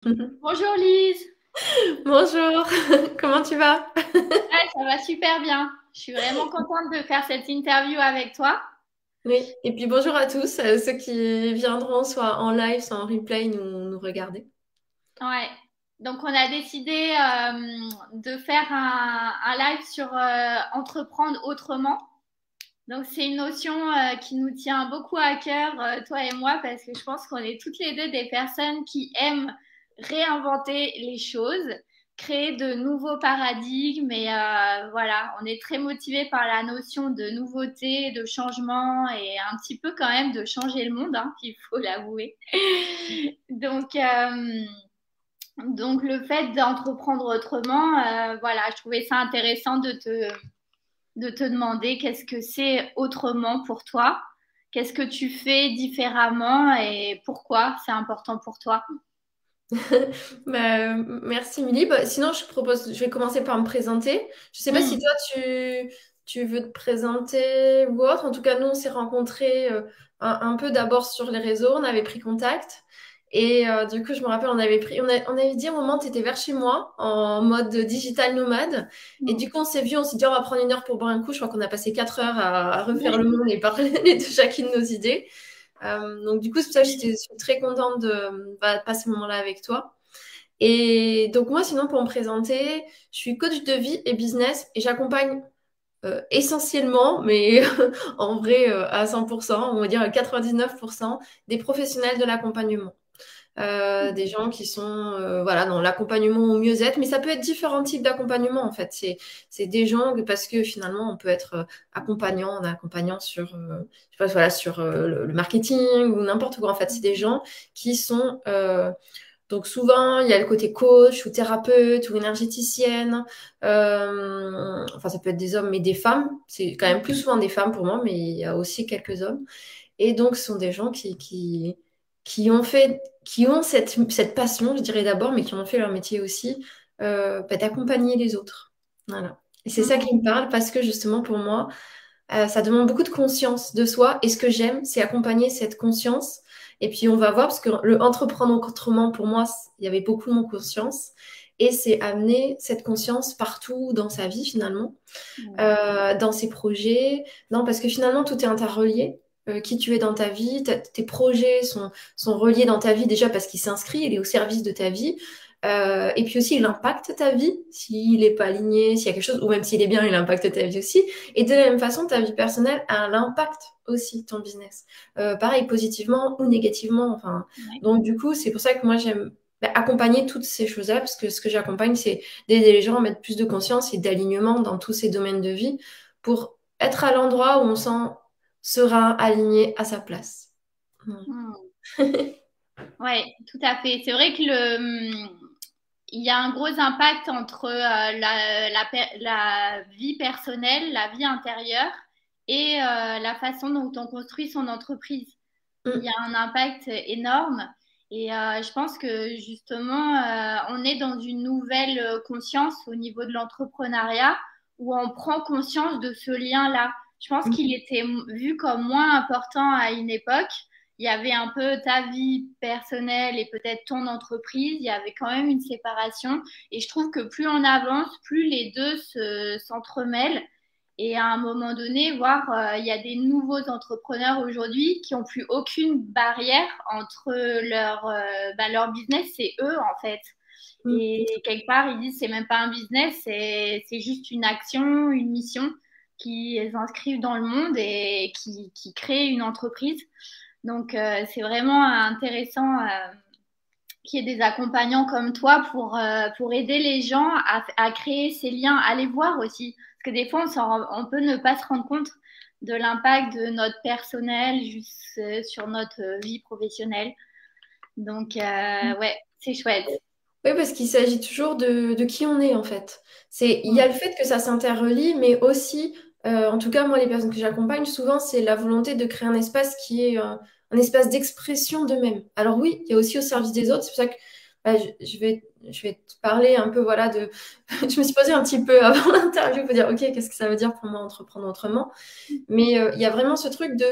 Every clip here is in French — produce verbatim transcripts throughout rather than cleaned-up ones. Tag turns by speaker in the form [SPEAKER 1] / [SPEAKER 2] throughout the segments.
[SPEAKER 1] Bonjour Lise.
[SPEAKER 2] Bonjour, comment tu vas?
[SPEAKER 1] Ouais, ça va super bien. Je suis vraiment contente de faire cette interview avec toi.
[SPEAKER 2] Oui, et puis bonjour à tous, euh, ceux qui viendront soit en live, soit en replay nous, nous regarder.
[SPEAKER 1] Ouais. Donc on a décidé euh, de faire un, un live sur euh, entreprendre autrement. Donc c'est une notion euh, qui nous tient beaucoup à cœur, euh, toi et moi, parce que je pense qu'on est toutes les deux des personnes qui aiment réinventer les choses, créer de nouveaux paradigmes et euh, voilà, on est très motivés par la notion de nouveauté, de changement et un petit peu quand même de changer le monde, hein, il faut l'avouer. Donc, euh, donc le fait d'entreprendre autrement, euh, voilà, je trouvais ça intéressant de te de te demander qu'est-ce que c'est autrement pour toi, qu'est-ce que tu fais différemment et pourquoi c'est important pour toi.
[SPEAKER 2] Bah, euh, merci Milly. Bah, sinon, je propose, je vais commencer par me présenter. Je sais pas si
[SPEAKER 1] Hmm.
[SPEAKER 2] toi tu, tu veux te présenter ou autre. En tout cas, nous, on s'est rencontrés euh, un, un peu d'abord sur les réseaux, on avait pris contact. Et euh, du coup, je me rappelle, on avait pris, on, a- on avait dit à un moment, tu étais vers chez moi en mode digital nomade. Et
[SPEAKER 1] Hmm.
[SPEAKER 2] du coup, on s'est vu, on s'est dit, on va prendre une heure pour boire un coup. Je crois qu'on a passé quatre heures à, à refaire le monde et parler de chacune de nos idées. Euh, donc, du coup, c'est pour ça que j'étais je suis très contente de bah, de passer ce moment-là avec toi. Et donc, moi, sinon, pour me présenter, je suis coach de vie et business et j'accompagne euh, essentiellement, mais en vrai, euh, à cent pour cent, on va dire à quatre-vingt-dix-neuf pour cent des professionnels de l'accompagnement. Euh, des gens qui sont euh, voilà dans l'accompagnement au mieux-être, mais ça peut être différents types d'accompagnement en fait. C'est c'est des gens que- parce que finalement on peut être euh, accompagnant, en accompagnant sur euh, je sais pas, voilà sur euh, le, le marketing ou n'importe quoi. En fait, c'est des gens qui sont euh, donc souvent il y a le côté coach ou thérapeute ou énergéticienne. Euh, enfin ça peut être des hommes mais des femmes. C'est quand même plus souvent des femmes pour moi, mais il y a aussi quelques hommes. Et donc, ce sont des gens qui, qui, qui ont fait, qui ont cette, cette passion, je dirais d'abord, mais qui ont fait leur métier aussi, euh, bah, d'accompagner les autres. Voilà. Et c'est ça qui me parle parce que justement, pour moi, euh, ça demande beaucoup de conscience de soi. Et ce que j'aime, c'est accompagner cette conscience. Et puis, on va voir, parce que le entreprendre autrement, pour moi, c- il y avait beaucoup de conscience. Et c'est amener cette conscience partout dans sa vie, finalement,
[SPEAKER 1] Hmm.
[SPEAKER 2] euh, dans ses projets. Non, parce que finalement, tout est interrelié. Euh, qui tu es dans ta vie, ta- tes projets sont, sont reliés dans ta vie déjà parce qu'il s'inscrit, il est au service de ta vie. Euh, et puis aussi, il impacte ta vie s'il n'est pas aligné, s'il y a quelque chose, ou même s'il est bien, il impacte ta vie aussi. Et de la même façon, ta vie personnelle a un impact aussi, ton business. Euh, pareil, positivement ou négativement. Enfin,
[SPEAKER 1] Ouais.
[SPEAKER 2] donc du coup, c'est pour ça que moi, j'aime bah, accompagner toutes ces choses-là, parce que ce que j'accompagne, c'est d'aider les gens à mettre plus de conscience et d'alignement dans tous ces domaines de vie pour être à l'endroit où on sent serein, aligné à sa place. Voilà.
[SPEAKER 1] Hmm. Ouais, tout à fait. C'est vrai que le, hum, il y a un gros impact entre euh, la, la, per- la vie personnelle, la vie intérieure et euh, la façon dont on construit son entreprise. Il y a
[SPEAKER 2] Mm.
[SPEAKER 1] un impact énorme. Et euh, je pense que justement, euh, on est dans une nouvelle euh, conscience au niveau de l'entrepreneuriat où on prend conscience de ce lien-là. Je pense
[SPEAKER 2] Mm.
[SPEAKER 1] qu'il était m- vu comme moins important à une époque. Il y avait un peu ta vie personnelle et peut-être ton entreprise. Il y avait quand même une séparation. Et je trouve que plus on avance, plus les deux se, s'entremêlent. Et à un moment donné, voir, euh, il y a des nouveaux entrepreneurs aujourd'hui qui n'ont plus aucune barrière entre leur, euh, bah, leur business, c'est eux en fait.
[SPEAKER 2] Mm.
[SPEAKER 1] Et quelque part, ils disent c'est même pas un business, c'est, c'est juste une action, une mission qui les inscrivent dans le monde et qui, qui crée une entreprise. Donc, euh, c'est vraiment intéressant euh, qu'il y ait des accompagnants comme toi pour, euh, pour aider les gens à, à créer ces liens, à les voir aussi. Parce que des fois, on, s'en- on peut ne pas se rendre compte de l'impact de notre personnel juste euh, sur notre euh, vie professionnelle. Donc, euh, ouais, c'est chouette.
[SPEAKER 2] Oui, parce qu'il s'agit toujours de, de qui on est en fait. C'est, il y a
[SPEAKER 1] Mm.
[SPEAKER 2] le fait que ça s'interrelie, mais aussi, euh, en tout cas moi les personnes que j'accompagne, souvent c'est la volonté de créer un espace qui est euh, un espace d'expression d'eux-mêmes. Alors oui, il y a aussi au service des autres. C'est pour ça que bah, je, je vais, je vais te parler un peu voilà de. Je me suis posée un petit peu avant l'interview pour dire ok qu'est-ce que ça veut dire pour moi entreprendre autrement. Mais euh, il y a vraiment ce truc de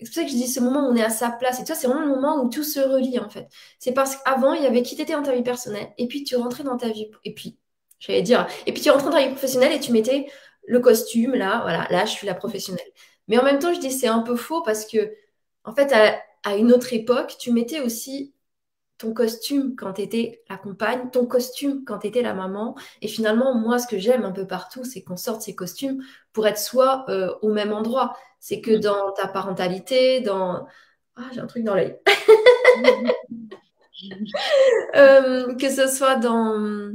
[SPEAKER 2] c'est pour ça que je dis ce moment où on est à sa place. Et toi, c'est vraiment le moment où tout se relie, en fait. C'est parce qu'avant, il y avait qui t'étais dans ta vie personnelle, et puis tu rentrais dans ta vie. Et puis, j'allais dire, et puis tu rentrais dans ta vie professionnelle et tu mettais le costume, là, voilà, là, je suis la professionnelle. Mais en même temps, je dis c'est un peu faux parce que, en fait, à, à une autre époque, tu mettais aussi ton costume quand tu étais la compagne, ton costume quand tu étais la maman. Et finalement, moi, ce que j'aime un peu partout, c'est qu'on sorte ces costumes pour être soi euh, au même endroit. C'est que dans ta parentalité, dans... Ah, j'ai un truc dans l'œil. Euh, que ce soit dans,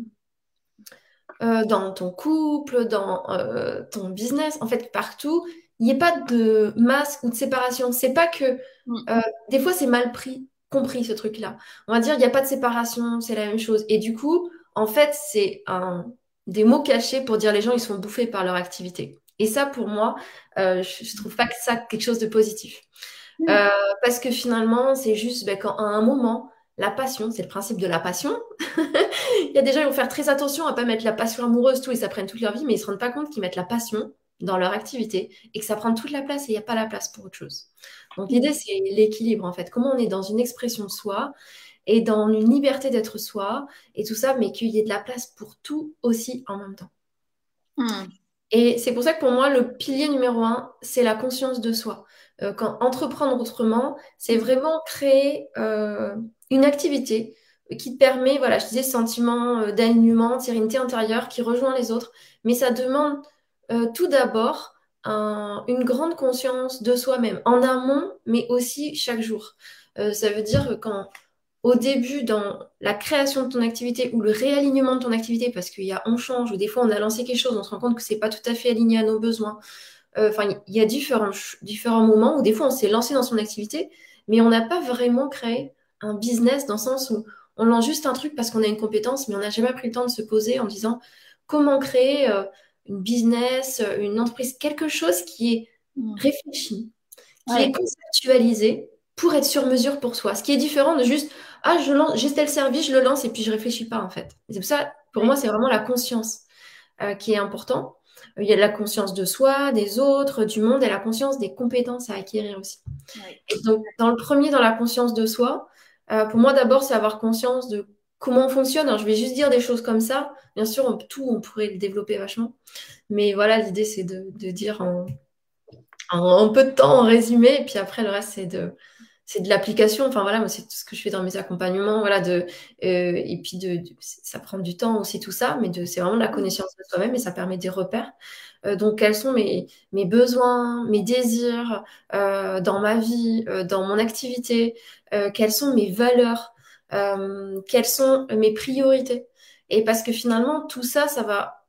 [SPEAKER 2] euh, dans ton couple, dans euh, ton business, en fait, partout, il n'y ait pas de masque ou de séparation. C'est pas que... euh, des fois, c'est mal pris, compris, ce truc-là. On va dire, il n'y a pas de séparation, c'est la même chose. Et du coup, en fait, c'est un, des mots cachés pour dire les gens, ils sont bouffés par leur activité. Et ça, pour moi, euh, je, je trouve pas que ça quelque chose de positif. Euh, parce que finalement, c'est juste ben, quand à un moment, la passion, c'est le principe de la passion. Il y a des gens qui vont faire très attention à pas mettre la passion amoureuse, tout, ils s'apprennent toute leur vie, mais ils se rendent pas compte qu'ils mettent la passion dans leur activité et que ça prend toute la place et il n'y a pas la place pour autre chose. Donc l'idée, c'est l'équilibre en fait. Comment on est dans une expression de soi et dans une liberté d'être soi et tout ça, mais qu'il y ait de la place pour tout aussi en même temps.
[SPEAKER 1] Mm.
[SPEAKER 2] Et c'est pour ça que pour moi, le pilier numéro un, c'est la conscience de soi. Euh, quand entreprendre autrement, c'est vraiment créer euh, une activité qui te permet, voilà, je disais, ce sentiment euh, d'alignement, de sérénité intérieure qui rejoint les autres. Mais ça demande euh, tout d'abord un- une grande conscience de soi-même, en amont, mais aussi chaque jour. Euh, ça veut dire que quand au début dans la création de ton activité ou le réalignement de ton activité, parce qu'il y a on change, ou des fois on a lancé quelque chose, on se rend compte que c'est pas tout à fait aligné à nos besoins. Euh, Enfin, il y a différents, différents moments où des fois on s'est lancé dans son activité, mais on n'a pas vraiment créé un business dans le sens où on lance juste un truc parce qu'on a une compétence, mais on n'a jamais pris le temps de se poser en disant comment créer euh, une business, euh, une entreprise, quelque chose qui est
[SPEAKER 1] Mm.
[SPEAKER 2] réfléchi, qui est
[SPEAKER 1] Ouais.
[SPEAKER 2] conceptualisé pour être sur mesure pour soi. Ce qui est différent de juste, ah, je lance, j'ai tel service, je le lance et puis je réfléchis pas en fait. Et c'est pour ça, pour moi,
[SPEAKER 1] Ouais.
[SPEAKER 2] c'est vraiment la conscience euh, qui est important. Euh, Il y a la conscience de soi, des autres, du monde et la conscience des compétences à acquérir aussi.
[SPEAKER 1] Ouais.
[SPEAKER 2] Et donc, dans le premier, dans la conscience de soi, euh, pour moi, d'abord, c'est avoir conscience de comment on fonctionne. Alors, je vais juste dire des choses comme ça. Bien sûr, on- tout, on pourrait le développer vachement. Mais voilà, l'idée, c'est de, de dire en, en, en peu de temps, en résumé. Et puis après, le reste, c'est de, c'est de l'application. Enfin, voilà, moi, c'est tout ce que je fais dans mes accompagnements. Voilà, de, euh, et puis, de, de- ça prend du temps aussi, tout ça. Mais de, c'est vraiment de la connaissance de soi-même et ça permet des repères. Euh, donc, quels sont mes, mes besoins, mes désirs euh, dans ma vie, euh, dans mon activité, euh, quelles sont mes valeurs, euh, quelles sont mes priorités. Et parce que finalement, tout ça, ça va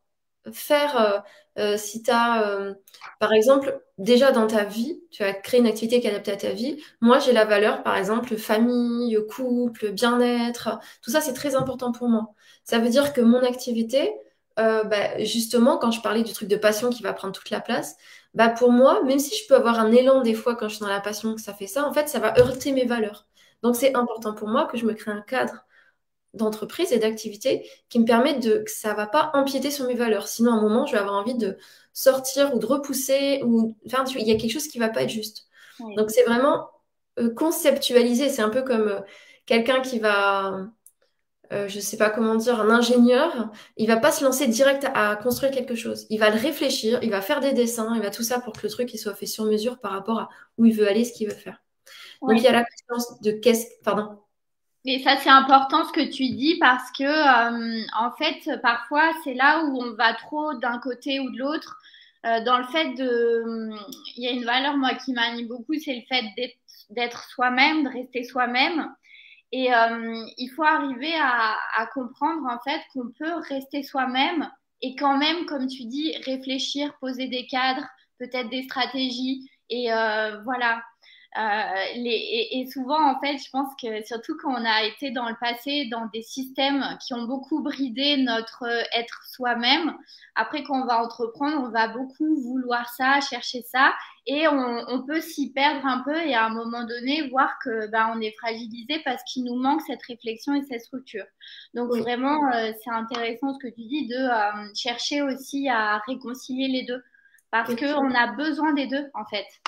[SPEAKER 2] faire, euh, euh, si tu as, par exemple, déjà dans ta vie, tu vas créer une activité qui est adaptée à ta vie. Moi, j'ai la valeur, par exemple, famille, couple, bien-être. Tout ça, c'est très important pour moi. Ça veut dire que mon activité, euh, bah, justement, quand je parlais du truc de passion qui va prendre toute la place, bah, pour moi, même si je peux avoir un élan des fois quand je suis dans la passion que ça fait ça, en fait, ça va heurter mes valeurs. Donc, c'est important pour moi que je me crée un cadre d'entreprise et d'activité qui me permettent de que ça va pas empiéter sur mes valeurs. Sinon, à un moment, je vais avoir envie de sortir ou de repousser ou enfin, tu- il y a quelque chose qui va pas être juste.
[SPEAKER 1] Ouais.
[SPEAKER 2] Donc, c'est vraiment euh, conceptualiser. C'est un peu comme euh, quelqu'un qui va, euh, je sais pas comment dire, un ingénieur. Il va pas se lancer direct à, à construire quelque chose. Il va le réfléchir, il va faire des dessins, il va tout ça pour que le truc il soit fait sur mesure par rapport à où il veut aller, ce qu'il veut faire. Donc, il y
[SPEAKER 1] Ouais.
[SPEAKER 2] a la conscience de qu'est-ce, pardon.
[SPEAKER 1] Et ça, c'est important ce que tu dis parce que, euh, en fait, parfois, c'est là où on va trop d'un côté ou de l'autre. Euh, dans le fait de. Il y a une valeur, moi, qui m'anime beaucoup, c'est le fait d'être d'être soi-même, de rester soi-même. Et euh, il faut arriver à, à comprendre, en fait, qu'on peut rester soi-même et quand même, comme tu dis, réfléchir, poser des cadres, peut-être des stratégies. Et euh, voilà. Euh, les, et, et souvent, en fait, je pense que surtout quand on a été dans le passé dans des systèmes qui ont beaucoup bridé notre euh, être soi-même, après quand on va entreprendre, on va beaucoup vouloir ça, chercher ça, et on, on peut s'y perdre un peu et à un moment donné voir que ben, on est fragilisé parce qu'il nous manque cette réflexion et cette structure. Donc
[SPEAKER 2] Oui,
[SPEAKER 1] vraiment, euh, c'est intéressant ce que tu dis de euh, chercher aussi à réconcilier les deux parce
[SPEAKER 2] oui.
[SPEAKER 1] qu'on a besoin des deux en fait.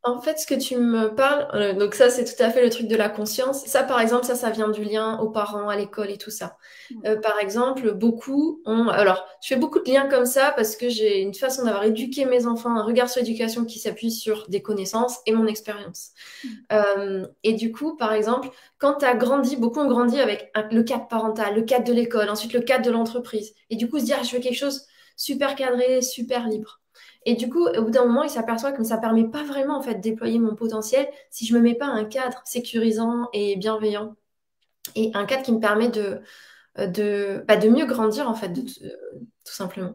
[SPEAKER 2] En fait, ce que tu me parles, euh, donc ça, c'est tout à fait le truc de la conscience. Ça, par exemple, ça, ça vient du lien aux parents, à l'école et tout ça. Euh, par exemple, beaucoup ont... Alors, je fais beaucoup de liens comme ça parce que j'ai une façon d'avoir éduqué mes enfants, un regard sur l'éducation qui s'appuie sur des connaissances et mon expérience. Euh, et du coup, par exemple, quand tu as grandi, beaucoup ont grandi avec un- le cadre parental, le cadre de l'école, ensuite le cadre de l'entreprise. Et du coup, se dire, ah, je veux quelque chose super cadré, super libre. Et du coup, au bout d'un moment, il s'aperçoit que ça permet pas vraiment en fait de déployer mon potentiel si je me mets pas un cadre sécurisant et bienveillant et un cadre qui me permet de de, bah, de mieux grandir en fait, de, de- tout simplement.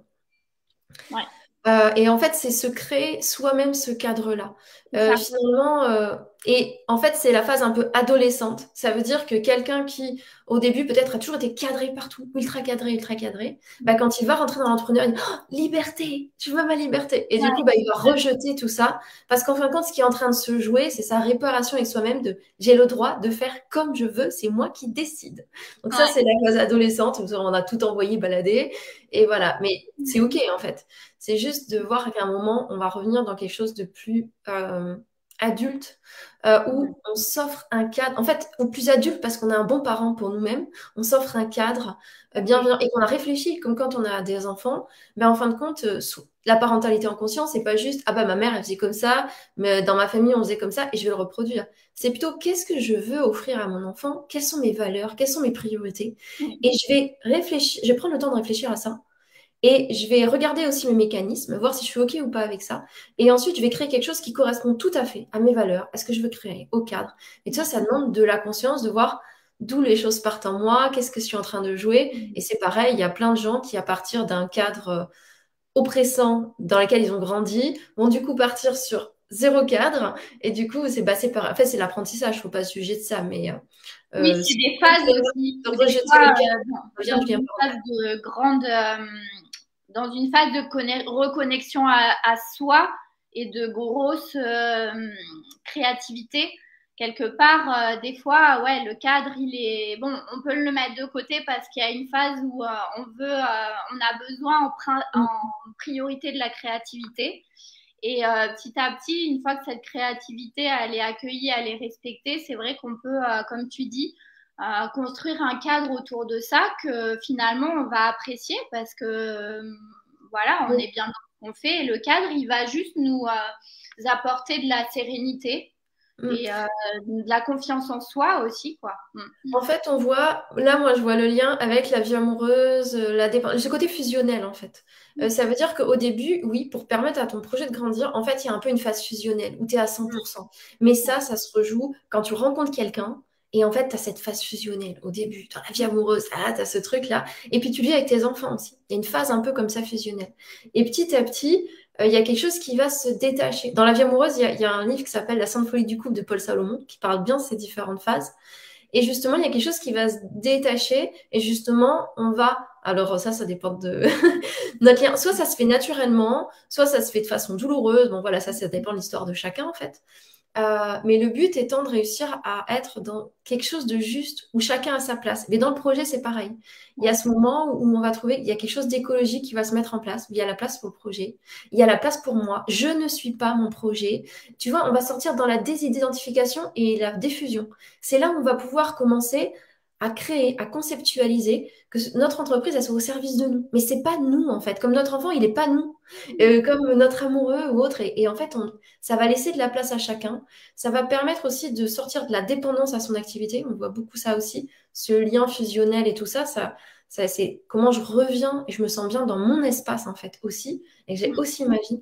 [SPEAKER 1] Ouais,
[SPEAKER 2] Euh, et en fait, c'est se créer soi-même ce cadre-là.
[SPEAKER 1] c'est
[SPEAKER 2] Euh,
[SPEAKER 1] ça.
[SPEAKER 2] finalement, euh, et en fait, c'est la phase un peu adolescente. Ça veut dire que quelqu'un qui, au début, peut-être a toujours été cadré partout, ultra cadré, ultra cadré, bah, quand il va rentrer dans l'entrepreneuriat, il dit oh, liberté, je veux ma liberté. Et du coup, bah, il va rejeter tout ça parce qu'en fin de compte, ce qui est en train de se jouer, c'est sa réparation avec soi-même de j'ai le droit de faire comme je veux, c'est moi qui décide. Donc, ça,
[SPEAKER 1] Ouais,
[SPEAKER 2] c'est la phase adolescente où on a tout envoyé balader. Et voilà. Mais c'est OK, en fait. C'est juste de voir qu'à un moment, on va revenir dans quelque chose de plus euh, adulte, euh,
[SPEAKER 1] ouais.
[SPEAKER 2] où on s'offre un cadre, en fait, ou plus adulte parce qu'on est un bon parent pour nous-mêmes, on s'offre un cadre euh,
[SPEAKER 1] Oui,
[SPEAKER 2] bienveillant et qu'on a réfléchi, comme quand on a des enfants, ben, en fin de compte, euh, sous- la parentalité en conscience, c'est pas juste, ah bah ma mère, elle faisait comme ça, mais dans ma famille, on faisait comme ça et je vais le reproduire. C'est plutôt, qu'est-ce que je veux offrir à mon enfant? Quelles sont mes valeurs? Quelles sont mes priorités?
[SPEAKER 1] oui,
[SPEAKER 2] Et je vais réfléchir, je vais prendre le temps de réfléchir à ça. Et je vais regarder aussi mes mécanismes, voir si je suis OK ou pas avec ça. Et ensuite, je vais créer quelque chose qui correspond tout à fait à mes valeurs, à ce que je veux créer, au cadre. Et tout ça, ça demande de la conscience, de voir d'où les choses partent en moi, qu'est-ce que je suis en train de jouer. Et c'est pareil, il y a plein de gens qui, à partir d'un cadre euh, oppressant dans lequel ils ont grandi, vont du coup partir sur zéro cadre. Et du coup, c'est bah, c'est par... en fait, c'est l'apprentissage, faut pas se juger de ça. Mais euh,
[SPEAKER 1] oui,
[SPEAKER 2] euh,
[SPEAKER 1] c'est
[SPEAKER 2] si
[SPEAKER 1] des
[SPEAKER 2] on
[SPEAKER 1] phases
[SPEAKER 2] fait
[SPEAKER 1] aussi,
[SPEAKER 2] de
[SPEAKER 1] ou des
[SPEAKER 2] rejeter
[SPEAKER 1] fois
[SPEAKER 2] le cadre,
[SPEAKER 1] euh,
[SPEAKER 2] on
[SPEAKER 1] dans,
[SPEAKER 2] revient
[SPEAKER 1] dans
[SPEAKER 2] du bien
[SPEAKER 1] une phase de grande, euh, dans une phase de conne- reconnexion à, à soi et de grosse euh, créativité. Quelque part, euh, des fois, ouais, le cadre, il est bon. On peut le mettre de côté parce qu'il y a une phase où euh, on veut, euh, on a besoin en, prin- en priorité de la créativité. Et euh, petit à petit, une fois que cette créativité elle est accueillie, elle est respectée, c'est vrai qu'on peut, euh, comme tu dis, euh, construire un cadre autour de ça que finalement on va apprécier parce que euh, voilà, on est bien dans ce qu'on fait et le cadre, il va juste nous euh, apporter de la sérénité
[SPEAKER 2] Mm.
[SPEAKER 1] et euh, de la confiance en soi aussi, quoi. Mm.
[SPEAKER 2] En fait, on voit, là, moi, je vois le lien avec la vie amoureuse, euh, la dépendance, ce côté fusionnel, en fait. Euh, ça veut dire qu'au début, oui, pour permettre à ton projet de grandir, en fait, il y a un peu une phase fusionnelle où tu es à cent pour cent. Mais ça, ça se rejoue quand tu rencontres quelqu'un et en fait, tu as cette phase fusionnelle au début, dans la vie amoureuse, ah, tu as ce truc-là. Et puis, tu le vis avec tes enfants aussi. Il y a une phase un peu comme ça fusionnelle. Et petit à petit, euh, il y a quelque chose qui va se détacher. Dans la vie amoureuse, il y a, il y a un livre qui s'appelle La Sainte Folie du couple de Paul Salomon qui parle bien de ces différentes phases. Et justement, il y a quelque chose qui va se détacher. Et justement, on va. Alors, ça, ça dépend de notre lien. Soit ça se fait naturellement, soit ça se fait de façon douloureuse. Bon, voilà, ça, ça dépend de l'histoire de chacun, en fait. Euh, mais le but étant de réussir à être dans quelque chose de juste où chacun a sa place. Mais dans le projet, c'est pareil. Il y a ce moment où on va trouver qu'il y a quelque chose d'écologique qui va se mettre en place. Il y a la place pour le projet. Il y a la place pour moi. Je ne suis pas mon projet. Tu vois, on va sortir dans la désidentification et la diffusion. C'est là où on va pouvoir commencer à créer, à conceptualiser que notre entreprise, elle soit au service de nous. Mais c'est pas nous, en fait. Comme notre enfant, il n'est pas nous. Euh, comme notre amoureux ou autre. Et, et en fait, on, ça va laisser de la place à chacun. Ça va permettre aussi de sortir de la dépendance à son activité. On voit beaucoup ça aussi, ce lien fusionnel et tout ça. Ça, ça c'est comment je reviens et je me sens bien dans mon espace en fait aussi, et que j'ai aussi ma vie.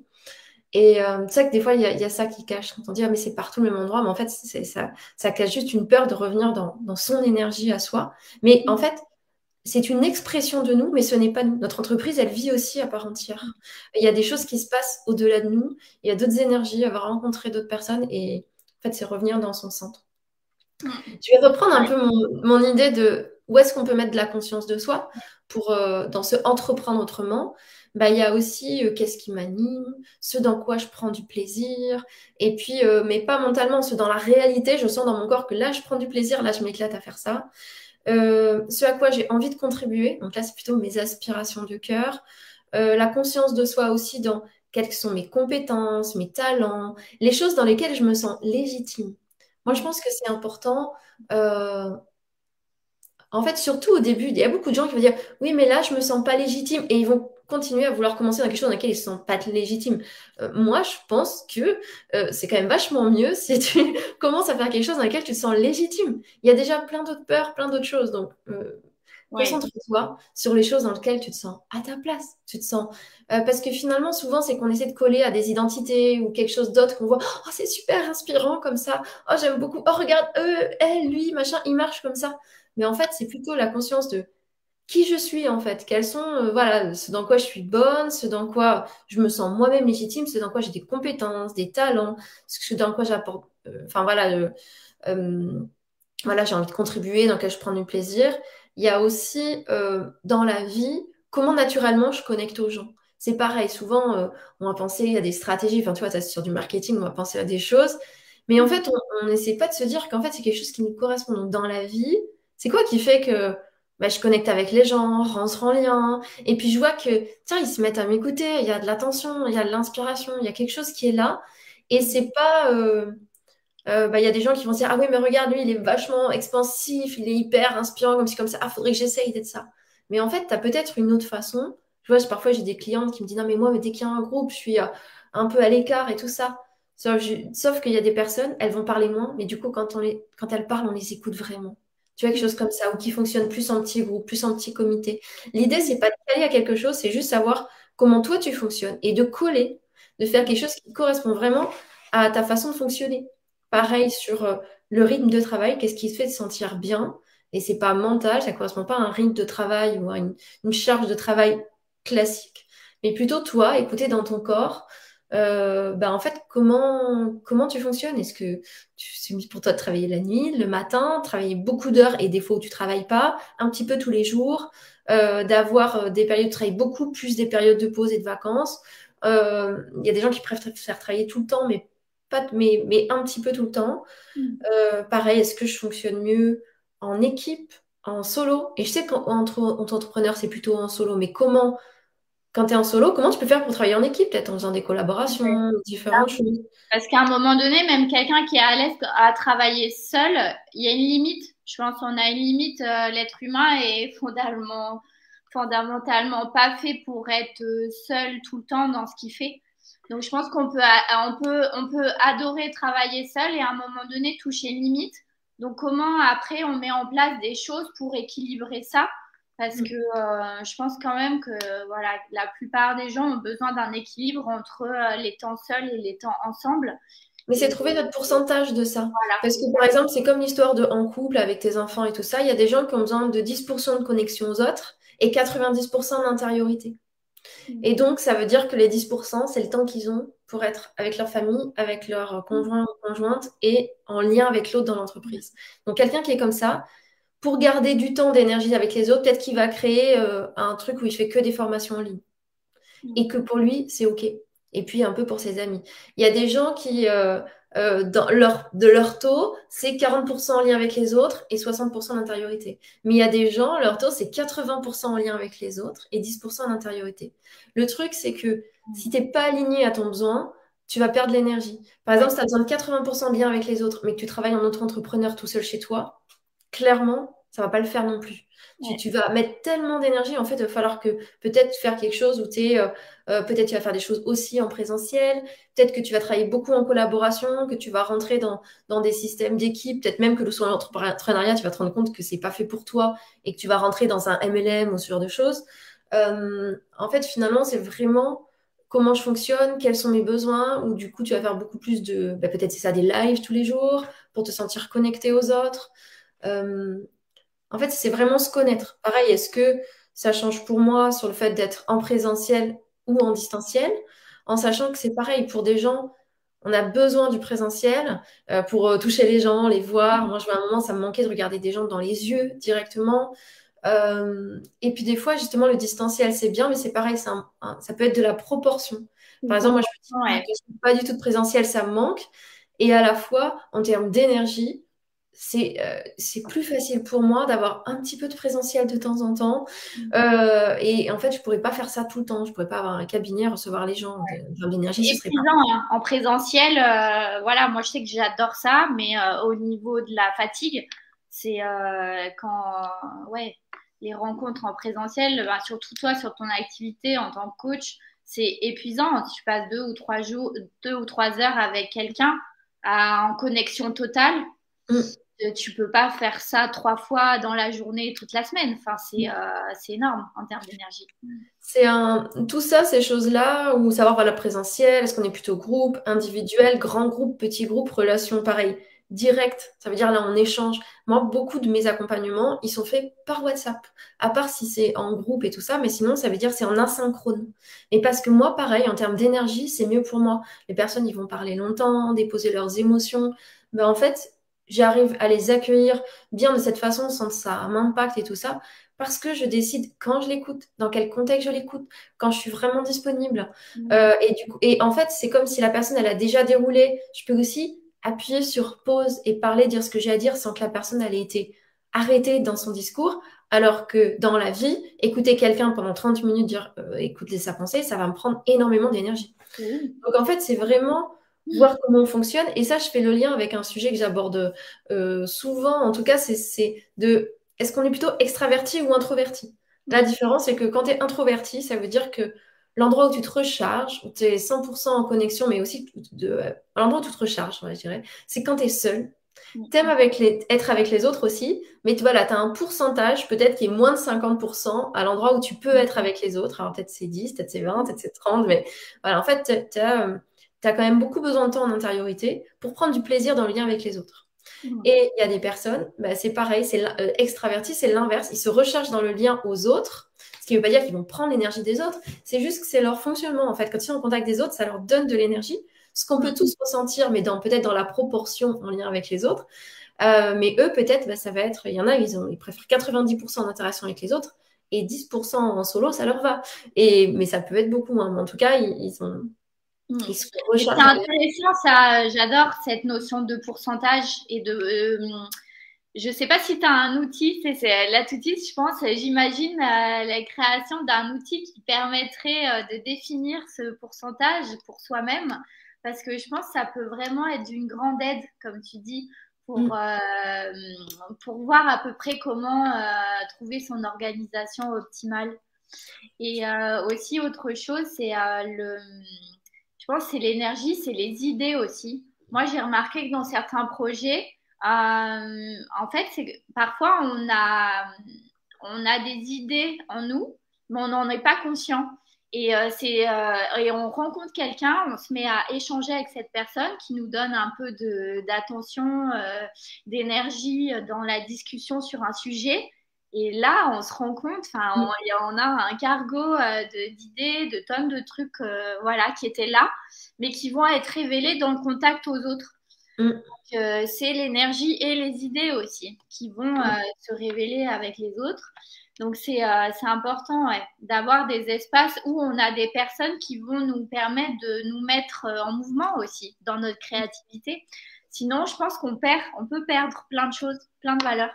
[SPEAKER 2] Et euh, c'est vrai que des fois, il y, a, il y a ça qui cache. Quand on dit, ah, mais c'est partout le même endroit, mais en fait, c'est, ça, ça cache juste une peur de revenir dans, dans son énergie à soi. Mais en fait, c'est une expression de nous, mais ce n'est pas nous. Notre entreprise, elle vit aussi à part entière. Il y a des choses qui se passent au-delà de nous. Il y a d'autres énergies, avoir rencontré d'autres personnes. Et en fait, c'est revenir dans son centre. Je vais reprendre un peu mon, mon idée de où est-ce qu'on peut mettre de la conscience de soi pour, euh, dans ce entreprendre autrement. Bah, il y a aussi euh, qu'est-ce qui m'anime, ce dans quoi je prends du plaisir, et puis, euh, mais pas mentalement, ce dans la réalité, je sens dans mon corps que là, je prends du plaisir, là, je m'éclate à faire ça. Euh, ce à quoi j'ai envie de contribuer, donc là, c'est plutôt mes aspirations de cœur. Euh, la conscience de soi aussi dans quelles sont mes compétences, mes talents, les choses dans lesquelles je me sens légitime. Moi, je pense que c'est important. euh, En fait, surtout au début, il y a beaucoup de gens qui vont dire, oui, mais là, je me sens pas légitime, et ils vont continuer à vouloir commencer dans quelque chose dans lequel ils se sentent pas légitimes. Euh, moi, je pense que euh, c'est quand même vachement mieux si tu commences à faire quelque chose dans lequel tu te sens légitime. Il y a déjà plein d'autres peurs, plein d'autres choses, donc euh,
[SPEAKER 1] Oui,
[SPEAKER 2] concentre-toi sur les choses dans lesquelles tu te sens à ta place. Tu te sens euh, parce que finalement, souvent, c'est qu'on essaie de coller à des identités ou quelque chose d'autre qu'on voit. Oh, c'est super inspirant comme ça. Oh, j'aime beaucoup. Oh, regarde, eux, elle, lui, machin, il marche comme ça. Mais en fait, c'est plutôt la conscience de qui je suis en fait, quels sont euh, voilà, ce dans quoi je suis bonne, ce dans quoi je me sens moi-même légitime, ce dans quoi j'ai des compétences, des talents, ce dans quoi j'apporte, euh, enfin voilà, euh, euh, voilà, j'ai envie de contribuer, dans lequel je prends du plaisir. Il y a aussi euh, dans la vie comment naturellement je connecte aux gens. C'est pareil, souvent euh, on va penser à des stratégies, enfin tu vois, ça, c'est sur du marketing, on va penser à des choses, mais en fait on n'essaie pas de se dire qu'en fait c'est quelque chose qui nous correspond. Donc dans la vie, c'est quoi qui fait que bah, je connecte avec les gens, on rentre en lien, et puis je vois que tiens, ils se mettent à m'écouter, il y a de l'attention, il y a de l'inspiration, il y a quelque chose qui est là, et c'est pas... euh, euh, bah, il y a des gens qui vont se dire, ah oui, mais regarde, lui, il est vachement expansif, il est hyper inspirant, comme ci, comme ça. Ah, faudrait que j'essaye d'être ça. Mais en fait, tu as peut-être une autre façon. Tu vois, parfois, j'ai des clientes qui me disent, non, mais moi, mais dès qu'il y a un groupe, je suis euh, un peu à l'écart et tout ça. Sauf, je- sauf qu'il y a des personnes, elles vont parler moins, mais du coup, quand, on les, quand elles parlent, on les écoute vraiment. Tu vois, quelque chose comme ça, ou qui fonctionne plus en petit groupe, plus en petit comité. L'idée, c'est pas de caler à quelque chose, c'est juste savoir comment toi, tu fonctionnes et de coller, de faire quelque chose qui correspond vraiment à ta façon de fonctionner. Pareil sur euh, le rythme de travail, qu'est-ce qui te fait te sentir bien? Et c'est pas mental, ça correspond pas à un rythme de travail ou à une, une charge de travail classique, mais plutôt toi, écouter dans ton corps, euh, bah en fait, comment, comment tu fonctionnes? Est-ce que tu- c'est mieux pour toi de travailler la nuit, le matin, travailler beaucoup d'heures et des fois où tu travailles pas, un petit peu tous les jours, euh, d'avoir euh, des périodes de travail beaucoup plus des périodes de pause et de vacances. Euh, Il y a des gens qui préfèrent faire travailler tout le temps, mais pas, mais, mais un petit peu tout le temps. Euh, pareil, est-ce que je fonctionne mieux en équipe, en solo? Et je sais qu'entre entre entrepreneurs, c'est plutôt en solo, mais comment, quand tu es en solo, comment tu peux faire pour travailler en équipe, peut-être en faisant des collaborations, différentes choses?
[SPEAKER 1] parce qu'à un moment donné, même quelqu'un qui est à l'aise à travailler seul, il y a une limite. Je pense qu'on a une limite. euh, l'être humain est fondamentalement, fondamentalement pas fait pour être euh, seul tout le temps dans ce qu'il fait. Donc, je pense qu'on peut, a- on peut, on peut adorer travailler seul et à un moment donné toucher une limite. Donc, comment après on met en place des choses pour équilibrer ça? Parce que euh, je pense quand même que voilà, la plupart des gens ont besoin d'un équilibre entre euh, les temps seuls et les temps ensemble.
[SPEAKER 2] Mais c'est
[SPEAKER 1] Et
[SPEAKER 2] trouver notre pourcentage de ça.
[SPEAKER 1] voilà.
[SPEAKER 2] Parce que par exemple, c'est comme l'histoire de en couple avec tes enfants et tout ça. Il y a des gens qui ont besoin de dix pour cent de connexion aux autres et quatre-vingt-dix pour cent d'intériorité. Et donc, ça veut dire que les dix pour cent, c'est le temps qu'ils ont pour être avec leur famille, avec leur conjoint ou conjointe et en lien avec l'autre dans l'entreprise. Donc, quelqu'un qui est comme ça, pour garder du temps d'énergie avec les autres, peut-être qu'il va créer euh, un truc où il fait que des formations en ligne et que pour lui, c'est OK. Et puis un peu pour ses amis. Il y a des gens qui, euh, euh, dans leur, de leur taux, c'est quarante pour cent en lien avec les autres et soixante pour cent d'intériorité. Mais il y a des gens, leur taux, c'est quatre-vingts pour cent en lien avec les autres et dix pour cent d'intériorité. Le truc, c'est que si tu n'es pas aligné à ton besoin, tu vas perdre l'énergie. Par exemple, si tu as besoin de quatre-vingts pour cent de lien avec les autres, mais que tu travailles en auto-entrepreneur tout seul chez toi, clairement, ça va pas le faire non plus. Tu,
[SPEAKER 1] Ouais.
[SPEAKER 2] tu vas mettre tellement d'énergie, en fait, il va falloir que peut-être faire quelque chose où tu es, euh, euh, peut-être tu vas faire des choses aussi en présentiel, peut-être que tu vas travailler beaucoup en collaboration, que tu vas rentrer dans, dans des systèmes d'équipe, peut-être même que sur l'entrepreneuriat, tu vas te rendre compte que c'est pas fait pour toi et que tu vas rentrer dans un M L M ou ce genre de choses. Euh, en fait, finalement, c'est vraiment comment je fonctionne, quels sont mes besoins, ou du coup, tu vas faire beaucoup plus de, bah, peut-être c'est ça, des lives tous les jours pour te sentir connecté aux autres. Euh, En fait, c'est vraiment se connaître. Pareil, est-ce que ça change pour moi sur le fait d'être en présentiel ou en distanciel, en sachant que c'est pareil pour des gens, on a besoin du présentiel euh, pour euh, toucher les gens, les voir. Moi, je vois à un moment, ça me manquait de regarder des gens dans les yeux directement. Euh, et puis des fois, justement, le distanciel, c'est bien, mais c'est pareil, c'est un- un- ça peut être de la proportion.
[SPEAKER 1] Une
[SPEAKER 2] Par exemple, moi, je me dis,
[SPEAKER 1] proportion,
[SPEAKER 2] ah,
[SPEAKER 1] ouais.
[SPEAKER 2] je fais pas du tout de présentiel, ça me manque. Et à la fois, en termes d'énergie, c'est euh, c'est plus facile pour moi d'avoir un petit peu de présentiel de temps en temps. Euh, et en fait, je pourrais pas faire ça tout le temps. Je pourrais pas avoir un cabinet, recevoir les gens. De, de l'énergie, ce serait pas.
[SPEAKER 1] Épuisant, hein. En présentiel, euh, voilà, moi je sais que j'adore ça, mais euh, au niveau de la fatigue, c'est euh, quand, ouais, les rencontres en présentiel, bah, surtout toi sur ton activité en tant que coach, c'est épuisant. Tu passes deux ou trois jours, deux ou trois heures avec quelqu'un à- en connexion totale.
[SPEAKER 2] Mm.
[SPEAKER 1] Euh, Tu peux pas faire ça trois fois dans la journée toute la semaine. Enfin, c'est euh, c'est énorme en termes d'énergie.
[SPEAKER 2] C'est un, tout ça, ces choses-là, ou savoir voilà, présentiel, est-ce qu'on est plutôt groupe, individuel, grand groupe, petit groupe, relation pareil, direct, ça veut dire là on échange. Moi, beaucoup de mes accompagnements, ils sont faits par WhatsApp, à part si c'est en groupe et tout ça, mais sinon ça veut dire c'est en asynchrone. Et parce que moi, pareil, en termes d'énergie, c'est mieux pour moi. Les personnes, ils vont parler longtemps, déposer leurs émotions. Ben, en fait, j'arrive à les accueillir bien de cette façon sans que ça m'impacte et tout ça parce que je décide quand je l'écoute, dans quel contexte je l'écoute, quand je suis vraiment disponible. Euh, et, du coup, et en fait, c'est comme si la personne, elle a déjà déroulé. Je peux aussi appuyer sur pause et parler, dire ce que j'ai à dire sans que la personne, elle ait été arrêtée dans son discours. Alors que dans la vie, écouter quelqu'un pendant trente minutes dire euh, écoute sa pensée, ça va me prendre énormément d'énergie.
[SPEAKER 1] Oui.
[SPEAKER 2] Donc en fait, c'est vraiment voir comment on fonctionne. Et ça, je fais le lien avec un sujet que j'aborde euh, souvent. En tout cas, c'est c'est de est-ce qu'on est plutôt extraverti ou introverti? La différence, c'est que quand tu es introverti, ça veut dire que l'endroit où tu te recharges, où tu es cent pour cent en connexion, mais aussi de, euh, l'endroit où tu te recharges, ouais, je dirais, c'est quand tu es seul. T'aimes avec les, être avec les autres aussi, mais tu voilà, tu as un pourcentage peut-être qui est moins de cinquante pour cent à l'endroit où tu peux être avec les autres. Alors peut-être c'est dix, peut-être c'est vingt, peut-être c'est trente, mais voilà, en fait, tu as, quand même beaucoup besoin de temps en intériorité pour prendre du plaisir dans le lien avec les autres. Et il y a des personnes, bah, c'est pareil, c'est euh, extraverti, c'est l'inverse. Ils se recherchent dans le lien aux autres, ce qui ne veut pas dire qu'ils vont prendre l'énergie des autres. C'est juste que c'est leur fonctionnement. En fait, quand ils sont en contact des autres, ça leur donne de l'énergie, ce qu'on peut tous ressentir, mais dans peut-être dans la proportion en lien avec les autres. Euh, mais eux, peut-être, bah, ça va être, il y en a, ils, ont, ils préfèrent quatre-vingt-dix pour cent d'interaction avec les autres et dix pour cent en solo, ça leur va. Et, mais ça peut être beaucoup, hein. Mais en tout cas, ils, ils, ont,
[SPEAKER 1] Mm.
[SPEAKER 2] ils se
[SPEAKER 1] C'est
[SPEAKER 2] rechargent.
[SPEAKER 1] intéressant, ça. J'adore cette notion de pourcentage et de. Euh, je sais pas si tu as un outil, c'est c'est l'outil, je pense. J'imagine euh, la création d'un outil qui permettrait euh, de définir ce pourcentage pour soi-même, parce que je pense que ça peut vraiment être d'une grande aide, comme tu dis,
[SPEAKER 2] Mm.
[SPEAKER 1] pour euh, pour voir à peu près comment euh, trouver son organisation optimale. Et euh, aussi autre chose, c'est euh, le je pense que c'est l'énergie, c'est les idées aussi. Moi, j'ai remarqué que dans certains projets, euh, en fait, c'est que parfois on a, on a des idées en nous, mais on n'en est pas conscient. Et, euh, c'est, euh, et on rencontre quelqu'un, on se met à échanger avec cette personne qui nous donne un peu de, d'attention, euh, d'énergie dans la discussion sur un sujet. Et là, on se rend compte, enfin, on, on a un cargo euh, de- d'idées, de tonnes de trucs, euh, voilà, qui étaient là, mais qui vont être révélés dans le contact aux autres.
[SPEAKER 2] Mm.
[SPEAKER 1] Donc, euh, c'est l'énergie et les idées aussi qui vont euh, se révéler avec les autres. Donc, c'est euh, c'est important ouais, d'avoir des espaces où on a des personnes qui vont nous permettre de nous mettre euh, en mouvement aussi dans notre créativité. Sinon, je pense qu'on perd, on peut perdre plein de choses, plein de valeurs.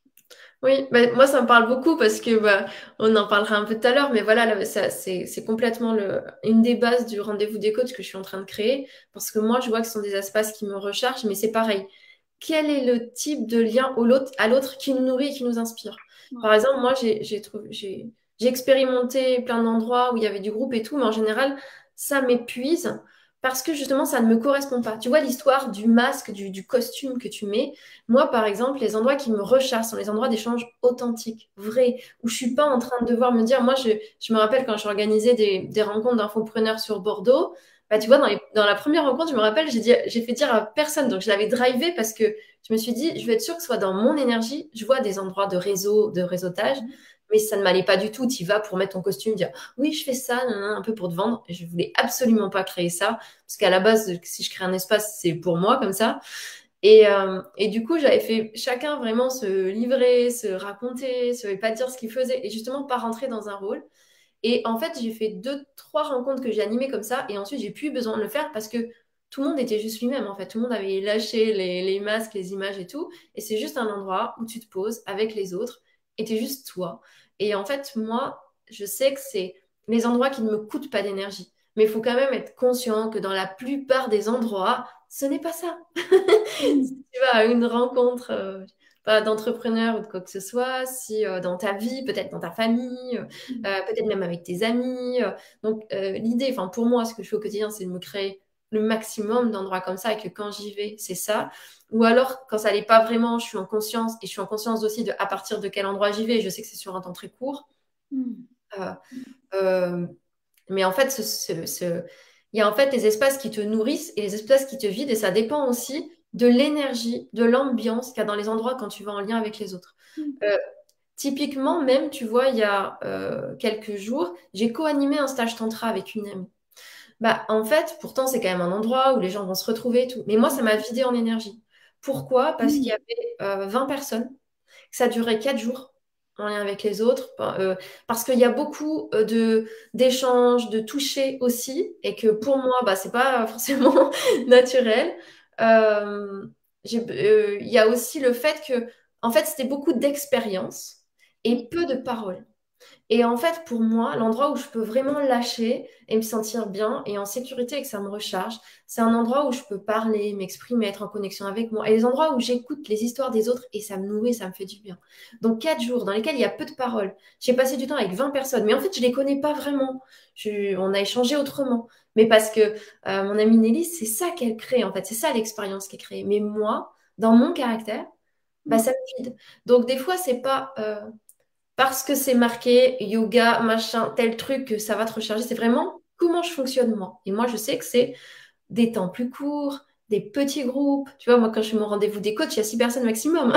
[SPEAKER 2] Oui, bah, moi ça me parle beaucoup parce que bah, on en parlera un peu tout à l'heure, mais voilà, là, ça, c'est, c'est complètement le, une des bases du rendez-vous des coachs que je suis en train de créer, parce que moi je vois que ce sont des espaces qui me rechargent, mais c'est pareil. Quel est le type de lien au l'autre, à l'autre qui nous nourrit et qui nous inspire? Par exemple, moi j'ai, j'ai trouvé, j'ai, j'ai expérimenté plein d'endroits où il y avait du groupe et tout, mais en général, ça m'épuise parce que justement ça ne me correspond pas. Tu vois l'histoire du masque, du, du costume que tu mets. Moi, par exemple, les endroits qui me rechargent sont les endroits d'échange authentiques, vrais, où je suis pas en train de devoir me dire, moi, je, je me rappelle quand j'organisais des, des rencontres d'infopreneurs sur Bordeaux, bah, tu vois, dans, les- dans la première rencontre, je me rappelle, j'ai dit, j'ai fait dire à personne, donc je l'avais drivé parce que je me suis dit, je vais être sûre que ce soit dans mon énergie. Je vois des endroits de réseau, de réseautage, mais ça ne m'allait pas du tout. Tu y vas pour mettre ton costume, dire, oui, je fais ça, nan, nan, un peu pour te vendre. Et je voulais absolument pas créer ça, parce qu'à la base, si je crée un espace, c'est pour moi comme ça. Et, euh, et du coup, j'avais fait chacun vraiment se livrer, se raconter, se pas dire ce qu'il faisait, et justement pas rentrer dans un rôle. Et en fait, j'ai fait deux, trois rencontres que j'ai animées comme ça, et ensuite, j'ai plus besoin de le faire parce que tout le monde était juste lui-même, en fait. Tout le monde avait lâché les, les masques, les images et tout. Et c'est juste un endroit où tu te poses avec les autres et t'es juste toi. Et en fait, moi, je sais que c'est les endroits qui ne me coûtent pas d'énergie. Mais il faut quand même être conscient que dans la plupart des endroits, ce n'est pas ça. Si tu vas à une rencontre euh, pas d'entrepreneur ou de quoi que ce soit, si euh, dans ta vie, peut-être dans ta famille, euh, euh, peut-être même avec tes amis. euh, donc euh, l'idée, enfin pour moi, ce que je fais au quotidien, c'est de me créer le maximum d'endroits comme ça et que quand j'y vais, c'est ça. Ou alors, quand ça l'est pas vraiment, je suis en conscience et je suis en conscience aussi de à partir de quel endroit j'y vais. Je sais que c'est sur un temps très court.
[SPEAKER 1] Mm.
[SPEAKER 2] Euh, euh, mais en fait, ce, ce- ce- il y a en fait les espaces qui te nourrissent et les espaces qui te vident, et ça dépend aussi de l'énergie, de l'ambiance qu'il y a dans les endroits quand tu vas en lien avec les autres.
[SPEAKER 1] Mm.
[SPEAKER 2] Euh, Typiquement, même, tu vois, il y a euh, quelques jours, j'ai co-animé un stage tantra avec une amie. Bah, en fait, pourtant, c'est quand même un endroit où les gens vont se retrouver et tout. Mais moi, ça m'a vidé en énergie. Pourquoi? Parce qu'il y
[SPEAKER 1] Mm.
[SPEAKER 2] avait euh, vingt personnes, que ça durait quatre jours en lien avec les autres, ben, euh, parce qu'il y a beaucoup euh, de d'échanges, de toucher aussi, et que pour moi, bah, c'est pas forcément naturel. Euh, j'ai- euh, Il y a aussi le fait que, en fait, c'était beaucoup d'expérience et peu de paroles. Et en fait, pour moi, l'endroit où je peux vraiment lâcher et me sentir bien et en sécurité et que ça me recharge, c'est un endroit où je peux parler, m'exprimer, être en connexion avec moi. Et les endroits où j'écoute les histoires des autres et ça me nourrit, ça me fait du bien. Donc, quatre jours dans lesquels il y a peu de paroles. J'ai passé du temps avec vingt personnes, mais en fait, je les connais pas vraiment. Je- on a échangé autrement. Mais parce que euh, mon amie Nelly, c'est ça qu'elle crée, en fait. C'est ça l'expérience qu'elle crée. Mais moi, dans mon caractère, bah, ça me vide. Donc, des fois, c'est pas... euh, parce que c'est marqué yoga, machin, tel truc, que ça va te recharger. C'est vraiment comment je fonctionne moi. Et moi, je sais que c'est des temps plus courts, des petits groupes. Tu vois, moi, quand je fais mon rendez-vous des coachs, il y a six personnes maximum.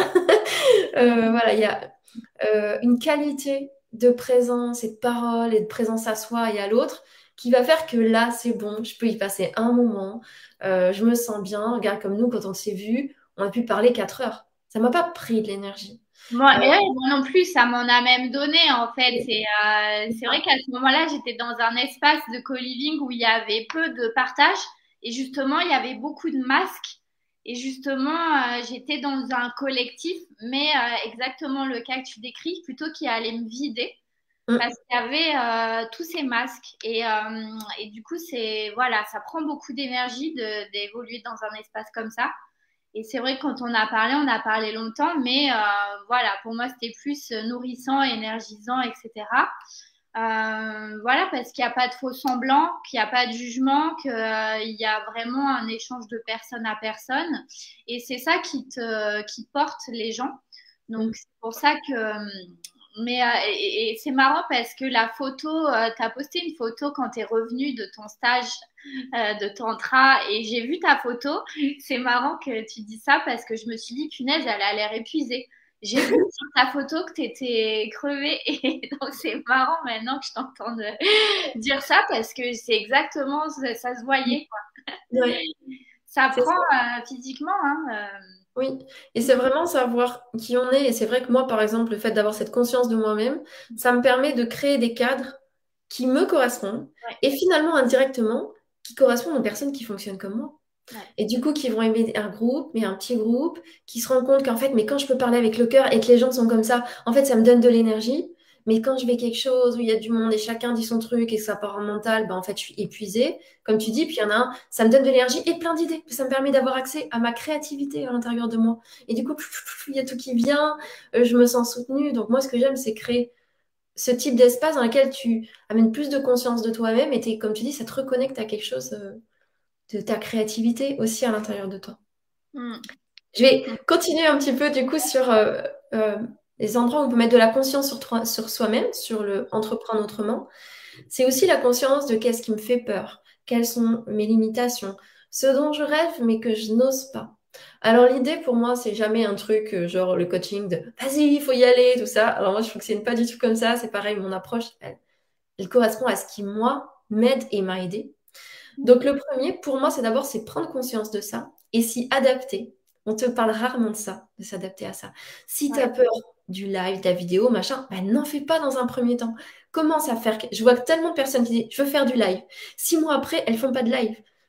[SPEAKER 2] Euh, voilà, il y a euh, une qualité de présence et de parole et de présence à soi et à l'autre qui va faire que là, c'est bon, je peux y passer un moment, euh, je me sens bien. Regarde, comme nous, quand on s'est vus, on a pu parler quatre heures. Ça m'a pas pris de l'énergie.
[SPEAKER 1] Moi,
[SPEAKER 2] Euh,
[SPEAKER 1] et ouais, moi non plus, ça m'en a même donné en fait. C'est euh, c'est vrai qu'à ce moment-là, j'étais dans un espace de co-living où il y avait peu de partage et justement, il y avait beaucoup de masques. Et justement, euh, j'étais dans un collectif, mais euh, exactement le cas que tu décris, plutôt qui allait me vider parce
[SPEAKER 2] mm,
[SPEAKER 1] qu'il y avait euh, tous ces masques. Et, euh, et du coup, c'est voilà, ça prend beaucoup d'énergie de- d'évoluer dans un espace comme ça. Et c'est vrai que quand on a parlé, on a parlé longtemps, mais euh, voilà, pour moi, c'était plus nourrissant, énergisant, et cetera. Euh, voilà, parce qu'il n'y a pas de faux semblant, qu'il n'y a pas de jugement, qu'il y a vraiment un échange de personne à personne. Et c'est ça qui te, qui porte les gens. Donc,
[SPEAKER 2] mm.
[SPEAKER 1] c'est pour ça que. Mais euh, et, et c'est marrant parce que la photo, euh, tu as posté une photo quand tu es revenu de ton stage euh, de tantra et j'ai vu ta photo. C'est marrant que tu dis ça parce que je me suis dit, punaise, elle a l'air épuisée. J'ai vu sur ta photo que tu étais crevée et donc c'est marrant maintenant que je t'entends dire ça parce que c'est exactement, ça, ça se voyait, quoi.
[SPEAKER 2] Ouais,
[SPEAKER 1] Ça
[SPEAKER 2] c'est
[SPEAKER 1] prend
[SPEAKER 2] ça.
[SPEAKER 1] euh, physiquement, hein.
[SPEAKER 2] Oui, et c'est vraiment savoir qui on est. Et c'est vrai que moi, par exemple, le fait d'avoir cette conscience de moi-même, ça me permet de créer des cadres qui me correspondent
[SPEAKER 1] euh, ouais,
[SPEAKER 2] et finalement, indirectement, qui correspondent aux personnes qui fonctionnent comme moi.
[SPEAKER 1] ouais.
[SPEAKER 2] Et du coup, qui vont aimer un groupe, mais un petit groupe, qui se rendent compte qu'en fait, mais quand je peux parler avec le cœur et que les gens sont comme ça, en fait, ça me donne de l'énergie. Mais quand je vais quelque chose où il y a du monde et chacun dit son truc et que ça part en mental, ben en fait, je suis épuisée, comme tu dis. Puis il y en a un, ça me donne de l'énergie et plein d'idées. Ça me permet d'avoir accès à ma créativité à l'intérieur de moi. Et du coup, il y a tout qui vient, euh, je me sens soutenue. Donc moi, ce que j'aime, c'est créer ce type d'espace dans lequel tu amènes plus de conscience de toi-même et t'es, comme tu dis, ça te reconnecte à quelque chose euh, de ta créativité aussi à l'intérieur de toi.
[SPEAKER 1] Mm.
[SPEAKER 2] Je vais continuer un petit peu du coup sur euh, euh, les endroits où on peut mettre de la conscience sur, toi- sur soi-même, sur le entreprendre autrement. C'est aussi la conscience de qu'est-ce qui me fait peur, quelles sont mes limitations, ce dont je rêve mais que je n'ose pas. Alors l'idée pour moi, c'est jamais un truc euh, genre le coaching de vas-y, il faut y aller, tout ça. Alors moi, je fonctionne pas du tout comme ça. C'est pareil, mon approche, elle, elle correspond à ce qui moi m'aide et m'a aidé. Donc le premier, pour moi, c'est d'abord c'est prendre conscience de ça et s'y adapter. On te parle rarement de ça, de s'adapter à ça. Si tu as
[SPEAKER 1] Ouais.
[SPEAKER 2] peur du live, de la vidéo, machin, ben n'en fais pas dans un premier temps. Commence à faire. Je vois tellement de personnes qui disent je veux faire du live. Six mois après, elles font pas de live.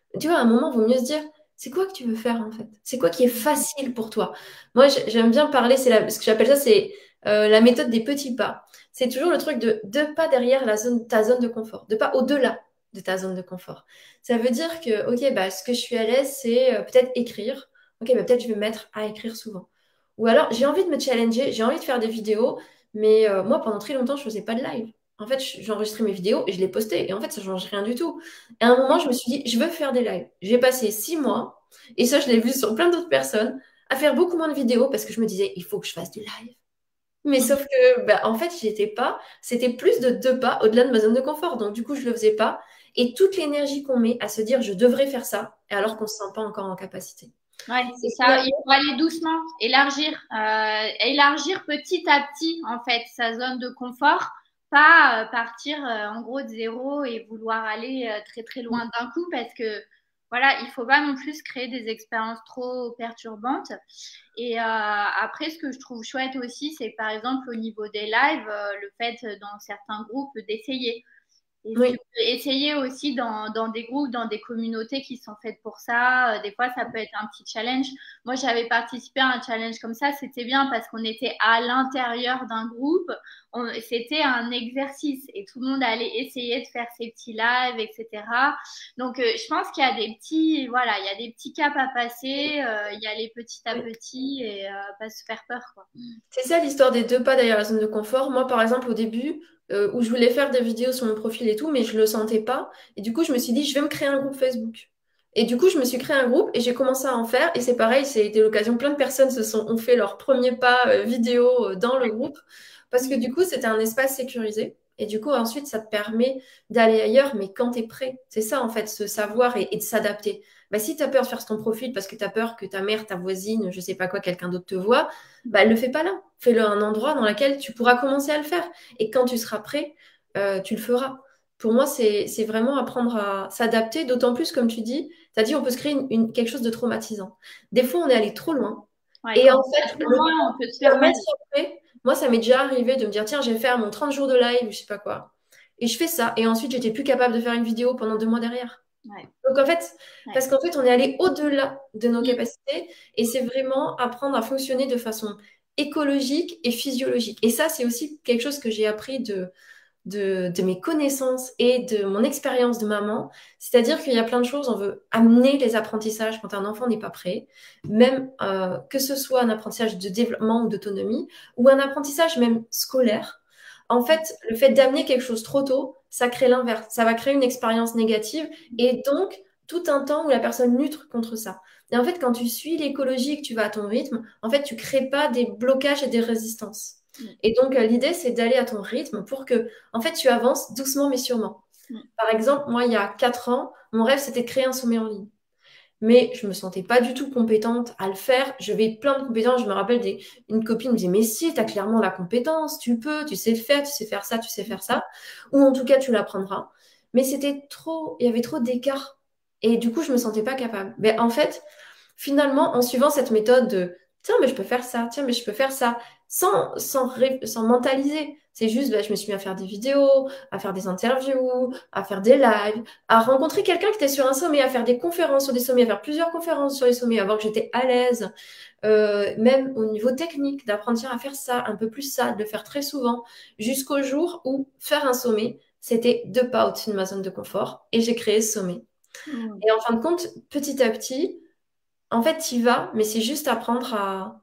[SPEAKER 2] Tu vois, à un moment, il vaut mieux se dire, c'est quoi que tu veux faire en fait? C'est quoi qui est facile pour toi? Moi, j'ai- j'aime bien parler, c'est la- ce que j'appelle ça, c'est euh, la méthode des petits pas. C'est toujours le truc de deux pas derrière la zone, ta zone de confort, deux pas au-delà de ta zone de confort. Ça veut dire que, ok, bah, ce que je suis à l'aise, c'est euh, peut-être écrire. Ok, bah, peut-être je vais me mettre à écrire souvent. Ou alors, j'ai envie de me challenger, j'ai envie de faire des vidéos, mais euh, moi, pendant très longtemps, je faisais pas de live. En fait, je- j'enregistrais mes vidéos et je les postais. Et en fait, ça change rien du tout. Et à un moment, je me suis dit, je veux faire des lives. J'ai passé six mois, et ça, je l'ai vu sur plein d'autres personnes, à faire beaucoup moins de vidéos parce que je me disais, il faut que je fasse du live. Mais sauf que, bah, en fait, j'y étais pas. C'était plus de deux pas au-delà de ma zone de confort. Donc, du coup, je le faisais pas. Et toute l'énergie qu'on met à se dire, je devrais faire ça, alors qu'on se sent pas encore en capacité.
[SPEAKER 1] Ouais, c'est
[SPEAKER 2] Et
[SPEAKER 1] ça. Il
[SPEAKER 2] finalement,
[SPEAKER 1] faut aller doucement, élargir, euh, élargir petit à petit, en fait, sa zone de confort, pas euh, partir euh, en gros de zéro et vouloir aller euh, très très loin d'un coup, parce que voilà, il faut pas non plus créer des expériences trop perturbantes. Et euh, après, ce que je trouve chouette aussi, c'est par exemple au niveau des lives, euh, le fait euh, dans certains groupes d'essayer. Et puis,
[SPEAKER 2] oui,
[SPEAKER 1] essayer aussi dans, dans des groupes, dans des communautés qui sont faites pour ça. Euh, Des fois, ça peut être un petit challenge. Moi, j'avais participé à un challenge comme ça. C'était bien parce qu'on était à l'intérieur d'un groupe. On- C'était un exercice et tout le monde allait essayer de faire ses petits lives, et cetera. Donc, euh, je pense qu'il y a des petits, voilà, il y a des petits caps à passer. Euh, il y a les petit à
[SPEAKER 2] oui.
[SPEAKER 1] petit et euh, pas se faire peur, quoi.
[SPEAKER 2] C'est ça l'histoire des deux pas derrière la zone de confort. Moi, par exemple, au début, euh, où je voulais faire des vidéos sur mon profil et tout, mais je le sentais pas. Et du coup, je me suis dit, je vais me créer un groupe Facebook. Et du coup, je me suis créé un groupe et j'ai commencé à en faire. Et c'est pareil, c'était l'occasion. Plein de personnes se sont, ont fait leur premier pas euh, vidéo euh, dans le groupe parce que du coup, c'était un espace sécurisé. Et du coup, ensuite, ça te permet d'aller ailleurs, mais quand tu es prêt. C'est ça, en fait, ce savoir et, et de s'adapter. Bah, si tu as peur de faire ton profil parce que tu as peur que ta mère, ta voisine, je sais pas quoi, quelqu'un d'autre te voit, bah, le fais pas là. Fais-le à un endroit dans lequel tu pourras commencer à le faire. Et quand tu seras prêt, euh, tu le feras. Pour moi, c'est, c'est vraiment apprendre à s'adapter, d'autant plus, comme tu dis, tu as dit, on peut se créer une, une- quelque chose de traumatisant. Des fois, on est allé trop loin.
[SPEAKER 1] Ouais,
[SPEAKER 2] Et
[SPEAKER 1] quand
[SPEAKER 2] en
[SPEAKER 1] on va
[SPEAKER 2] fait,
[SPEAKER 1] trop
[SPEAKER 2] le
[SPEAKER 1] loin,
[SPEAKER 2] temps
[SPEAKER 1] on peut se
[SPEAKER 2] de
[SPEAKER 1] faire mal.
[SPEAKER 2] remettre après, moi, ça m'est déjà arrivé de me dire, tiens, je vais faire mon trente jours de live, je sais pas quoi. Et je fais ça. Et ensuite, j'étais plus capable de faire une vidéo pendant deux mois derrière.
[SPEAKER 1] Ouais,
[SPEAKER 2] Donc en fait,
[SPEAKER 1] ouais.
[SPEAKER 2] parce qu'en fait, on est allé au-delà de nos
[SPEAKER 1] Mm.
[SPEAKER 2] capacités et c'est vraiment apprendre à fonctionner de façon écologique et physiologique. Et ça, c'est aussi quelque chose que j'ai appris de, de, de mes connaissances et de mon expérience de maman. C'est-à-dire qu'il y a plein de choses, on veut amener les apprentissages quand un enfant n'est pas prêt, même euh, que ce soit un apprentissage de développement ou d'autonomie, ou un apprentissage même scolaire. En fait, le fait d'amener quelque chose trop tôt, ça crée l'inverse. Ça va créer une expérience négative et donc tout un temps où la personne lutte contre ça. Et en fait, quand tu suis l'écologie et que tu vas à ton rythme, en fait, tu crées pas des blocages et des résistances.
[SPEAKER 1] Mm.
[SPEAKER 2] Et donc, euh, l'idée, c'est d'aller à ton rythme pour que, en fait, tu avances doucement mais sûrement.
[SPEAKER 1] Mm.
[SPEAKER 2] Par exemple, moi, il y a quatre ans, mon rêve, c'était de créer un sommet en ligne. Mais je me sentais pas du tout compétente à le faire. J'avais plein de compétences. Je me rappelle des, une copine me disait, mais si, tu as clairement la compétence, tu peux, tu sais le faire, tu sais faire ça, tu sais faire ça. Ou en tout cas, tu l'apprendras. Mais c'était trop, il y avait trop d'écart. Et du coup, je me sentais pas capable. Mais en fait, finalement, en suivant cette méthode de tiens, mais je peux faire ça, tiens, mais je peux faire ça, sans, sans, ré- sans mentaliser. C'est juste, bah, je me suis mis à faire des vidéos, à faire des interviews, à faire des lives, à rencontrer quelqu'un qui était sur un sommet, à faire des conférences sur des sommets, à faire plusieurs conférences sur les sommets, à voir que j'étais à l'aise, euh, même au niveau technique, d'apprendre tiens, à faire ça, un peu plus ça, de le faire très souvent, jusqu'au jour où faire un sommet, c'était deux pas au-dessus de ma zone de confort, et j'ai créé ce sommet.
[SPEAKER 1] Mm.
[SPEAKER 2] Et en fin de compte, petit à petit, en fait, tu y vas, mais c'est juste apprendre à,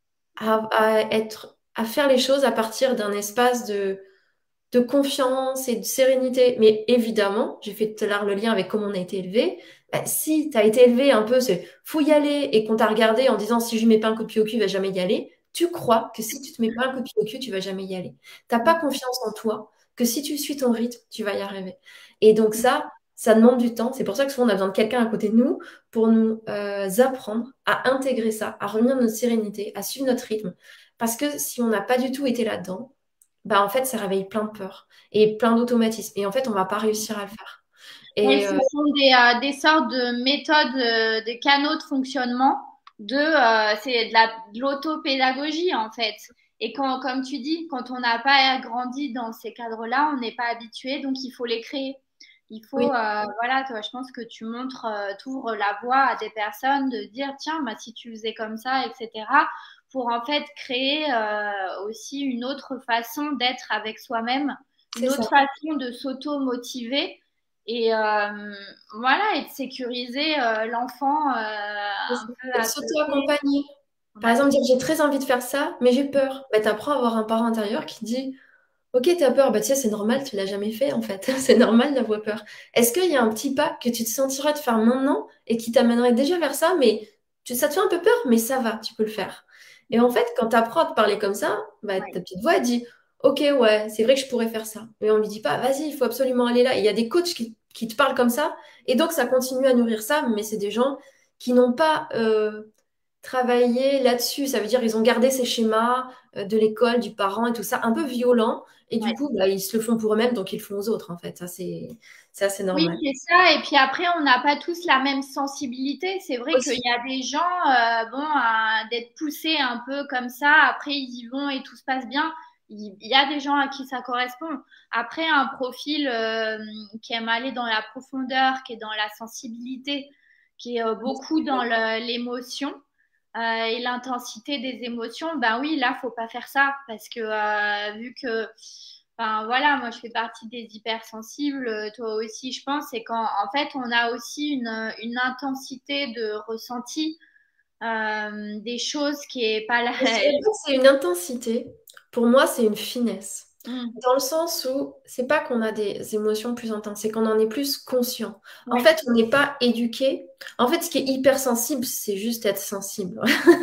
[SPEAKER 2] à, à être, à faire les choses à partir d'un espace de, de confiance et de sérénité. Mais évidemment, j'ai fait tout à l'heure le lien avec comment on a été élevé. Bah, si tu as été élevé un peu, c'est faut y aller, et qu'on t'a regardé en disant si je lui mets pas un coup de pied au cul, il va jamais y aller, tu crois que si tu te mets pas un coup de pied au cul, tu vas jamais y aller. T'as pas confiance en toi, que si tu suis ton rythme, tu vas y arriver. Et donc ça, ça demande du temps. C'est pour ça que souvent on a besoin de quelqu'un à côté de nous pour nous euh, apprendre à intégrer ça, à revenir dans notre sérénité, à suivre notre rythme. Parce que si on n'a pas du tout été là-dedans, bah en fait, ça réveille plein de peurs et plein d'automatismes. Et en fait, on va pas réussir à le faire.
[SPEAKER 1] Oui,
[SPEAKER 2] Et
[SPEAKER 1] ce
[SPEAKER 2] euh,
[SPEAKER 1] sont des, euh, des sortes de méthodes, euh, des canaux de fonctionnement de, euh, c'est de la, de l'autopédagogie en fait. Et quand, comme tu dis, quand on n'a pas grandi dans ces cadres-là, on n'est pas habitué, donc il faut les créer. Il faut,
[SPEAKER 2] Oui,
[SPEAKER 1] euh, voilà, toi, je pense que tu montres, euh, tu ouvres la voie à des personnes de dire, tiens, bah, si tu faisais comme ça, et cetera, pour en fait créer euh, aussi une autre façon d'être avec soi-même, une
[SPEAKER 2] c'est ça.
[SPEAKER 1] autre façon de s'auto-motiver et euh, voilà, et de sécuriser euh, l'enfant euh,
[SPEAKER 2] C'est
[SPEAKER 1] un
[SPEAKER 2] ça.
[SPEAKER 1] peu
[SPEAKER 2] Et de
[SPEAKER 1] à côté.
[SPEAKER 2] s'auto-accompagner. Par exemple, dire
[SPEAKER 1] Complètement.
[SPEAKER 2] j'ai très envie de faire ça, mais j'ai peur. Bah, tu apprends à avoir un parent intérieur qui dit ok, t'as peur, bah tu sais, c'est normal, tu l'as jamais fait en fait. C'est normal d'avoir peur. Est-ce qu'il y a un petit pas que tu te sentirais de faire maintenant et qui t'amènerait déjà vers ça, mais tu, ça te fait un peu peur, mais ça va, tu peux le faire. Et en fait, quand tu apprends à te parler comme ça, bah, ta
[SPEAKER 1] Ouais.
[SPEAKER 2] petite voix elle dit ok, ouais, c'est vrai que je pourrais faire ça. Mais on lui dit pas vas-y, il faut absolument aller là. Et il y a des coachs qui, qui te parlent comme ça, et donc ça continue à nourrir ça, mais c'est des gens qui n'ont pas euh, travaillé là-dessus. Ça veut dire ils ont gardé ces schémas euh, de l'école, du parent et tout ça, un peu violent. Et du
[SPEAKER 1] Ouais.
[SPEAKER 2] coup, bah, ils se le font pour eux-mêmes, donc ils le font aux autres, en fait. Ça, c'est ça, c'est
[SPEAKER 1] Oui,
[SPEAKER 2] normal.
[SPEAKER 1] c'est ça. Et puis après, on n'a pas tous la même sensibilité. C'est vrai qu'il
[SPEAKER 2] Aussi.
[SPEAKER 1] y a des gens, euh, bon, à- d'être poussés un peu comme ça. Après, ils y vont et tout se passe bien. Il il y a des gens à qui ça correspond. Après, un profil euh, qui aime aller dans la profondeur, qui est dans la sensibilité, qui est euh, beaucoup dans le- l'émotion euh, et l'intensité des émotions, ben oui, là, faut pas faire ça parce que euh, vu que Enfin, voilà, moi je fais partie des hypersensibles, euh, toi aussi je pense, c'est qu'en en fait on a aussi une, une intensité de ressenti euh, des choses qui est pas la...
[SPEAKER 2] Je dirais pas que c'est une intensité. Pour moi, c'est une finesse.
[SPEAKER 1] Mm,
[SPEAKER 2] Dans le sens où c'est pas qu'on a des émotions plus intenses, c'est qu'on en est plus conscient. En
[SPEAKER 1] ouais,
[SPEAKER 2] fait, on n'est pas éduqué. En fait, ce qui est hypersensible, c'est juste être sensible.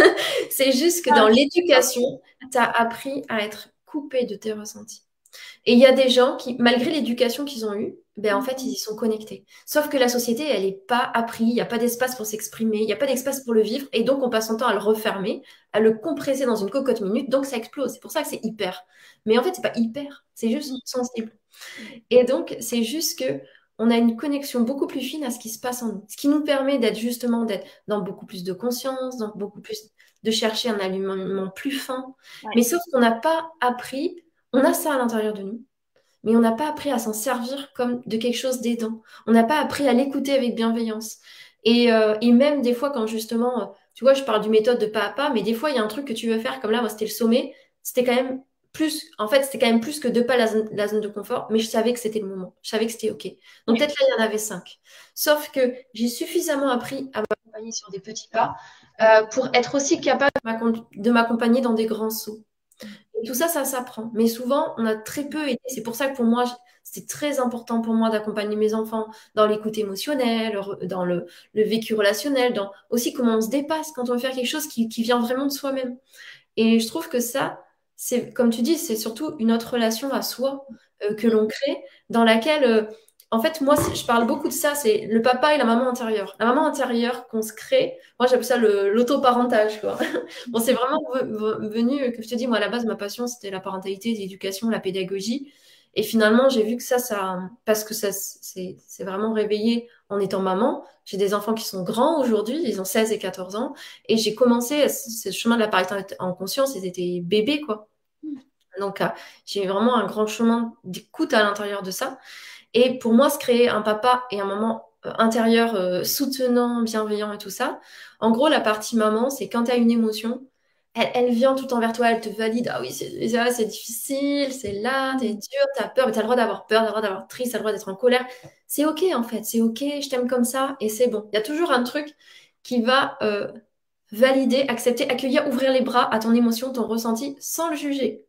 [SPEAKER 2] C'est juste que
[SPEAKER 1] ah,
[SPEAKER 2] dans
[SPEAKER 1] je suis d'accord.
[SPEAKER 2] l'éducation, tu as appris à être coupé de tes ressentis. Et il y a des gens qui, malgré l'éducation qu'ils ont eue, ben en fait, ils y sont connectés. Sauf que la société, elle n'est pas apprise, il n'y a pas d'espace pour s'exprimer, il n'y a pas d'espace pour le vivre, et donc on passe son temps à le refermer, à le compresser dans une cocotte minute, donc ça explose. C'est pour ça que c'est hyper. Mais en fait, c'est pas hyper, c'est juste sensible. Et donc, c'est juste que on a une connexion beaucoup plus fine à ce qui se passe en nous, ce qui nous permet d'être justement d'être dans beaucoup plus de conscience, dans beaucoup plus de chercher un alignement plus fin. Mais
[SPEAKER 1] Ouais.
[SPEAKER 2] sauf qu'on n'a pas appris, on a ça à l'intérieur de nous, mais on n'a pas appris à s'en servir comme de quelque chose d'aidant. On n'a pas appris à l'écouter avec bienveillance. Et, euh, et même des fois, quand justement, euh, tu vois, je parle d'une méthode de pas à pas, mais des fois, il y a un truc que tu veux faire, comme là, moi, c'était le sommet, c'était quand même plus, en fait, c'était quand même plus que deux pas la zone, la zone de confort, mais je savais que c'était le moment. Je savais que c'était OK. Donc
[SPEAKER 1] Ouais.
[SPEAKER 2] peut-être là, il y en avait cinq. Sauf que j'ai suffisamment appris à m'accompagner sur des petits pas euh, pour être aussi capable de m'accom- de m'accompagner dans des grands sauts. Et tout ça, ça s'apprend. Mais souvent, on a très peu été. C'est pour ça que pour moi, je- c'est très important pour moi d'accompagner mes enfants dans l'écoute émotionnelle, re- dans le, le vécu relationnel, dans aussi comment on se dépasse quand on veut faire quelque chose qui, qui vient vraiment de soi-même. Et je trouve que ça, c'est, comme tu dis, c'est surtout une autre relation à soi euh, que l'on crée, dans laquelle, euh, en fait, moi, c'est- je parle beaucoup de ça, c'est le papa et la maman intérieure. La maman intérieure qu'on se crée, moi, j'appelle ça le, l'autoparentage, quoi. Bon, c'est vraiment ve- ve- venu, que je te dis, moi, à la base, ma passion, c'était la parentalité, l'éducation, la pédagogie. Et finalement, j'ai vu que ça, ça, parce que ça, c'est, c'est vraiment réveillé en étant maman. J'ai des enfants qui sont grands aujourd'hui, ils ont seize et quatorze ans. Et j'ai commencé ce ce chemin de la parentalité en conscience, ils étaient bébés, quoi. Donc, euh, j'ai eu vraiment un grand chemin d'écoute à l'intérieur de ça. Et pour moi, se créer un papa et un maman euh, intérieur euh, soutenant, bienveillant et tout ça, en gros, la partie maman, c'est quand tu as une émotion, elle, elle vient tout envers toi, elle te valide. Ah oui, c'est c'est- c'est difficile, c'est là, t'es dur, t'as peur, mais t'as le droit d'avoir peur, t'as le droit d'avoir triste, t'as le droit d'être en colère. C'est OK, en fait, c'est OK, je t'aime comme ça, et c'est bon. Il y a toujours un truc qui va euh, valider, accepter, accueillir, ouvrir les bras à ton émotion, ton ressenti, sans le juger.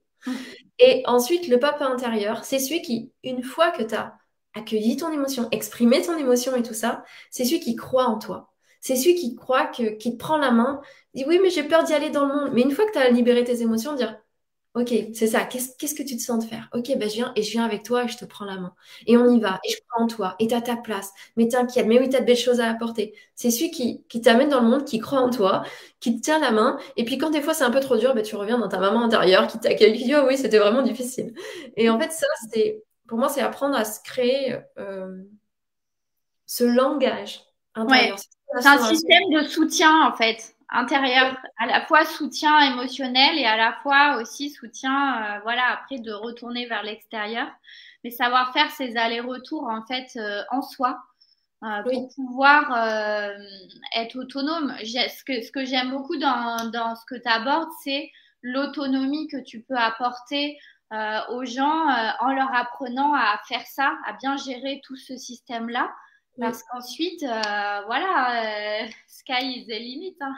[SPEAKER 2] Et ensuite, le papa intérieur, c'est celui qui, une fois que tu as accueilli ton émotion, exprimé ton émotion et tout ça, c'est celui qui croit en toi. C'est celui qui croit que, qui te prend la main, dit oui, mais j'ai peur d'y aller dans le monde. Mais une fois que tu as libéré tes émotions, dire ok, c'est ça, qu'est-ce, qu'est-ce que tu te sens de faire? Ok, ben je viens et je viens avec toi et je te prends la main. Et on y va, et je crois en toi, et t'as ta place. Mais t'inquiète, mais oui, t'as de belles choses à apporter. C'est celui qui, qui t'amène dans le monde, qui croit en toi, qui te tient la main. Et puis quand des fois c'est un peu trop dur, ben, tu reviens dans ta maman intérieure qui t'accueille, qui dit oh oui, c'était vraiment difficile. Et en fait, ça, c'est, pour moi, c'est apprendre à se créer euh, ce langage
[SPEAKER 1] Ouais.
[SPEAKER 2] intérieur, cette
[SPEAKER 1] C'est un
[SPEAKER 2] relation à soi.
[SPEAKER 1] système de soutien, en fait, intérieur, à la fois soutien émotionnel et à la fois aussi soutien, euh, voilà, après de retourner vers l'extérieur, mais savoir faire ces allers-retours en fait euh, en soi euh, pour
[SPEAKER 2] Oui.
[SPEAKER 1] pouvoir euh, être autonome. J'ai- Ce que, ce que j'aime beaucoup dans, dans ce que tu abordes, c'est l'autonomie que tu peux apporter euh, aux gens euh, en leur apprenant à faire ça, à bien gérer tout ce système-là. Parce
[SPEAKER 2] Oui.
[SPEAKER 1] qu'ensuite, euh, voilà, euh, sky is the limit. Hein.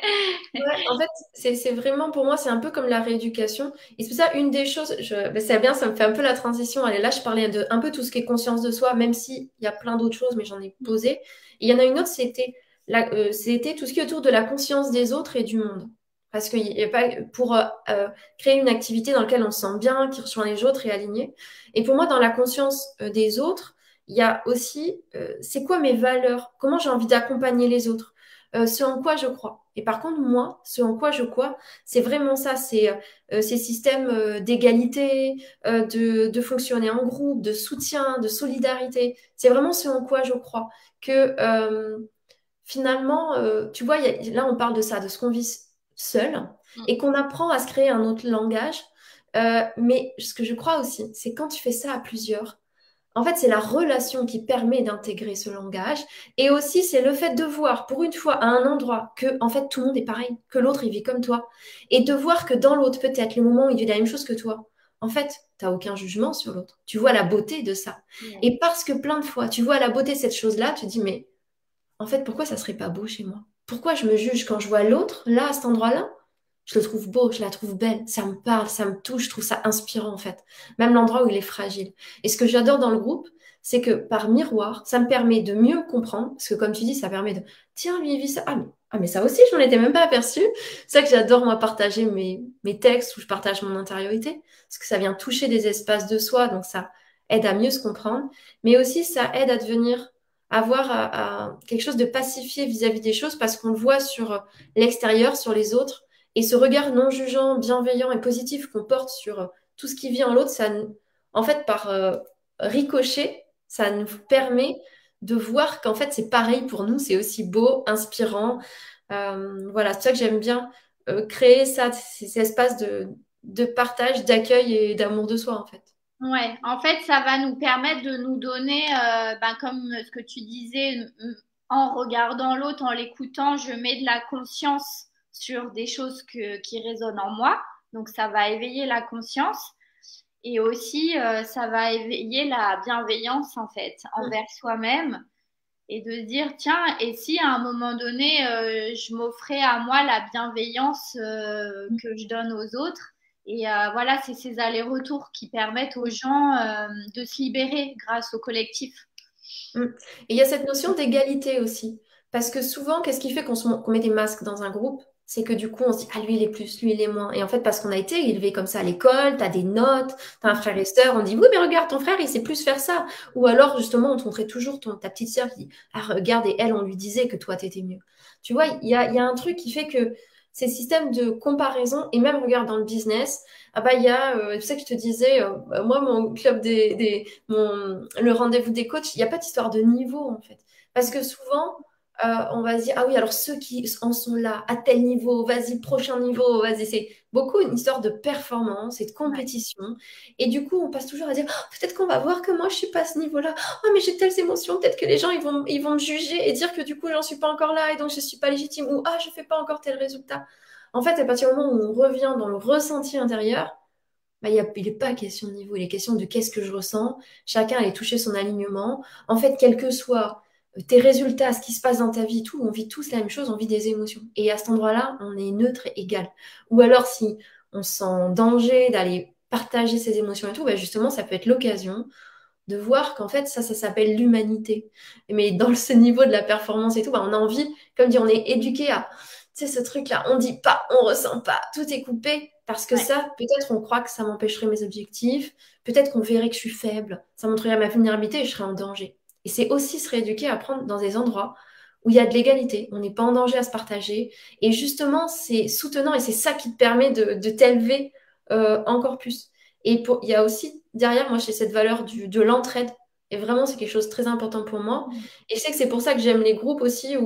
[SPEAKER 2] Ouais, en fait, c'est c'est vraiment pour moi, c'est un peu comme la rééducation. Et c'est pour ça, une des choses, je, ben, c'est bien, ça me fait un peu la transition. Allez, là, je parlais de un peu tout ce qui est conscience de soi, même s'il y a plein d'autres choses, mais j'en ai posé. Et il y en a une autre, c'était la- euh, c'était tout ce qui est autour de la conscience des autres et du monde. Parce que il y a pas, pour euh, euh, créer une activité dans laquelle on se sent bien, qui rejoint les autres et aligné. Et pour moi, dans la conscience euh, des autres, il y a aussi, euh, c'est quoi mes valeurs? Comment j'ai envie d'accompagner les autres? Euh, ce en quoi je crois. Et par contre, moi, ce en quoi je crois, c'est vraiment ça, c'est euh, ces systèmes euh, d'égalité, euh, de, de fonctionner en groupe, de soutien, de solidarité. C'est vraiment ce en quoi je crois. Que euh, finalement, euh, tu vois, y a- là, on parle de ça, de ce qu'on vit seul et qu'on apprend à se créer un autre langage. Euh, mais ce que je crois aussi, c'est quand tu fais ça à plusieurs, en fait, c'est la relation qui permet d'intégrer ce langage. Et aussi, c'est le fait de voir, pour une fois, à un endroit, que, en fait, tout le monde est pareil, que l'autre, il vit comme toi. Et de voir que dans l'autre, peut-être, le moment où il vit la même chose que toi, en fait, t'as aucun jugement sur l'autre. Tu vois la beauté de ça.
[SPEAKER 1] Ouais.
[SPEAKER 2] Et parce que plein de fois, tu vois la beauté de cette chose-là, tu te dis, mais en fait, pourquoi ça serait pas beau chez moi? Pourquoi je me juge quand je vois l'autre, là, à cet endroit-là? Je le trouve beau, je la trouve belle, ça me parle, ça me touche, je trouve ça inspirant en fait. Même l'endroit où il est fragile. Et ce que j'adore dans le groupe, c'est que par miroir, ça me permet de mieux me comprendre, parce que comme tu dis, ça permet de, tiens, lui, il vit ça. Ah, mais, ah, mais ça aussi, je n'en étais même pas aperçu. C'est ça que j'adore, moi, partager mes, mes textes où je partage mon intériorité, parce que ça vient toucher des espaces de soi, donc ça aide à mieux se comprendre, mais aussi ça aide à devenir, avoir à- à quelque chose de pacifié vis-à-vis des choses, parce qu'on le voit sur l'extérieur, sur les autres. Et ce regard non jugeant, bienveillant et positif qu'on porte sur euh, tout ce qui vit en l'autre, ça, nous- en fait, par euh, ricochet, ça nous permet de voir qu'en fait, c'est pareil pour nous, c'est aussi beau, inspirant. Euh, voilà, c'est ça que j'aime bien euh, créer ça, ces espaces de, de partage, d'accueil et d'amour de soi, en fait.
[SPEAKER 1] Ouais, en fait, ça va nous permettre de nous donner, euh, ben, comme ce que tu disais, m- en regardant l'autre, en l'écoutant, je mets de la conscience sur des choses que, qui résonnent en moi. Donc, ça va éveiller la conscience et aussi, euh, ça va éveiller la bienveillance, en fait,
[SPEAKER 2] Mm.
[SPEAKER 1] envers soi-même et de se dire, tiens, et si à un moment donné, euh, je m'offrais à moi la bienveillance euh, que je donne aux autres. Et euh, voilà, c'est ces allers-retours qui permettent aux gens euh, de se libérer grâce au collectif.
[SPEAKER 2] Mm. Et il y a cette notion d'égalité aussi. Parce que souvent, qu'est-ce qui fait qu'on se- qu'on met des masques dans un groupe? C'est que du coup, on se dit, ah, lui, il est plus, lui, il est moins. Et en fait, parce qu'on a été élevé comme ça à l'école, t'as des notes, t'as un frère et sœur, on dit, oui, mais regarde, ton frère, il sait plus faire ça. Ou alors, justement, on te montrait toujours ton, ta petite sœur qui dit, ah, regarde, et elle, on lui disait que toi, t'étais mieux. Tu vois, il y a, il y a un truc qui fait que ces systèmes de comparaison, et même, regarde, dans le business, ah bah, il y a, euh, c'est ça que je te disais, euh, moi, mon club des, des mon, le rendez-vous des coachs, il n'y a pas d'histoire de niveau en fait. Parce que souvent, euh, on va se dire, ah oui, alors ceux qui en sont là, à tel niveau, vas-y, prochain niveau, vas-y. C'est beaucoup une histoire de performance et de
[SPEAKER 1] Ouais.
[SPEAKER 2] compétition. Et du coup, on passe toujours à dire, oh, peut-être qu'on va voir que moi, je suis pas à ce niveau-là. Oh, mais j'ai telles émotions, peut-être que les gens, ils vont, ils vont me juger et dire que du coup, j'en suis pas encore là et donc je suis pas légitime. Ou, ah, je fais pas encore tel résultat. En fait, à partir du moment où on revient dans le ressenti intérieur, bah, il y a- il n'est pas question de niveau, il est question de qu'est-ce que je ressens. Chacun allait toucher son alignement. En fait, quels que soient euh, tes résultats, ce qui se passe dans ta vie, tout, on vit tous la même chose, on vit des émotions. Et à cet endroit-là, on est neutre et égal. Ou alors, si on se sent en danger d'aller partager ses émotions et tout, bah, justement, ça peut être l'occasion de voir qu'en fait, ça, ça s'appelle l'humanité. Mais dans ce niveau de la performance et tout, bah, on a envie, comme dit, on est éduqué à, tu sais, ce truc-là, on dit pas, on ressent pas, tout est coupé, parce que
[SPEAKER 1] Ouais.
[SPEAKER 2] ça, peut-être on croit que ça m'empêcherait mes objectifs, peut-être qu'on verrait que je suis faible, ça montrerait ma vulnérabilité et je serais en danger. Et c'est aussi se rééduquer à prendre dans des endroits où il y a de l'égalité, on n'est pas en danger à se partager. Et justement, c'est soutenant et c'est ça qui te permet de, de t'élever euh, encore plus. Et pour- il y a aussi, derrière, moi, j'ai cette valeur du, de l'entraide. Et vraiment, c'est quelque chose de très important pour moi. Et je sais que c'est pour ça que j'aime les groupes aussi où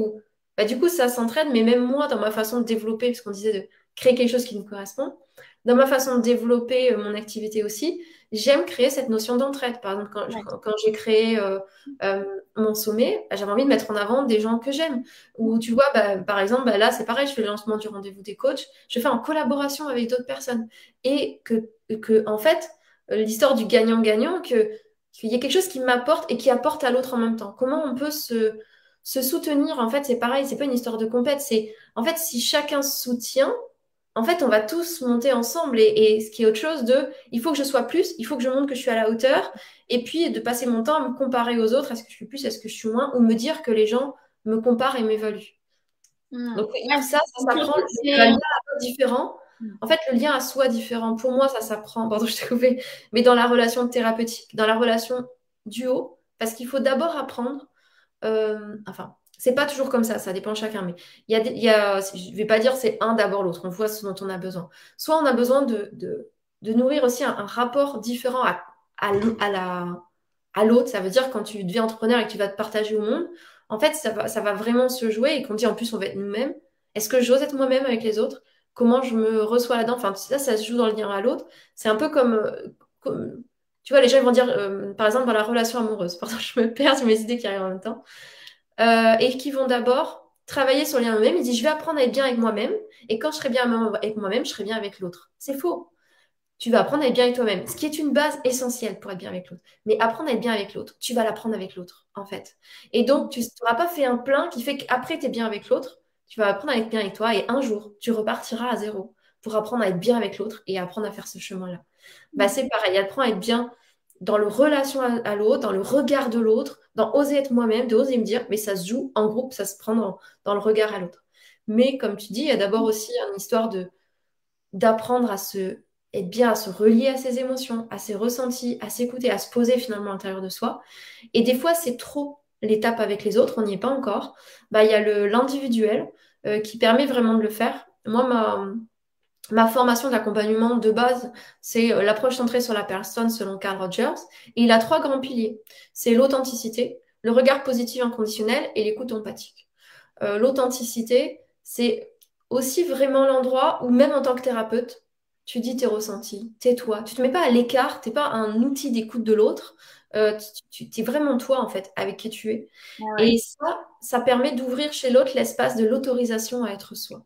[SPEAKER 2] bah, du coup, ça s'entraide, mais même moi, dans ma façon de développer, puisqu'on disait de créer quelque chose qui nous correspond, dans ma façon de développer euh, mon activité aussi, j'aime créer cette notion d'entraide. Par exemple, quand, je-
[SPEAKER 1] Ouais.
[SPEAKER 2] quand, quand j'ai créé euh, euh, mon sommet, bah, j'avais envie de mettre en avant des gens que j'aime. Ou tu vois, bah, par exemple, bah, là, c'est pareil, je fais le lancement du rendez-vous des coachs, je fais en collaboration avec d'autres personnes. Et que, que en fait, euh, l'histoire du gagnant-gagnant, que, qu'il y ait quelque chose qui m'apporte et qui apporte à l'autre en même temps. Comment on peut se se soutenir, en fait, c'est pareil, c'est pas une histoire de compète, c'est en fait, si chacun se soutient, en fait, on va tous monter ensemble. Et, et ce qui est autre chose de, il faut que je sois plus, il faut que je montre que je suis à la hauteur, et puis de passer mon temps à me comparer aux autres, est-ce que je suis plus, est-ce que je suis moins, ou me dire que les gens me comparent et m'évaluent.
[SPEAKER 1] Mm.
[SPEAKER 2] Donc oui,
[SPEAKER 1] Ouais,
[SPEAKER 2] tout ça, ça s'apprend.
[SPEAKER 1] surtout que
[SPEAKER 2] Le
[SPEAKER 1] c'est-
[SPEAKER 2] lien à soi différent. En fait, le lien à soi différent, pour moi, ça s'apprend. Pardon, je t'ai coupé. Mais dans la relation thérapeutique, dans la relation duo, parce qu'il faut d'abord apprendre euh, enfin, c'est pas toujours comme ça, ça dépend de chacun, mais il y a, des- il y a, je vais pas dire c'est un d'abord l'autre, on voit ce dont on a besoin. Soit on a besoin de, de, de nourrir aussi un, un rapport différent à, à, l- à la, à l'autre, ça veut dire quand tu deviens entrepreneur et que tu vas te partager au monde, en fait, ça va, ça va vraiment se jouer et qu'on dit en plus on va être nous-mêmes. Est-ce que j'ose être moi-même avec les autres? Comment je me reçois là-dedans? Enfin, ça, ça se joue dans le lien à l'autre. C'est un peu comme, euh, comme- tu vois, les gens ils vont dire, euh, par exemple, dans la relation amoureuse, pardon, je me perds sur mes idées qui arrivent en même temps euh, et qui vont d'abord travailler sur le lien eux-mêmes. Ils disent, je vais apprendre à être bien avec moi-même, et quand je serai bien avec moi-même, je serai bien avec l'autre. C'est faux. Tu vas apprendre à être bien avec toi-même, ce qui est une base essentielle pour être bien avec l'autre. Mais apprendre à être bien avec l'autre, tu vas l'apprendre avec l'autre, en fait. Et donc, tu n'auras pas fait un plein qui fait qu'après, tu es bien avec l'autre, tu vas apprendre à être bien avec toi, et un jour, tu repartiras à zéro pour apprendre à être bien avec l'autre et apprendre à faire ce chemin-là. Bah, c'est pareil, apprendre à être bien dans le relation à, à l'autre, dans le regard de l'autre, dans oser être moi-même, de oser me dire, mais ça se joue en groupe, ça se prend dans, dans le regard à l'autre. Mais comme tu dis, il y a d'abord aussi une histoire de d'apprendre à se être bien, à se relier à ses émotions, à ses ressentis, à s'écouter, à se poser finalement à l'intérieur de soi. Et des fois, c'est trop l'étape avec les autres, on n'y est pas encore. Bah, il y a le l'individuel euh, qui permet vraiment de le faire. Moi, ma, Ma formation d'accompagnement de base, c'est euh, l'approche centrée sur la personne selon Carl Rogers. Et il a trois grands piliers. C'est l'authenticité, le regard positif inconditionnel et l'écoute empathique. Euh, l'authenticité, c'est aussi vraiment l'endroit où même en tant que thérapeute, tu dis tes ressentis, t'es toi. Tu te mets pas à l'écart, t'es pas un outil d'écoute de l'autre. Euh, tu, tu es vraiment toi en fait, avec qui tu es.
[SPEAKER 1] Ouais, ouais.
[SPEAKER 2] Et ça, ça permet d'ouvrir chez l'autre l'espace de l'autorisation à être soi.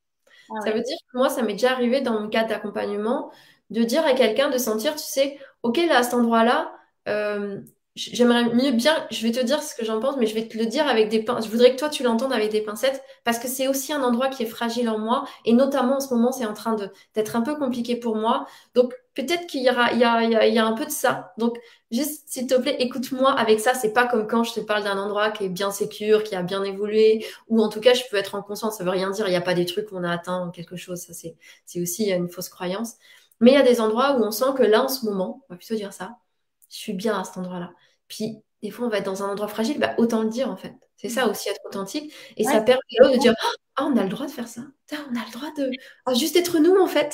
[SPEAKER 1] Ah
[SPEAKER 2] Ça
[SPEAKER 1] ouais.
[SPEAKER 2] veut dire que moi, ça m'est déjà arrivé dans mon cadre d'accompagnement de dire à quelqu'un de sentir, tu sais, ok, là, à cet endroit-là, euh, j- j'aimerais mieux bien, je vais te dire ce que j'en pense, mais je vais te le dire avec des pincettes. Je voudrais que toi, tu l'entendes avec des pincettes, parce que c'est aussi un endroit qui est fragile en moi, et notamment en ce moment, c'est en train de d'être un peu compliqué pour moi. Donc, peut-être qu'il y aura, il y a, il y a, il y a un peu de ça. Donc, juste, s'il te plaît, écoute-moi avec ça. C'est pas comme quand je te parle d'un endroit qui est bien sécure, qui a bien évolué, ou en tout cas, je peux être en conscience. Ça veut rien dire. Il n'y a pas des trucs où on a atteint quelque chose. Ça, c'est, c'est aussi une fausse croyance. Mais il y a des endroits où on sent que là, en ce moment, on va plutôt dire ça, je suis bien à cet endroit-là. Puis, des fois, on va être dans un endroit fragile, bah, autant le dire, en fait. C'est ça aussi, être authentique. Et
[SPEAKER 1] Ouais,
[SPEAKER 2] ça permet à l'autre de dire, ah, on a le droit de faire ça. Putain, on a le droit de ah, juste être nous, en fait.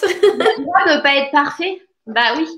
[SPEAKER 1] de pas être parfait. Bah oui.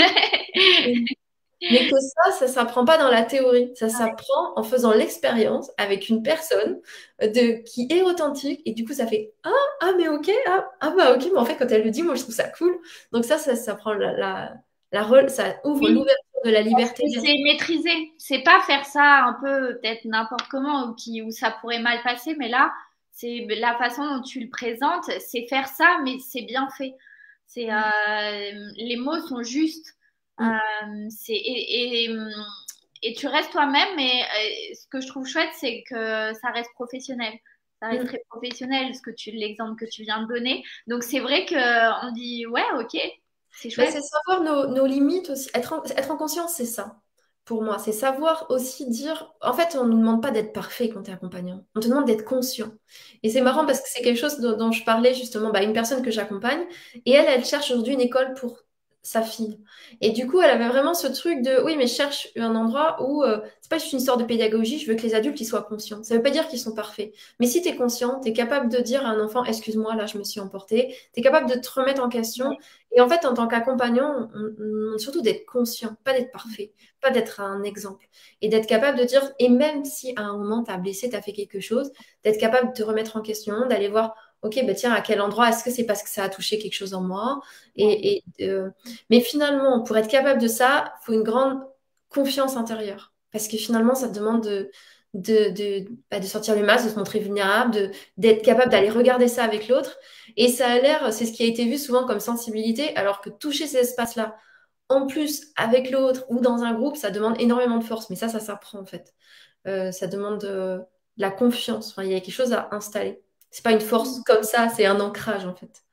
[SPEAKER 2] Mais que ça, ça s'apprend pas dans la théorie. Ça s'apprend en faisant l'expérience avec une personne euh, de, qui est authentique. Et du coup, ça fait ah, ah, mais ok, ah, ah bah ok, mais en fait, quand elle le dit, moi, je trouve ça cool. Donc ça, ça, ça prend la, la, la re- ça ouvre
[SPEAKER 1] Oui,
[SPEAKER 2] l'ouverture de la
[SPEAKER 1] parce
[SPEAKER 2] liberté
[SPEAKER 1] que
[SPEAKER 2] d'être.
[SPEAKER 1] c'est maîtrisé. C'est pas faire ça un peu peut-être n'importe comment ou qui, où ça pourrait mal passer, mais là, c'est la façon dont tu le présentes, c'est faire ça, mais c'est bien fait. C'est euh, les mots sont justes.
[SPEAKER 2] Mm,
[SPEAKER 1] Euh, c'est et, et, et tu restes toi-même, mais euh, ce que je trouve chouette, c'est que ça reste professionnel. Ça reste
[SPEAKER 2] mm.
[SPEAKER 1] très professionnel, ce que tu l'exemple que tu viens de donner. Donc c'est vrai que on dit ouais, ok, c'est
[SPEAKER 2] Mais
[SPEAKER 1] chouette.
[SPEAKER 2] c'est savoir nos, nos limites aussi. Être en, être en conscience, c'est ça. Pour moi, c'est savoir aussi dire. En fait, on ne nous demande pas d'être parfait quand tu es accompagnant. On te demande d'être conscient. Et c'est marrant parce que c'est quelque chose dont, dont je parlais justement bah, à une personne que j'accompagne. Et elle, elle cherche aujourd'hui une école pour sa fille. Et du coup, elle avait vraiment ce truc de, oui, mais je cherche un endroit où euh, c'est pas juste une histoire de pédagogie, je veux que les adultes ils soient conscients. Ça veut pas dire qu'ils sont parfaits. Mais si tu es conscient, tu es capable de dire à un enfant, excuse-moi, là, je me suis emportée. Tu es capable de te remettre en question. Et en fait, en tant qu'accompagnant, on, on demande surtout d'être conscient, pas d'être parfait, pas d'être un exemple. Et d'être capable de dire, et même si à un moment tu as blessé, tu as fait quelque chose, d'être capable de te remettre en question, d'aller voir, ok, bah tiens, à quel endroit, est-ce que c'est parce que ça a touché quelque chose en moi? Et, et, euh, mais finalement, pour être capable de ça, il faut une grande confiance intérieure. Parce que finalement, ça te demande de, de, de, bah, de sortir le masque, de se montrer vulnérable, de, d'être capable d'aller regarder ça avec l'autre. Et ça a l'air, c'est ce qui a été vu souvent comme sensibilité, alors que toucher ces espaces-là, en plus avec l'autre ou dans un groupe, ça demande énormément de force. Mais ça, ça s'apprend en fait. Euh, ça demande de, de la confiance. Enfin, il y a quelque chose à installer. C'est pas une force comme ça, c'est un ancrage en fait.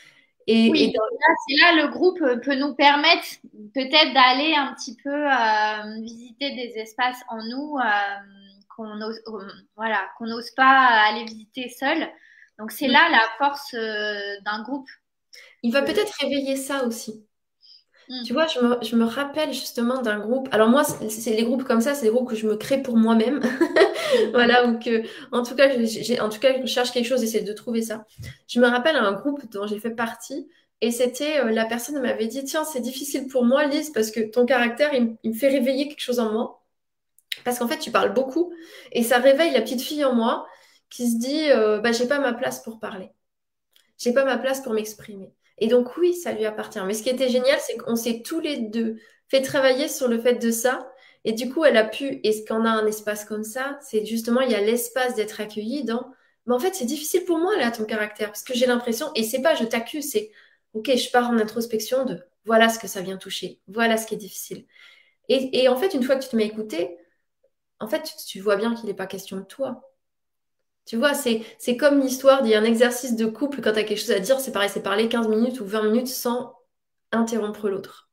[SPEAKER 2] Et, et
[SPEAKER 1] Oui, là, c'est là le groupe euh, peut nous permettre peut-être d'aller un petit peu euh, visiter des espaces en nous euh, qu'on ose, euh, voilà, qu'on n'ose pas aller visiter seul. Donc c'est
[SPEAKER 2] dans-
[SPEAKER 1] là la force euh, d'un groupe.
[SPEAKER 2] il va
[SPEAKER 1] Que-
[SPEAKER 2] peut-être réveiller ça aussi. Tu
[SPEAKER 1] Hmm.
[SPEAKER 2] vois, je me, je me rappelle justement d'un groupe. Alors moi, c'est c'est les groupes comme ça, c'est des groupes que je me crée pour moi-même. Voilà, ou que, en tout cas, j'ai, j'ai- en tout cas, je cherche quelque chose, j'essaie de trouver ça. Je me rappelle un groupe dont j'ai fait partie, et c'était euh, la personne m'avait dit, tiens, c'est difficile pour moi, Lise, parce que ton caractère, il, me il me fait réveiller quelque chose en moi, parce qu'en fait, tu parles beaucoup, et ça réveille la petite fille en moi qui se dit, euh, bah, j'ai pas ma place pour parler. J'ai pas ma place pour m'exprimer. Et donc oui, ça lui appartient. Mais ce qui était génial, c'est qu'on s'est tous les deux fait travailler sur le fait de ça. Et du coup, elle a pu, et ce qu'on a un espace comme ça, c'est justement, il y a l'espace d'être accueilli dans, mais en fait, c'est difficile pour moi, là, ton caractère, parce que j'ai l'impression, et c'est pas je t'accuse, c'est, ok, je pars en introspection de, voilà ce que ça vient toucher, voilà ce qui est difficile. Et, et en fait, une fois que tu te mets écouté, en fait, tu, tu vois bien qu'il n'est pas question de toi. Tu vois, c'est, c'est comme l'histoire d'il y a un exercice de couple, quand tu as quelque chose à dire, c'est pareil, c'est parler quinze minutes ou vingt minutes sans interrompre l'autre.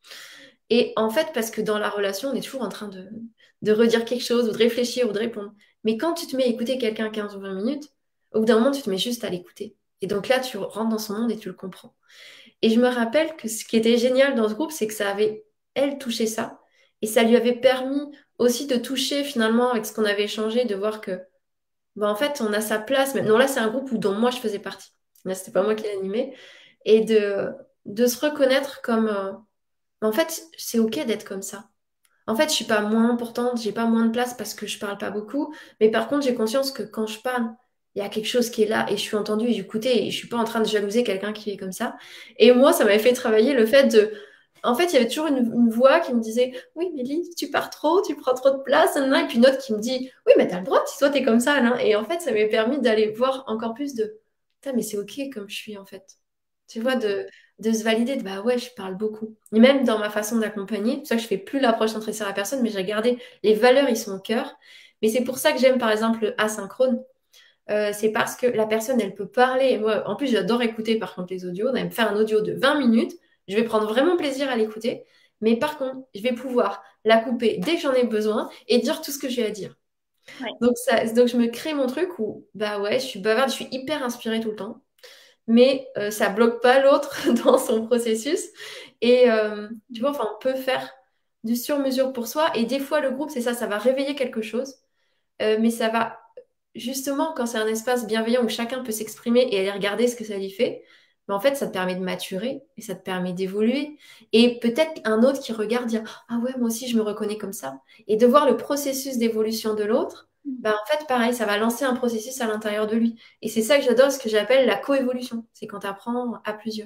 [SPEAKER 2] Et en fait, parce que dans la relation, on est toujours en train de, de redire quelque chose ou de réfléchir ou de répondre. Mais quand tu te mets à écouter quelqu'un quinze ou vingt minutes, au bout d'un moment, tu te mets juste à l'écouter. Et donc là, tu rentres dans son monde et tu le comprends. Et je me rappelle que ce qui était génial dans ce groupe, c'est que ça avait, elle, touché ça. Et ça lui avait permis aussi de toucher finalement avec ce qu'on avait échangé, de voir que bah, en fait, on a sa place. Mais non, là, c'est un groupe où, dont moi, je faisais partie. Là, c'était pas moi qui l'animais. Et de, de se reconnaître comme... euh, en fait, c'est OK d'être comme ça. En fait, je suis pas moins importante, j'ai pas moins de place parce que je parle pas beaucoup. Mais par contre, j'ai conscience que quand je parle, il y a quelque chose qui est là et je suis entendue et écoutée et je suis pas en train de jalouser quelqu'un qui est comme ça. Et moi, ça m'avait fait travailler le fait de... En fait, il y avait toujours une, une voix qui me disait, oui, mais Lise, tu pars trop, tu prends trop de place, nanana. Et puis une autre qui me dit, oui, mais t'as le droit, si toi t'es comme ça, là. Et en fait, ça m'avait permis d'aller voir encore plus de, putain, mais c'est OK comme je suis, en fait. Tu vois, de, de se valider, de, bah ouais, je parle beaucoup. Et même dans ma façon d'accompagner, c'est pour ça que je fais plus l'approche centrée sur la personne, mais j'ai gardé les valeurs, ils sont au cœur. Mais c'est pour ça que j'aime, par exemple, le asynchrone. Euh, c'est parce que la personne, elle peut parler. Et moi, en plus, j'adore écouter, par contre, les audios. On va me faire un audio de vingt minutes. Je vais prendre vraiment plaisir à l'écouter. Mais par contre, je vais pouvoir la couper dès que j'en ai besoin et dire tout ce que j'ai à dire.
[SPEAKER 1] Ouais.
[SPEAKER 2] Donc, ça, donc, je me crée mon truc où, bah ouais, je suis bavarde, je suis hyper inspirée tout le temps. Mais euh, ça bloque pas l'autre dans son processus. Et euh, tu vois, enfin, on peut faire du sur-mesure pour soi. Et des fois, le groupe, c'est ça, ça va réveiller quelque chose. Euh, mais ça va, justement, quand c'est un espace bienveillant où chacun peut s'exprimer et aller regarder ce que ça lui fait, mais en fait, ça te permet de maturer et ça te permet d'évoluer. Et peut-être un autre qui regarde dire, ah ouais, moi aussi, je me reconnais comme ça. Et de voir le processus d'évolution de l'autre, bah, en fait, pareil, ça va lancer un processus à l'intérieur de lui. Et c'est ça que j'adore, ce que j'appelle la coévolution. C'est quand tu apprends à plusieurs.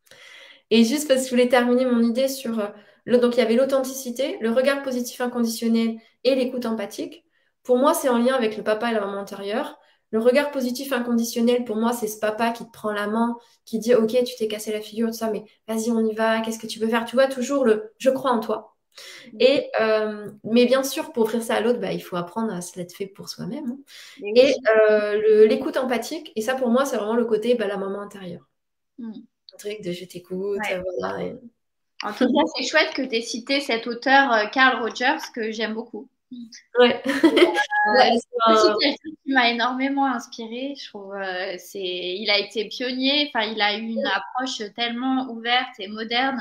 [SPEAKER 2] Et juste parce que je voulais terminer mon idée sur... euh, le- donc, il y avait l'authenticité, le regard positif inconditionnel et l'écoute empathique. Pour moi, c'est en lien avec le papa et la maman intérieure. Le regard positif inconditionnel, pour moi, c'est ce papa qui te prend la main, qui dit, OK, tu t'es cassé la figure, tout ça, mais vas-y, on y va, qu'est-ce que tu peux faire? Tu vois, toujours le je crois en toi. Et, euh, mais bien sûr, pour offrir ça à l'autre, bah, il faut apprendre à se l'être fait pour soi-même, hein.
[SPEAKER 1] Mais
[SPEAKER 2] Et
[SPEAKER 1] oui.
[SPEAKER 2] euh, le- l'écoute empathique, et ça, pour moi, c'est vraiment le côté bah, la maman intérieure.
[SPEAKER 1] Hmm.
[SPEAKER 2] Un truc de je t'écoute,
[SPEAKER 1] Ouais.
[SPEAKER 2] euh, voilà. et-
[SPEAKER 1] En tout cas, c'est chouette que tu aies cité cet auteur euh, Carl Rogers que j'aime beaucoup.
[SPEAKER 2] Ouais.
[SPEAKER 1] Euh,
[SPEAKER 2] Ouais, c'est
[SPEAKER 1] c'est aussi
[SPEAKER 2] un-
[SPEAKER 1] quelqu'un qui m'a énormément inspirée. Je trouve, euh, c'est, il a été pionnier. Enfin, il a eu une approche tellement ouverte et moderne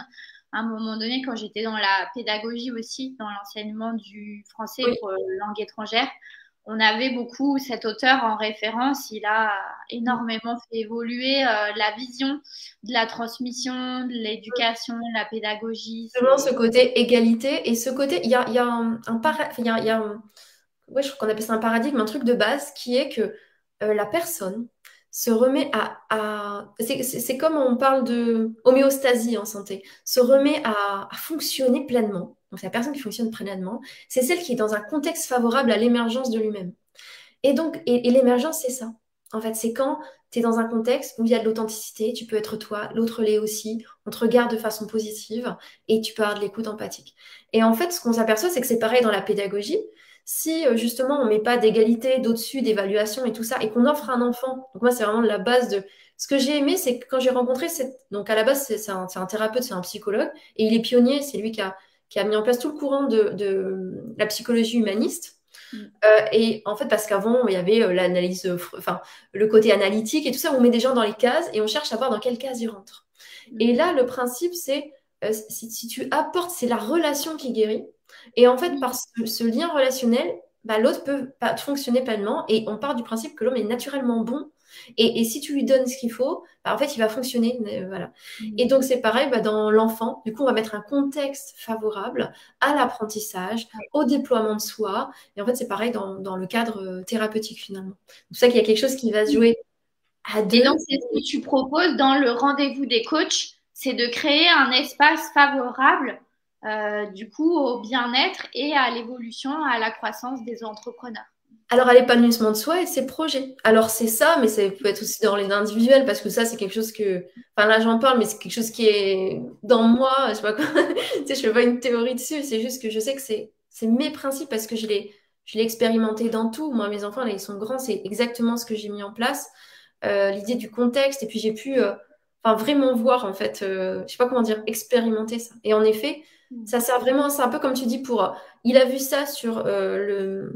[SPEAKER 1] à un moment donné, quand j'étais dans la pédagogie aussi, dans l'enseignement du français
[SPEAKER 2] Oui.
[SPEAKER 1] pour langue étrangère, on avait beaucoup cet auteur en référence. Il a énormément fait évoluer euh, la vision de la transmission, de l'éducation, de la pédagogie.
[SPEAKER 2] Vraiment ce
[SPEAKER 1] C'est...
[SPEAKER 2] côté égalité et ce côté, il y a, il y a un, un para- enfin, il y a, il y a un- ouais, je crois qu'on appelle ça un paradigme, un truc de base qui est que euh, la personne se remet à, à- c'est c'est- c'est comme on parle de homéostasie en santé, se remet à, à fonctionner pleinement. Donc, c'est la personne qui fonctionne pleinement, c'est celle qui est dans un contexte favorable à l'émergence de lui-même. Et donc, et, et l'émergence, c'est ça. En fait, c'est quand tu es dans un contexte où il y a de l'authenticité, tu peux être toi, l'autre l'est aussi, on te regarde de façon positive et tu peux avoir de l'écoute empathique. Et en fait, ce qu'on s'aperçoit, c'est que c'est pareil dans la pédagogie. Si euh, justement on met pas d'égalité, d'au-dessus, d'évaluation et tout ça, et qu'on offre un enfant, donc moi c'est vraiment la base de... Ce que j'ai aimé, c'est que quand j'ai rencontré cette... Donc à la base, c'est c'est un, c'est un thérapeute, c'est un psychologue, et il est pionnier, c'est lui qui a, qui a mis en place tout le courant de, de la psychologie humaniste.
[SPEAKER 1] Mm.
[SPEAKER 2] Euh, et en fait, parce qu'avant, il y avait euh, l'analyse, euh, fr- enfin, le côté analytique et tout ça, on met des gens dans les cases et on cherche à voir dans quelle case ils rentrent. Et là, le principe, c'est euh, si, si tu apportes, c'est la relation qui guérit. Et en fait, par ce, ce lien relationnel, bah, l'autre peut pas fonctionner pleinement. Et on part du principe que l'homme est naturellement bon. Et, et si tu lui donnes ce qu'il faut, bah, en fait, il va fonctionner. euh, voilà. Et donc, c'est pareil bah, dans l'enfant. Du coup, on va mettre un contexte favorable à l'apprentissage, au déploiement de soi. Et en fait, c'est pareil dans, dans le cadre euh, thérapeutique, finalement. C'est pour ça qu'il y a quelque chose qui va se jouer à
[SPEAKER 1] Et
[SPEAKER 2] deux.
[SPEAKER 1] donc, c'est ce que tu proposes dans le rendez-vous des coachs, c'est de créer un espace favorable, euh, du coup, au bien-être et à l'évolution, à la croissance des entrepreneurs.
[SPEAKER 2] Alors, à l'épanouissement de soi et de ses projets. Alors, c'est ça, mais ça peut être aussi dans les individuels, parce que ça, c'est quelque chose que... Enfin, là, j'en parle, mais c'est quelque chose qui est dans moi. Je sais pas quoi. Tu sais, je fais pas une théorie dessus. C'est juste que je sais que c'est c'est mes principes, parce que je l'ai je l'ai expérimenté dans tout. Moi, mes enfants, là, ils sont grands. C'est exactement ce que j'ai mis en place. Euh, l'idée du contexte. Et puis, j'ai pu euh, enfin, vraiment voir, en fait, euh, je sais pas comment dire, expérimenter ça. Et en effet, ça sert vraiment... C'est un peu comme tu dis pour... euh, il a vu ça sur euh, le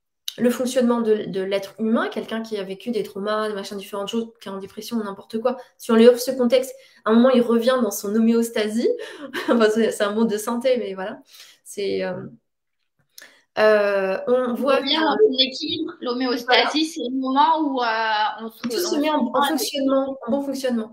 [SPEAKER 2] le fonctionnement de, de l'être humain, quelqu'un qui a vécu des traumas, des machins, différentes choses, qui est en dépression ou n'importe quoi, si on lui offre ce contexte, à un moment, il revient dans son homéostasie. Enfin, c'est c'est un mot de santé, mais voilà. C'est, euh, euh, on
[SPEAKER 1] On
[SPEAKER 2] voit que
[SPEAKER 1] revient dans son équilibre.
[SPEAKER 2] voilà,
[SPEAKER 1] L'homéostasie, c'est le moment où euh, on se,
[SPEAKER 2] tout se
[SPEAKER 1] on
[SPEAKER 2] met
[SPEAKER 1] se
[SPEAKER 2] en, en fonctionnement, en bon fonctionnement,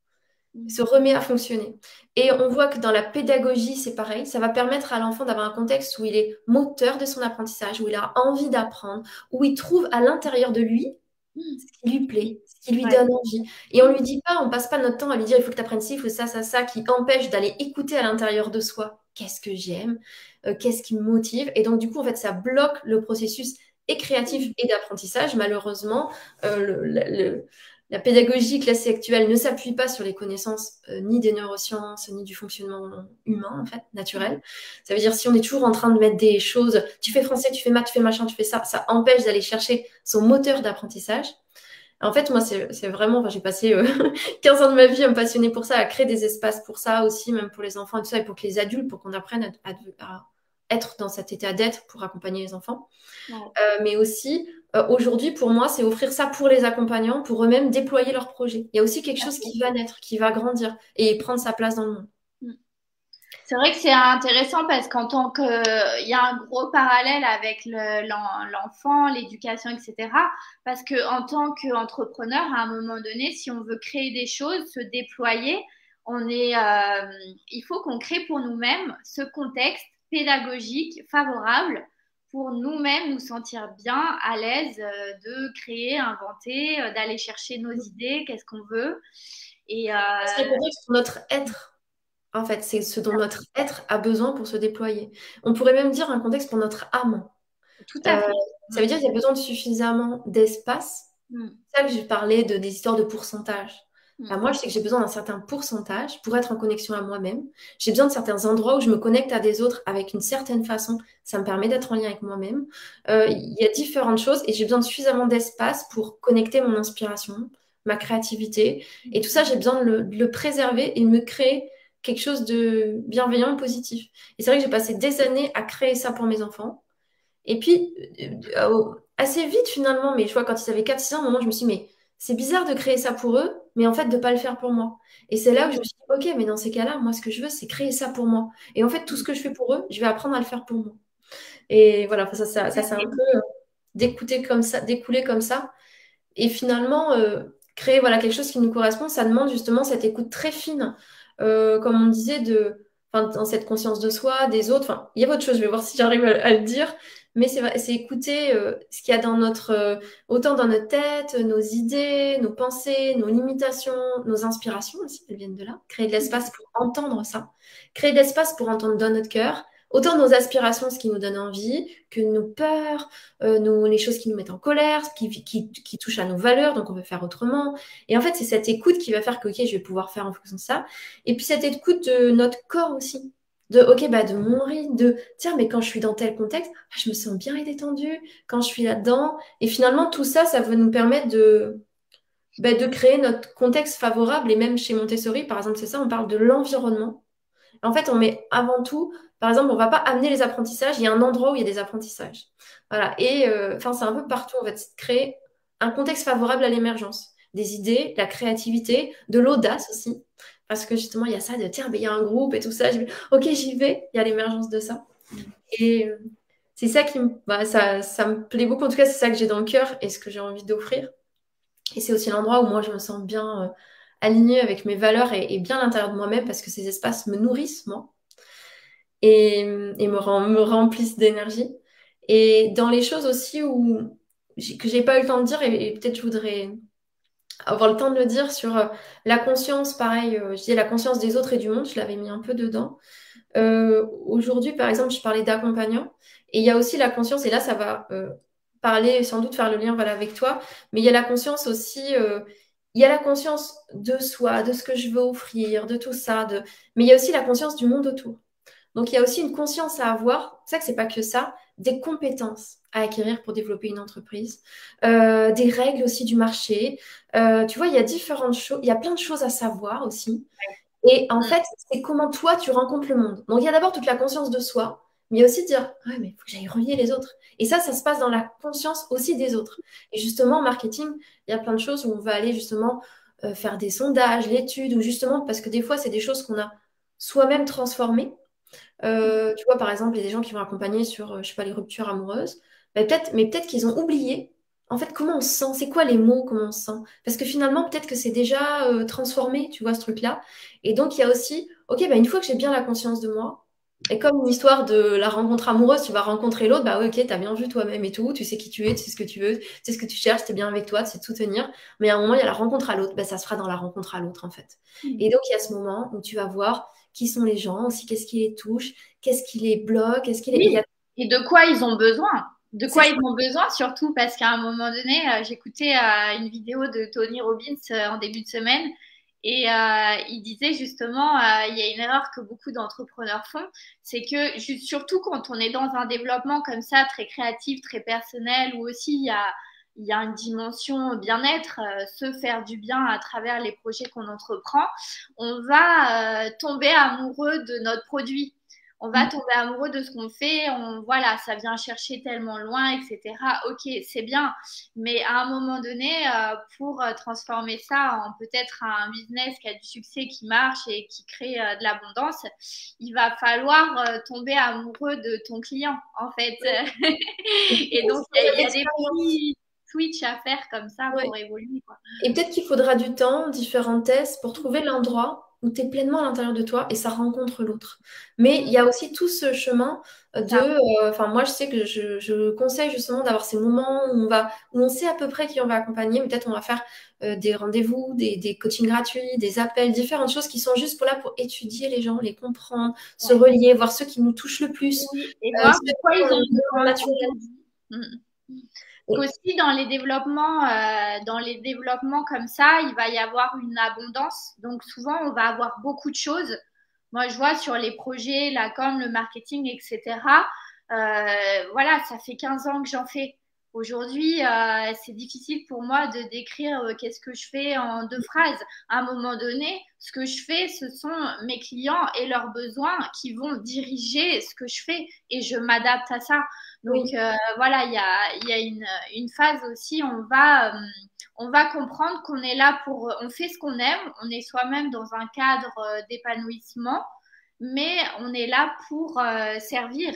[SPEAKER 2] se remet à fonctionner. Et on voit que dans la pédagogie, c'est pareil, ça va permettre à l'enfant d'avoir un contexte où il est moteur de son apprentissage, où il a envie d'apprendre, où il trouve à l'intérieur de lui ce qui lui plaît, ce qui lui
[SPEAKER 1] Ouais.
[SPEAKER 2] donne envie. Et on lui dit pas, on passe pas notre temps à lui dire il faut que tu apprennes ci, il faut ça, ça, ça, qui empêche d'aller écouter à l'intérieur de soi qu'est-ce que j'aime, euh, qu'est-ce qui me motive. Et donc, du coup, en fait, ça bloque le processus et créatif et d'apprentissage. Malheureusement, euh, le, le- le- la pédagogie classique actuelle ne s'appuie pas sur les connaissances euh, ni des neurosciences, ni du fonctionnement humain, en fait, naturel. Ça veut dire si on est toujours en train de mettre des choses, tu fais français, tu fais maths, tu fais machin, tu fais ça, ça empêche d'aller chercher son moteur d'apprentissage. En fait, moi, c'est c'est vraiment, enfin, j'ai passé euh, quinze ans de ma vie à me passionner pour ça, à créer des espaces pour ça aussi, même pour les enfants et tout ça, et pour que les adultes, pour qu'on apprenne à, à- à être dans cet état d'être pour accompagner les enfants.
[SPEAKER 1] Ouais.
[SPEAKER 2] Euh, mais aussi, euh, aujourd'hui, pour moi, c'est offrir ça pour les accompagnants, pour eux-mêmes déployer leurs projets. Il y a aussi quelque chose qui va naître, qui va grandir et prendre sa place dans le monde.
[SPEAKER 1] C'est vrai que c'est intéressant parce qu'en tant que, il y a un gros parallèle avec le- l'en- l'enfant, l'éducation, et cetera. Parce que en tant qu'entrepreneur, à un moment donné, si on veut créer des choses, se déployer, on est, euh, il faut qu'on crée pour nous-mêmes ce contexte pédagogique favorable pour nous-mêmes nous sentir bien, à l'aise euh, de créer, inventer, euh, d'aller chercher nos idées, qu'est-ce qu'on veut. Et euh,
[SPEAKER 2] C'est le contexte pour notre être. En fait, c'est ce dont notre être a besoin pour se déployer. On pourrait même dire un contexte pour notre âme.
[SPEAKER 1] tout à
[SPEAKER 2] Euh,
[SPEAKER 1] fait.
[SPEAKER 2] Ça veut dire qu'il y a besoin de suffisamment d'espace.
[SPEAKER 1] Mm,
[SPEAKER 2] C'est ça que j'ai parlé de, des histoires de pourcentage.
[SPEAKER 1] mm,
[SPEAKER 2] Enfin, moi, je sais que j'ai besoin d'un certain pourcentage pour être en connexion à moi-même. J'ai besoin de certains endroits où je me connecte à des autres avec une certaine façon. Ça me permet d'être en lien avec moi-même. Euh, Il y a différentes choses et j'ai besoin de suffisamment d'espace pour connecter mon inspiration, ma créativité. Et tout ça, j'ai besoin de le, de le préserver et de me créer quelque chose de bienveillant et positif. Et c'est vrai que j'ai passé des années à créer ça pour mes enfants. Et puis, euh, euh, assez vite finalement, mais je vois quand ils avaient quatre six ans, à un moment, je me suis dit, mais c'est bizarre de créer ça pour eux. mais en fait, de ne pas le faire pour moi. Et c'est là où je me suis dit, OK, mais dans ces cas-là, moi, ce que je veux, c'est créer ça pour moi. Et en fait, tout ce que je fais pour eux, je vais apprendre à le faire pour moi. Et voilà, ça, ça, ça, c'est un peu euh, d'écouter comme ça, d'écouler comme ça. Et finalement, euh, créer voilà, quelque chose qui nous correspond, ça demande justement cette écoute très fine, euh, comme on disait, de, enfin, dans cette conscience de soi, des autres. Enfin, il y a autre chose, je vais voir si j'arrive à, à le dire. Mais c'est vrai, c'est écouter euh, ce qu'il y a dans notre, euh, autant dans notre tête, nos idées, nos pensées, nos limitations, nos inspirations aussi, elles viennent de là. Créer de l'espace pour entendre ça. Créer de l'espace pour entendre dans notre cœur. Autant nos aspirations, ce qui nous donne envie, que nos peurs, euh, nos, les choses qui nous mettent en colère, qui, qui, qui touchent à nos valeurs, donc on veut faire autrement. Et en fait, c'est cette écoute qui va faire que, ok, je vais pouvoir faire en fonction de ça. Et puis cette écoute de notre corps aussi. De, ok, bah, de mon rythme, de, tiens, mais quand je suis dans tel contexte, ah, je me sens bien et détendue, quand je suis là-dedans. Et finalement, tout ça, ça va nous permettre de, bah, de créer notre contexte favorable. Et même chez Montessori, par exemple, c'est ça, on parle de l'environnement. En fait, on met avant tout, par exemple, on ne va pas amener les apprentissages, il y a un endroit où il y a des apprentissages. Voilà. Et euh, enfin, c'est un peu partout, en fait, c'est de créer un contexte favorable à l'émergence. Des idées, de la créativité, de l'audace aussi. Parce que justement, il y a ça de tiens, mais il y a un groupe et tout ça. Je vais, ok, j'y vais. Il y a l'émergence de ça. Et euh, c'est ça qui me, bah, ça, ça me plaît beaucoup. En tout cas, c'est ça que j'ai dans le cœur et ce que j'ai envie d'offrir. Et c'est aussi l'endroit où moi, je me sens bien euh, alignée avec mes valeurs et, et bien à l'intérieur de moi-même parce que ces espaces me nourrissent, moi et, et me, rem- me remplissent d'énergie. Et dans les choses aussi où j'ai- que j'ai pas eu le temps de dire, et, et peut-être je voudrais avoir le temps de le dire sur euh, la conscience, pareil, euh, je dis la conscience des autres et du monde, je l'avais mis un peu dedans. Euh, aujourd'hui, par exemple, je parlais d'accompagnant, et il y a aussi la conscience, et là, ça va euh, parler, sans doute faire le lien voilà, avec toi, mais il y a la conscience aussi, euh, il y a la conscience de soi, de ce que je veux offrir, de tout ça, de... mais il y a aussi la conscience du monde autour. Donc, il y a aussi une conscience à avoir. C'est ça que c'est pas que ça, des compétences à acquérir pour développer une entreprise, euh, des règles aussi du marché. Euh, tu vois, il y a différentes choses, il y a plein de choses à savoir aussi. Et en
[SPEAKER 1] Mm.
[SPEAKER 2] fait, c'est comment toi tu rencontres le monde. Donc, il y a d'abord toute la conscience de soi, mais il y a aussi de dire, ouais, mais il faut que j'aille relier les autres. Et ça, ça se passe dans la conscience aussi des autres. Et justement, en marketing, il y a plein de choses où on va aller justement euh, faire des sondages, l'étude, ou justement, parce que des fois, c'est des choses qu'on a soi-même transformées. Euh, tu vois, par exemple, il y a des gens qui vont accompagner sur, euh, je sais pas, les ruptures amoureuses. Mais peut-être, mais peut-être qu'ils ont oublié, en fait, comment on se sent. C'est quoi les mots, comment on se sent? Parce que finalement, peut-être que c'est déjà euh, transformé, tu vois, ce truc-là. Et donc, il y a aussi, ok, bah, une fois que j'ai bien la conscience de moi, et comme une histoire de la rencontre amoureuse, tu vas rencontrer l'autre, bah oui, ok, t'as bien vu toi-même et tout, tu sais qui tu es, tu sais ce que tu veux, tu sais ce que tu cherches, t'es bien avec toi, tu sais te soutenir. Mais à un moment, il y a la rencontre à l'autre, bah, ça se fera dans la rencontre à l'autre, en fait. Et donc, il y a ce moment où tu vas voir qui sont les gens, aussi qu'est-ce qui les touche, qu'est-ce qui les bloque, qu'est-ce qui les... il y
[SPEAKER 1] Oui,
[SPEAKER 2] a...
[SPEAKER 1] et de quoi ils ont besoin. De
[SPEAKER 2] C'est
[SPEAKER 1] quoi
[SPEAKER 2] ça.
[SPEAKER 1] ils ont besoin, surtout parce qu'à un moment donné, euh, j'écoutais euh, une vidéo de Tony Robbins euh, en début de semaine et euh, il disait justement, euh, il y a une erreur que beaucoup d'entrepreneurs font, c'est que ju- surtout quand on est dans un développement comme ça, très créatif, très personnel, où aussi il y a, il y a une dimension bien-être, euh, se faire du bien à travers les projets qu'on entreprend, on va euh, tomber amoureux de notre produit, on va tomber amoureux de ce qu'on fait, on, voilà, ça vient chercher tellement loin, et cetera. Ok, c'est bien, mais à un moment donné, euh, pour euh, transformer ça en peut-être un business qui a du succès, qui marche et qui crée euh, de l'abondance, il va falloir euh, tomber amoureux de ton client, en fait. Et donc, il y, a- il y a des petits switch à faire comme ça
[SPEAKER 2] Ouais.
[SPEAKER 1] pour évoluer, quoi.
[SPEAKER 2] Et peut-être qu'il faudra du temps, différents tests pour trouver l'endroit où tu es pleinement à l'intérieur de toi et ça rencontre l'autre. Mais il y a aussi tout ce chemin
[SPEAKER 1] C'est
[SPEAKER 2] de...
[SPEAKER 1] ça.
[SPEAKER 2] euh, Enfin, moi, je sais que je, je conseille justement d'avoir ces moments où on va, où on sait à peu près qui on va accompagner. Peut-être on va faire euh, des rendez-vous, des, des coachings gratuits, des appels, différentes choses qui sont juste pour là pour étudier les gens, les comprendre, se
[SPEAKER 1] Ouais.
[SPEAKER 2] relier, voir ceux qui nous touchent le plus,
[SPEAKER 1] Oui, et
[SPEAKER 2] euh,
[SPEAKER 1] voir
[SPEAKER 2] ceux
[SPEAKER 1] de quoi
[SPEAKER 2] qui
[SPEAKER 1] ils
[SPEAKER 2] ont
[SPEAKER 1] ont
[SPEAKER 2] une demande
[SPEAKER 1] besoin
[SPEAKER 2] naturelle.
[SPEAKER 1] aujourd'hui. Mm. Qu'aussi dans les développements, euh, dans les développements comme ça, il va y avoir une abondance. Donc souvent, on va avoir beaucoup de choses. Moi, je vois sur les projets, la com, le marketing, et cetera. Euh, voilà, ça fait quinze ans que j'en fais. Aujourd'hui, euh, c'est difficile pour moi de décrire euh, qu'est-ce que je fais en deux phrases. À un moment donné, ce que je fais, ce sont mes clients et leurs besoins qui vont diriger ce que je fais et je m'adapte à ça. Donc
[SPEAKER 2] Oui,
[SPEAKER 1] euh, voilà, il y a, il y a une, une phase aussi, on va, euh, on va comprendre qu'on est là pour, on fait ce qu'on aime, on est soi-même dans un cadre euh, d'épanouissement, mais on est là pour euh, servir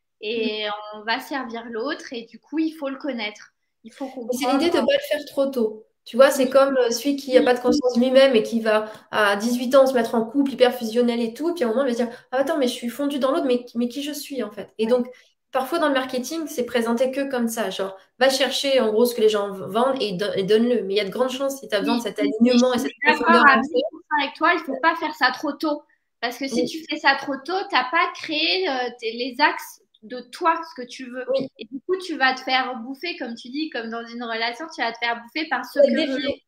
[SPEAKER 1] et on va servir l'autre et du coup, il faut le connaître. Il faut
[SPEAKER 2] mais c'est l'idée
[SPEAKER 1] comprendre.
[SPEAKER 2] de ne pas le faire trop tôt. Tu vois, c'est
[SPEAKER 1] Oui,
[SPEAKER 2] comme euh, celui qui n'a pas de conscience de lui-même et qui va à dix-huit ans se mettre en couple hyper fusionnel et tout, et puis à un moment il va se dire, ah attends, mais je suis fondue dans l'autre, mais, mais qui je suis en fait. Et
[SPEAKER 1] ouais.
[SPEAKER 2] donc, parfois dans le marketing, c'est présenté que comme ça, genre, va chercher en gros ce que les gens vendent et, don- et donne-le. Mais il y a de grandes chances, si tu as besoin de
[SPEAKER 1] Oui,
[SPEAKER 2] cet
[SPEAKER 1] mais je
[SPEAKER 2] alignement et
[SPEAKER 1] suis
[SPEAKER 2] cette
[SPEAKER 1] d'accord
[SPEAKER 2] profondeur
[SPEAKER 1] à
[SPEAKER 2] pensée.
[SPEAKER 1] mille pour cent avec toi, il ne faut pas faire ça trop tôt. Parce que si
[SPEAKER 2] Oui,
[SPEAKER 1] tu fais ça trop tôt, tu n'as pas créé euh, tes- les axes de toi, ce que tu veux.
[SPEAKER 2] oui,
[SPEAKER 1] Et du coup, tu vas te faire bouffer, comme tu dis, comme dans une relation, tu vas te faire bouffer par ce
[SPEAKER 2] faut être
[SPEAKER 1] que veut l'autre.
[SPEAKER 2] défié.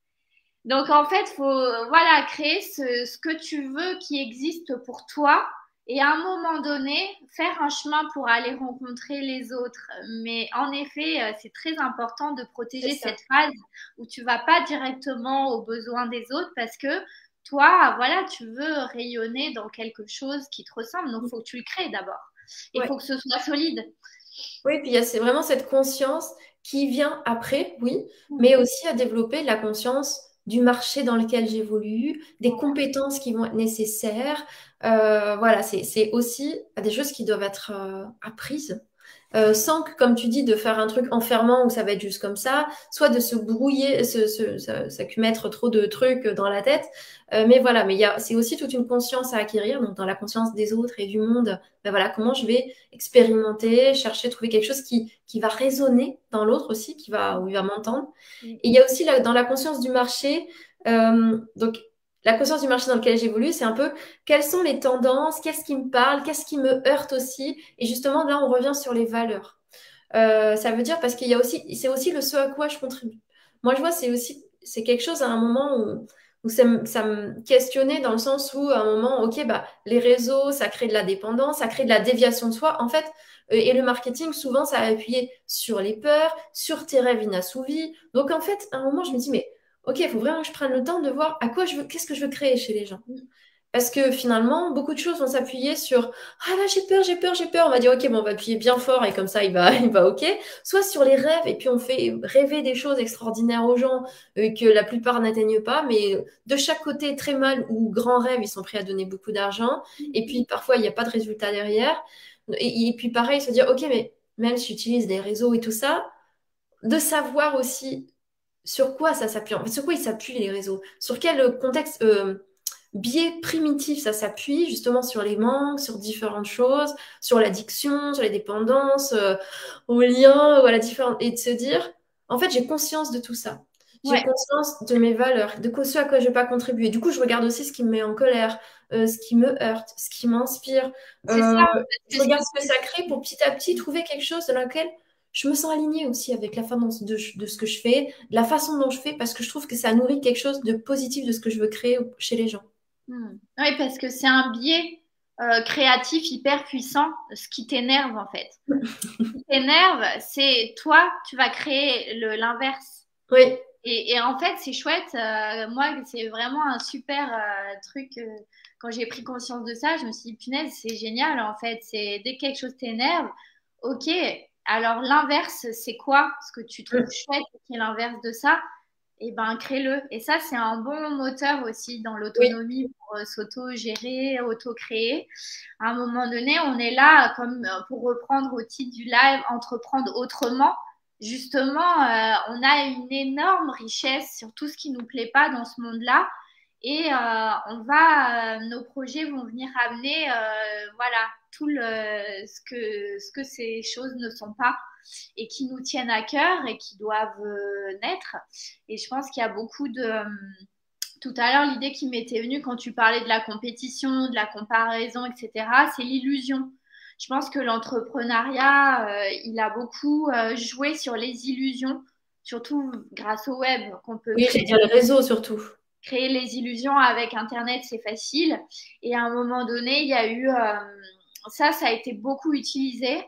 [SPEAKER 1] Donc, en fait, faut voilà, créer ce, ce que tu veux qui existe pour toi et à un moment donné, faire un chemin pour aller rencontrer les autres. Mais en effet, euh, c'est très important de
[SPEAKER 2] C'est
[SPEAKER 1] protéger
[SPEAKER 2] ça.
[SPEAKER 1] cette phase où tu vas pas directement aux besoins des autres parce que toi, voilà, tu veux rayonner dans quelque chose qui te ressemble. Donc, il faut que tu le crées d'abord. Il
[SPEAKER 2] Ouais.
[SPEAKER 1] faut que ce soit solide.
[SPEAKER 2] Oui, puis il y a c'est vraiment cette conscience qui vient après, oui,
[SPEAKER 1] Mm.
[SPEAKER 2] mais aussi à développer la conscience du marché dans lequel j'évolue, des compétences qui vont être nécessaires. Euh, voilà, c'est, c'est aussi des choses qui doivent être euh, apprises. Euh, sans que, comme tu dis, de faire un truc enfermant où ça va être juste comme ça, soit de se brouiller, se, se, se, se mettre trop de trucs dans la tête. Euh, mais voilà, mais il y a, c'est aussi toute une conscience à acquérir, donc dans la conscience des autres et du monde. Ben voilà, comment je vais expérimenter, chercher, trouver quelque chose qui, qui va résonner dans l'autre aussi, qui va, où il va m'entendre.
[SPEAKER 1] Mm.
[SPEAKER 2] Et il y a aussi la- dans la conscience du marché, euh, donc la conscience du marché dans lequel j'évolue, c'est un peu quelles sont les tendances, qu'est-ce qui me parle, qu'est-ce qui me heurte aussi. Et justement, là, on revient sur les valeurs. Euh, ça veut dire parce qu'il y a aussi, c'est aussi le ce à quoi je contribue. Moi, je vois, c'est aussi, c'est quelque chose à un moment où, où ça me, ça me questionnait dans le sens où, à un moment, ok, bah, les réseaux, ça crée de la dépendance, ça crée de la déviation de soi. En fait, euh, et le marketing, souvent, ça a appuyé sur les peurs, sur tes rêves inassouvis. Donc, en fait, à un moment, je me dis, mais ok, il faut vraiment que je prenne le temps de voir à quoi je veux, qu'est-ce que je veux créer chez les gens. Parce que finalement, beaucoup de choses vont s'appuyer sur ah là j'ai peur, j'ai peur, j'ai peur. On va dire ok, bon, on va appuyer bien fort et comme ça il va, il va ok. Soit sur les rêves et puis on fait rêver des choses extraordinaires aux gens euh, que la plupart n'atteignent pas, mais de chaque côté très mal ou grand rêve ils sont prêts à donner beaucoup d'argent et puis parfois il n'y a pas de résultat derrière. Et, et puis pareil se dire ok mais même si j'utilise des réseaux et tout ça, de savoir aussi sur quoi ça s'appuie. En fait, sur quoi ils s'appuient les réseaux, sur quel contexte. Euh, biais primitif, ça s'appuie justement sur les manques, sur différentes choses, sur l'addiction, sur les dépendances, euh, aux liens, ou à la différence, et de se dire, en fait, j'ai conscience de tout ça. J'ai
[SPEAKER 1] Ouais,
[SPEAKER 2] conscience de mes valeurs, de quoi- ce à quoi je ne vais pas contribuer. Du coup, je regarde aussi ce qui me met en colère, euh, ce qui me heurte, ce qui m'inspire.
[SPEAKER 1] c'est
[SPEAKER 2] Euh,
[SPEAKER 1] ça.
[SPEAKER 2] je
[SPEAKER 1] C'est ce
[SPEAKER 2] regarde
[SPEAKER 1] que
[SPEAKER 2] ce que ça crée pour petit à petit trouver quelque chose dans lequel je me sens alignée aussi avec la façon de, de ce que je fais, de la façon dont je fais, parce que je trouve que ça nourrit quelque chose de positif de ce que je veux créer chez les gens.
[SPEAKER 1] Hmm. Oui, parce que c'est un biais euh, créatif hyper puissant, ce qui t'énerve en fait. Ce qui t'énerve, c'est toi, tu vas créer le l'inverse.
[SPEAKER 2] Oui,
[SPEAKER 1] Et, et en fait, c'est chouette. Euh, moi, c'est vraiment un super euh, truc. Euh, quand j'ai pris conscience de ça, je me suis dit, punaise, c'est génial en fait. C'est dès que quelque chose t'énerve, ok. Alors l'inverse, c'est quoi? Ce que tu trouves chouette, qui est l'inverse de ça? Eh ben, crée-le. Et ça, c'est un bon moteur aussi dans
[SPEAKER 2] oui,
[SPEAKER 1] l'autonomie pour euh, s'auto-gérer, auto-créer. À un moment donné, on est là, comme euh, pour reprendre au titre du live, entreprendre autrement. Justement, euh, on a une énorme richesse sur tout ce qui nous plaît pas dans ce monde-là. Et euh, on va, euh, nos projets vont venir amener, euh, voilà, tout le, ce que, ce que ces choses ne sont pas et qui nous tiennent à cœur et qui doivent euh, naître. Et je pense qu'il y a beaucoup de... Euh, tout à l'heure, l'idée qui m'était venue quand tu parlais de la compétition, de la comparaison, et cetera, c'est l'illusion. Je pense que l'entrepreneuriat, euh, il a beaucoup euh, joué sur les illusions, surtout grâce au web, qu'on peut
[SPEAKER 2] oui,
[SPEAKER 1] créer,
[SPEAKER 2] j'allais dire les réseaux surtout.
[SPEAKER 1] créer les illusions avec Internet, c'est facile. Et à un moment donné, il y a eu... Euh, ça, ça a été beaucoup utilisé.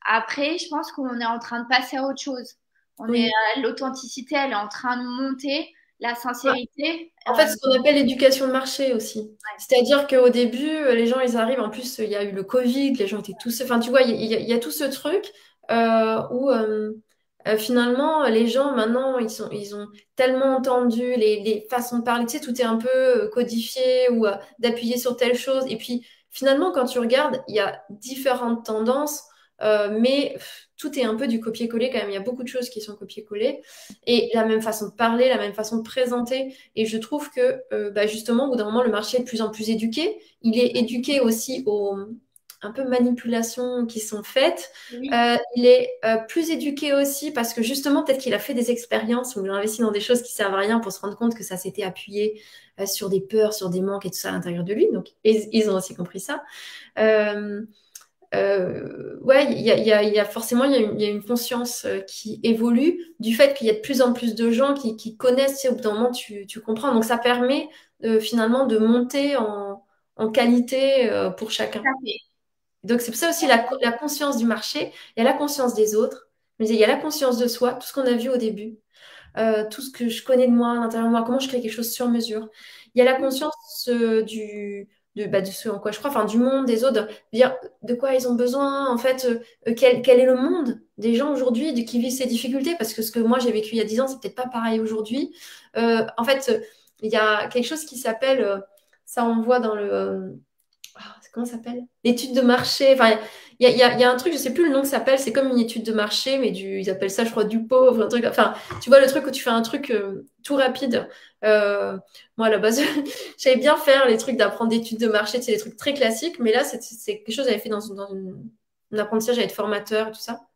[SPEAKER 1] Après, je pense qu'on est en train de passer à autre chose. On est,
[SPEAKER 2] Oui.
[SPEAKER 1] euh, l'authenticité, elle est en train de monter. La sincérité,
[SPEAKER 2] En
[SPEAKER 1] euh,
[SPEAKER 2] fait, ce qu'on appelle l'éducation de marché aussi. C'est-à-dire qu'au début, euh, les gens, ils arrivent. En plus, il y a eu le Covid, les gens étaient tous. Enfin, tu vois, il y, a il y a tout ce truc euh, où euh, euh, finalement, les gens, maintenant, ils sont, ils ont tellement entendu les, les façons de parler. Tu sais, tout est un peu euh, codifié ou euh, d'appuyer sur telle chose. Et puis, finalement, quand tu regardes, il y a différentes tendances, euh, mais pff, tout est un peu du copier-coller quand même. Il y a beaucoup de choses qui sont copier-coller. Et la même façon de parler, la même façon de présenter. Et je trouve que euh, bah, justement, au bout d'un moment, le marché est de plus en plus éduqué. Il est éduqué aussi aux un peu manipulations qui sont faites.
[SPEAKER 1] oui,
[SPEAKER 2] Euh, il est euh, plus éduqué aussi parce que justement, peut-être qu'il a fait des expériences où il a investi dans des choses qui servent à rien pour se rendre compte que ça s'était appuyé euh, sur des peurs, sur des manques et tout ça à l'intérieur de lui. Donc, ils, ils ont aussi compris ça. Euh, euh, ouais, il y a, il y a- il y a forcément il y a une, il y a une conscience euh, qui évolue du fait qu'il y a de plus en plus de gens qui, qui connaissent, tu sais, au bout d'un moment, tu, tu comprends. Donc, ça permet euh, finalement de monter en, en qualité euh, pour
[SPEAKER 1] tout
[SPEAKER 2] chacun.
[SPEAKER 1] à fait.
[SPEAKER 2] Donc, c'est pour ça aussi la, la conscience du marché, il y a la conscience des autres, mais il y a la conscience de soi, tout ce qu'on a vu au début, euh, tout ce que je connais de moi, à l'intérieur de moi, comment je crée quelque chose sur mesure. Il y a la conscience euh, du, de, bah, de ce en quoi je crois, enfin du monde, des autres, de dire de quoi ils ont besoin, en fait, euh, euh, quel, quel est le monde des gens aujourd'hui de- qui vivent ces difficultés, parce que ce que moi j'ai vécu il y a dix ans, c'est peut-être pas pareil aujourd'hui. Euh, en fait, euh, il y a quelque chose qui s'appelle, euh, ça on voit dans le... euh, ah, c'est- comment ça s'appelle? L'étude de marché. Enfin, il y a, il y a- il y a un truc, je sais plus le nom que ça s'appelle, c'est comme une étude de marché, mais du, ils appellent ça, je crois, du pauvre, un truc. Enfin, tu vois, le truc où tu fais un truc euh, tout rapide. Euh, moi, à la base, j'avais bien faire les trucs d'apprendre d'études de marché, c'est des trucs très classiques, mais là, c'est c'est quelque chose que j'avais fait dans, une- dans une- un apprentissage, j'allais être formateur et tout ça.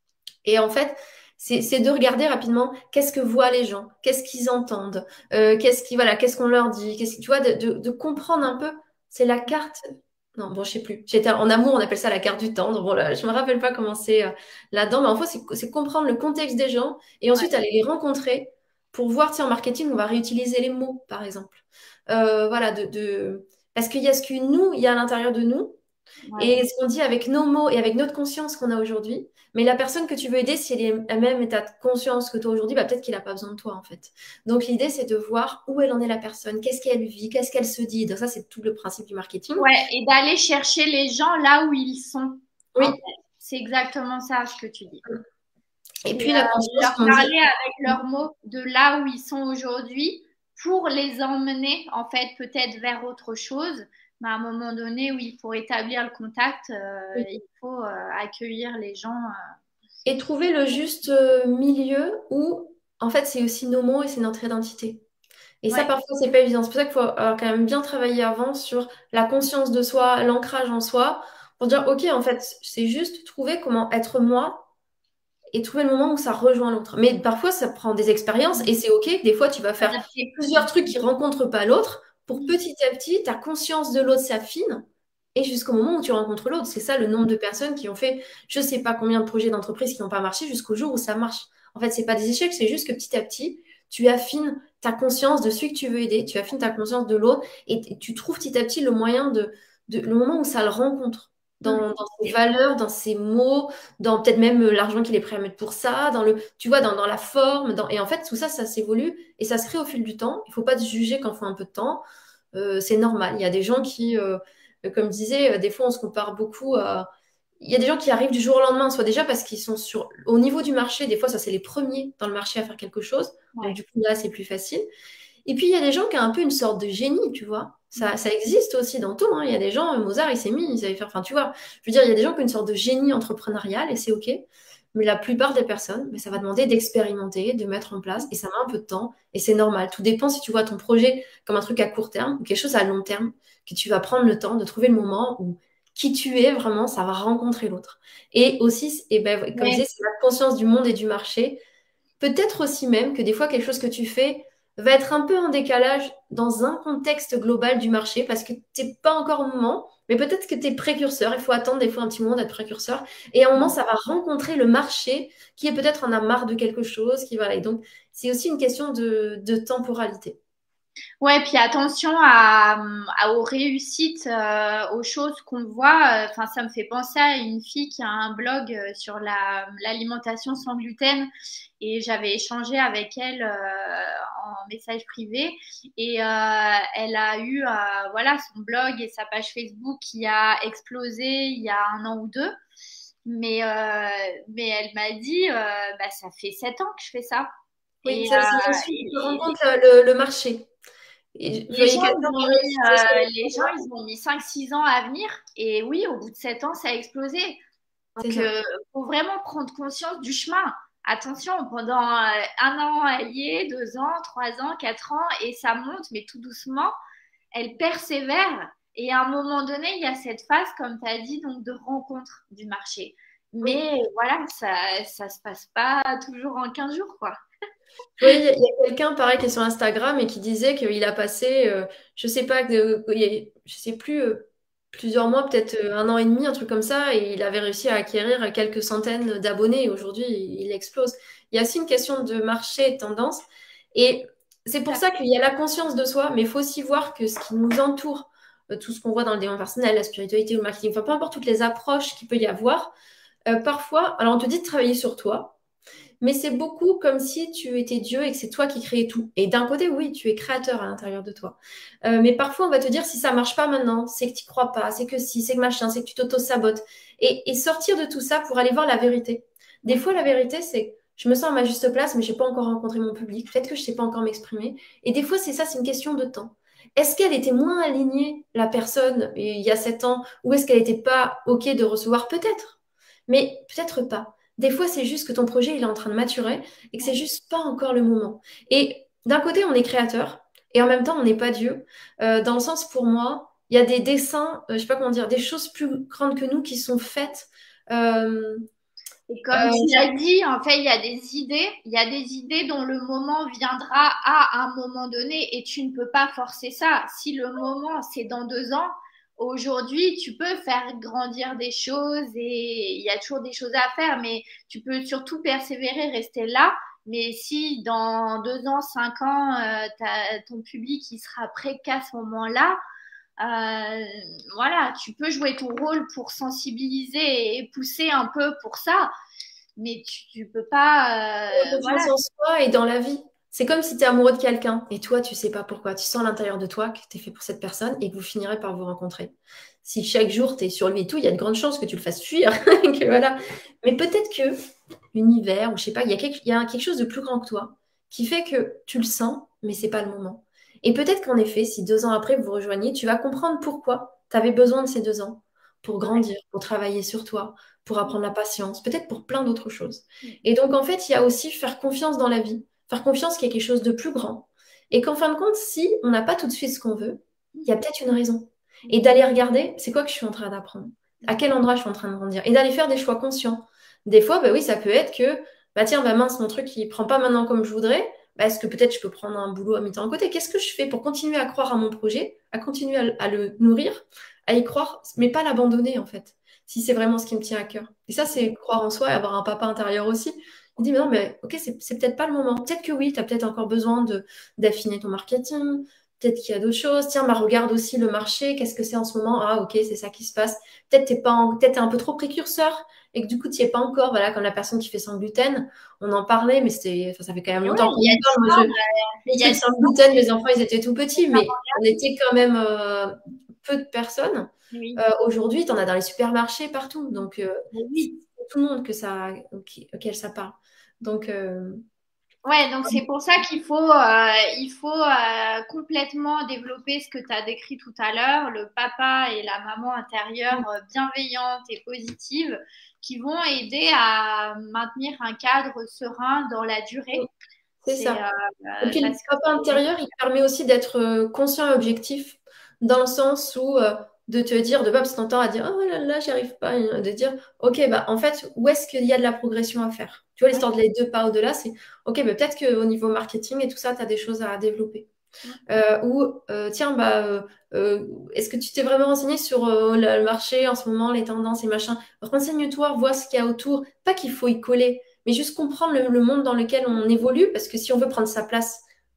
[SPEAKER 2] Et en fait, c'est c'est de regarder rapidement qu'est-ce que voient les gens, qu'est-ce qu'ils entendent, euh, qu'est-ce qui, voilà, qu'est-ce qu'on leur dit, qu'est-ce, tu vois, de, de, de comprendre un peu. C'est la carte. Non, bon, je sais plus. J'étais en amour, on appelle ça la carte du tendre. Bon, là, je me rappelle pas comment c'est euh, là-dedans, mais en fait, c'est c'est comprendre le contexte des gens et
[SPEAKER 1] Ouais,
[SPEAKER 2] ensuite aller les rencontrer pour voir, tu sais, en marketing, on va réutiliser les mots, par exemple. Euh, voilà, de, de... Parce qu'il y a ce que nous, il y a à l'intérieur de nous
[SPEAKER 1] ouais.
[SPEAKER 2] et ce qu'on dit avec nos mots et avec notre conscience qu'on a aujourd'hui. Mais la personne que tu veux aider, si elle est à même état de conscience que toi aujourd'hui, bah, peut-être qu'il n'a pas besoin de toi, en fait. Donc, l'idée, c'est de voir où elle en est la personne, qu'est-ce qu'elle vit, qu'est-ce qu'elle se dit. Donc, ça, c'est tout le principe du marketing.
[SPEAKER 1] Ouais, et d'aller chercher les gens là où ils sont. En
[SPEAKER 2] Oui.
[SPEAKER 1] fait, c'est exactement ça ce que tu dis.
[SPEAKER 2] Et
[SPEAKER 1] C'est
[SPEAKER 2] puis, la
[SPEAKER 1] euh,
[SPEAKER 2] conscience,
[SPEAKER 1] leur
[SPEAKER 2] comme on dit.
[SPEAKER 1] parler avec leurs mots de là où ils sont aujourd'hui pour les emmener en fait peut-être vers autre chose. Mais à un moment donné, oui, pour établir le contact, euh,
[SPEAKER 2] Oui.
[SPEAKER 1] il faut euh, accueillir les gens. euh.
[SPEAKER 2] Et trouver le juste euh, milieu où, en fait, c'est aussi nos mots et c'est notre identité. Et ça,
[SPEAKER 1] Ouais,
[SPEAKER 2] parfois, c'est pas évident. C'est pour ça qu'il faut avoir quand même bien travailler avant sur la conscience de soi, l'ancrage en soi, pour dire, OK, en fait, c'est juste trouver comment être moi et trouver le moment où ça rejoint l'autre. Mais parfois, ça prend des expériences et c'est OK. Des fois, tu vas faire
[SPEAKER 1] adapté.
[SPEAKER 2] plusieurs trucs qui rencontrent pas l'autre pour petit à petit, ta conscience de l'autre s'affine et jusqu'au moment où tu rencontres l'autre. C'est ça le nombre de personnes qui ont fait je sais pas combien de projets d'entreprise qui n'ont pas marché jusqu'au jour où ça marche. En fait, c'est pas des échecs, c'est juste que petit à petit, tu affines ta conscience de celui que tu veux aider, tu affines ta conscience de l'autre et t- tu trouves petit à petit le moyen de, de le moment où ça le rencontre
[SPEAKER 1] Mm.
[SPEAKER 2] dans, dans ses valeurs, dans ses mots, dans peut-être même euh, l'argent qu'il est prêt à mettre pour ça, dans le, tu vois, dans, dans la forme, dans, et en fait, tout ça, ça s'évolue et ça se crée au fil du temps. Il faut pas se juger quand il faut un peu de temps. Euh, c'est normal. Il y a des gens qui, euh, euh, comme je disais, euh, des fois, on se compare beaucoup à. Il y a des gens qui arrivent du jour au lendemain, soit déjà parce qu'ils sont sur. Au niveau du marché, des fois, ça, c'est les premiers dans le marché à faire quelque chose. Donc,
[SPEAKER 1] Ouais.
[SPEAKER 2] du coup, là, c'est plus facile. Et puis, il y a des gens qui ont un peu une sorte de génie, tu vois. Ça, ça existe aussi dans tout, hein. Il y a des gens, Mozart, il s'est mis, il savait faire. Enfin, tu vois, je veux dire, il y a des gens qui ont une sorte de génie entrepreneurial et c'est OK. Mais la plupart des personnes, mais ça va demander d'expérimenter, de mettre en place et ça met un peu de temps et c'est normal. Tout dépend si tu vois ton projet comme un truc à court terme ou quelque chose à long terme, que tu vas prendre le temps de trouver le moment où qui tu es vraiment, ça va rencontrer l'autre. Et aussi, et ben, comme je
[SPEAKER 1] Ouais.
[SPEAKER 2] disais, c'est la conscience du monde et du marché. Peut-être aussi même que des fois, quelque chose que tu fais va être un peu en décalage dans un contexte global du marché parce que tu n'es pas encore au moment, mais peut-être que tu es précurseur. Il faut attendre des fois un petit moment d'être précurseur. Et à un moment, ça va rencontrer le marché qui est peut-être en a marre de quelque chose. Qui, voilà. Et donc, c'est aussi une question de, de temporalité.
[SPEAKER 1] Ouais, puis attention à, à- aux réussites, euh, aux choses qu'on voit. Enfin, ça me fait penser à une fille qui a un blog euh, sur la, l'alimentation sans gluten et j'avais échangé avec elle euh, en message privé et euh, elle a eu euh, voilà son blog et sa page Facebook qui a explosé il y a un an ou deux. Mais, euh, mais elle m'a dit, euh, bah, ça fait sept ans que je fais ça.
[SPEAKER 2] Oui,
[SPEAKER 1] Et,
[SPEAKER 2] ça, ça, j'en
[SPEAKER 1] euh,
[SPEAKER 2] suis, je me rends
[SPEAKER 1] et-
[SPEAKER 2] compte le, le marché. Et je
[SPEAKER 1] Les
[SPEAKER 2] voyais
[SPEAKER 1] gens,
[SPEAKER 2] quelqu'un
[SPEAKER 1] ils ont
[SPEAKER 2] qui
[SPEAKER 1] mis,
[SPEAKER 2] réussissait sur
[SPEAKER 1] euh,
[SPEAKER 2] le
[SPEAKER 1] les gens, ils ont mis cinq six ans à venir. Et oui, au bout de sept ans, ça a explosé.
[SPEAKER 2] c'est
[SPEAKER 1] Donc,
[SPEAKER 2] ça.
[SPEAKER 1] il faut vraiment prendre conscience du chemin. Attention, pendant euh, un an, elle y est, deux ans, trois ans, quatre ans, et ça monte, mais tout doucement. Elle persévère. Et à un moment donné, il y a cette phase, comme tu as dit, donc de rencontre du marché.
[SPEAKER 2] Oui.
[SPEAKER 1] Mais voilà, ça ça se passe pas toujours en quinze jours, quoi.
[SPEAKER 2] Je voyais, il y a, il y a quelqu'un, pareil, qui est sur Instagram et qui disait qu'il a passé, euh, je sais pas, de- il y a- je sais plus, euh, plusieurs mois, peut-être euh, un an et demi, un truc comme ça, et il avait réussi à acquérir quelques centaines d'abonnés. Et aujourd'hui, il, il explose. Il y a aussi une question de marché et de tendance. Et c'est pour ça qu'il y a la conscience de soi, mais il faut aussi voir que ce qui nous entoure, euh, tout ce qu'on voit dans le développement personnel, la spiritualité ou le marketing, enfin, peu importe toutes les approches qu'il peut y avoir, euh, parfois, alors on te dit de travailler sur toi. Mais c'est beaucoup comme si tu étais Dieu et que c'est toi qui créais tout. Et d'un côté, oui, tu es créateur à l'intérieur de toi. Euh, mais parfois, on va te dire si ça marche pas maintenant, c'est que tu crois pas, c'est que si, c'est que machin, c'est que tu t'auto-sabotes. Et, et sortir de tout ça pour aller voir la vérité. Des fois, la vérité, c'est je me sens à ma juste place, mais je n'ai pas encore rencontré mon public. Peut-être que je ne sais pas encore m'exprimer. Et des fois, c'est ça, c'est une question de temps. Est-ce qu'elle était moins alignée, la personne, il y a sept ans, ou est-ce qu'elle n'était pas OK de recevoir? Peut-être. Mais peut-être pas. Des fois, c'est juste que ton projet, il est en train de maturer et que c'est juste pas encore le moment. Et d'un côté, on est créateur et en même temps, on n'est pas Dieu. Euh, dans le sens, pour moi, il y a des dessins, euh, je sais pas comment dire, des choses plus grandes que nous qui sont faites. euh,
[SPEAKER 1] Et comme
[SPEAKER 2] euh,
[SPEAKER 1] tu l'as dit, en fait, il y a des idées, il y a des idées dont le moment viendra à un moment donné et tu ne peux pas forcer ça. Si le moment, c'est dans deux ans, aujourd'hui, tu peux faire grandir des choses et il y a toujours des choses à faire, mais tu peux surtout persévérer, rester là. Mais si dans deux ans, cinq ans, euh, t'as- ton public il sera prêt qu'à ce moment-là, euh, voilà, tu peux jouer ton rôle pour sensibiliser et pousser un peu pour ça, mais tu, tu peux pas, euh,
[SPEAKER 2] confiance
[SPEAKER 1] voilà.
[SPEAKER 2] en soi et dans la vie. C'est comme si tu es amoureux de quelqu'un et toi, tu sais pas pourquoi. Tu sens à l'intérieur de toi que tu es fait pour cette personne et que vous finirez par vous rencontrer. Si chaque jour tu es sur lui et tout, il y a de grandes chances que tu le fasses fuir. que voilà. Mais peut-être que l'univers, ou je sais pas, il y a quelque, il y a quelque chose de plus grand que toi qui fait que tu le sens, mais c'est pas le moment. Et peut-être qu'en effet, si deux ans après vous vous rejoignez, tu vas comprendre pourquoi tu avais besoin de ces deux ans pour grandir, pour travailler sur toi, pour apprendre la patience, peut-être pour plein d'autres choses. Et donc, en fait, il y a aussi faire confiance dans la vie, faire confiance qu'il y a quelque chose de plus grand. Et qu'en fin de compte, si on n'a pas tout de suite ce qu'on veut, il y a peut-être une raison. Et d'aller regarder, c'est quoi que je suis en train d'apprendre? À quel endroit je suis en train de grandir? Et d'aller faire des choix conscients. Des fois, bah oui, ça peut être que, bah tiens, bah mince, mon truc, il prend pas maintenant comme je voudrais. Bah, est-ce que peut-être je peux prendre un boulot à mi-temps à côté? Qu'est-ce que je fais pour continuer à croire à mon projet, à continuer à, à le nourrir, à y croire, mais pas l'abandonner, en fait, si c'est vraiment ce qui me tient à cœur. Et ça, c'est croire en soi et avoir un papa intérieur aussi. Il dit, mais non, mais ok, c'est c'est peut-être pas le moment. Peut-être que oui, tu as peut-être encore besoin de d'affiner ton marketing. Peut-être qu'il y a d'autres choses. Tiens, bah, regarde aussi le marché. Qu'est-ce que c'est en ce moment? Ah, ok, c'est ça qui se passe. Peut-être t'es pas en- peut-être t'es un peu trop précurseur et que du coup, tu n'y es pas encore. Voilà, comme la personne qui fait sans gluten. On en parlait, mais c'était, enfin, ça fait quand même
[SPEAKER 1] Et ouais,
[SPEAKER 2] longtemps qu'on
[SPEAKER 1] il y a
[SPEAKER 2] en parle. Moi,
[SPEAKER 1] dix ans,
[SPEAKER 2] je,
[SPEAKER 1] bah,
[SPEAKER 2] le
[SPEAKER 1] il y a
[SPEAKER 2] truc
[SPEAKER 1] dix
[SPEAKER 2] sans
[SPEAKER 1] ans,
[SPEAKER 2] gluten, mes enfants, ils étaient tout petits,
[SPEAKER 1] ça
[SPEAKER 2] mais on était quand même euh, peu de personnes.
[SPEAKER 1] oui,
[SPEAKER 2] Euh, aujourd'hui, tu en as dans les supermarchés partout. Donc, euh,
[SPEAKER 1] mais
[SPEAKER 2] c'est
[SPEAKER 1] oui.
[SPEAKER 2] tout le monde que ça, auquel auquel ça parle. Donc, euh,
[SPEAKER 1] Ouais, donc c'est pour ça qu'il faut, euh, il faut euh, complètement développer ce que tu as décrit tout à l'heure, le papa et la maman intérieure euh, bienveillante et positive qui vont aider à maintenir un cadre serein dans la durée.
[SPEAKER 2] c'est
[SPEAKER 1] C'est
[SPEAKER 2] ça.
[SPEAKER 1] euh,
[SPEAKER 2] Et
[SPEAKER 1] euh,
[SPEAKER 2] puis, le
[SPEAKER 1] parce que
[SPEAKER 2] papa intérieur, il permet aussi d'être euh, conscient et objectif, dans le sens où euh, de te dire, de pas passer ton temps à dire, oh là là, j'y arrive pas, hein, de dire, ok, bah en fait, où est-ce qu'il y a de la progression à faire? Tu vois, l'histoire de les deux pas au-delà, c'est, ok, bah, peut-être qu'au niveau marketing et tout ça, tu as des choses à développer. Euh, ou, euh, tiens, bah, euh, euh, est-ce que tu t'es vraiment renseigné sur euh, le le marché en ce moment, les tendances et machin? Renseigne-toi, vois ce qu'il y a autour. Pas qu'il faut y coller, mais juste comprendre le, le monde dans lequel on évolue, parce que si on veut prendre sa place,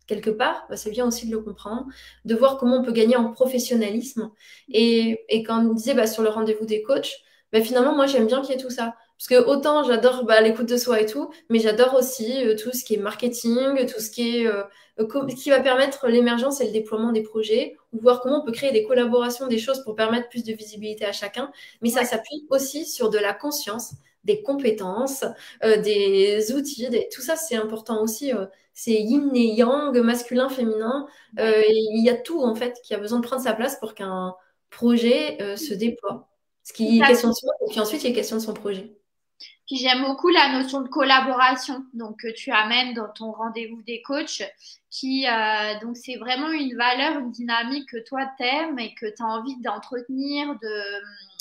[SPEAKER 2] quelque part, bah, c'est bien aussi de le comprendre, de voir comment on peut gagner en professionnalisme. Et, et quand on disait bah, sur le rendez-vous des coachs, bah, finalement, moi, j'aime bien qu'il y ait tout ça. Parce que autant j'adore bah, l'écoute de soi et tout, mais j'adore aussi euh, tout ce qui est marketing, tout ce qui est euh, euh, co- qui va permettre l'émergence et le déploiement des projets, ou voir comment on peut créer des collaborations, des choses pour permettre plus de visibilité à chacun. Mais ça
[SPEAKER 1] Ouais,
[SPEAKER 2] s'appuie aussi sur de la conscience, des compétences, euh, des outils, des- tout ça c'est important aussi. euh, c'est yin et yang, masculin, féminin.
[SPEAKER 1] ouais.
[SPEAKER 2] Euh, et il y a tout en fait qui a besoin de prendre sa place pour qu'un projet euh, se déploie. Ce
[SPEAKER 1] Tout
[SPEAKER 2] qui est
[SPEAKER 1] à
[SPEAKER 2] question
[SPEAKER 1] fait.
[SPEAKER 2] de soi, et puis ensuite il est question de son projet.
[SPEAKER 1] Puis j'aime beaucoup la notion de collaboration, donc que tu amènes dans ton rendez-vous des coachs, qui euh, donc c'est vraiment une valeur, une dynamique que toi t'aimes et que tu as envie d'entretenir, de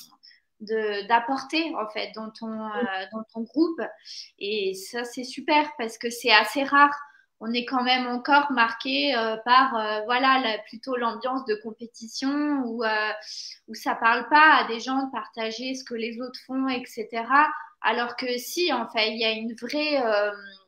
[SPEAKER 1] de d'apporter en fait dans ton euh, dans ton groupe. Et ça c'est super parce que c'est assez rare. On est quand même encore marqué euh, par euh, voilà la, plutôt l'ambiance de compétition où euh, où ça parle pas à des gens de partager ce que les autres font, et cetera. Alors que si en fait il y a une vraie euh,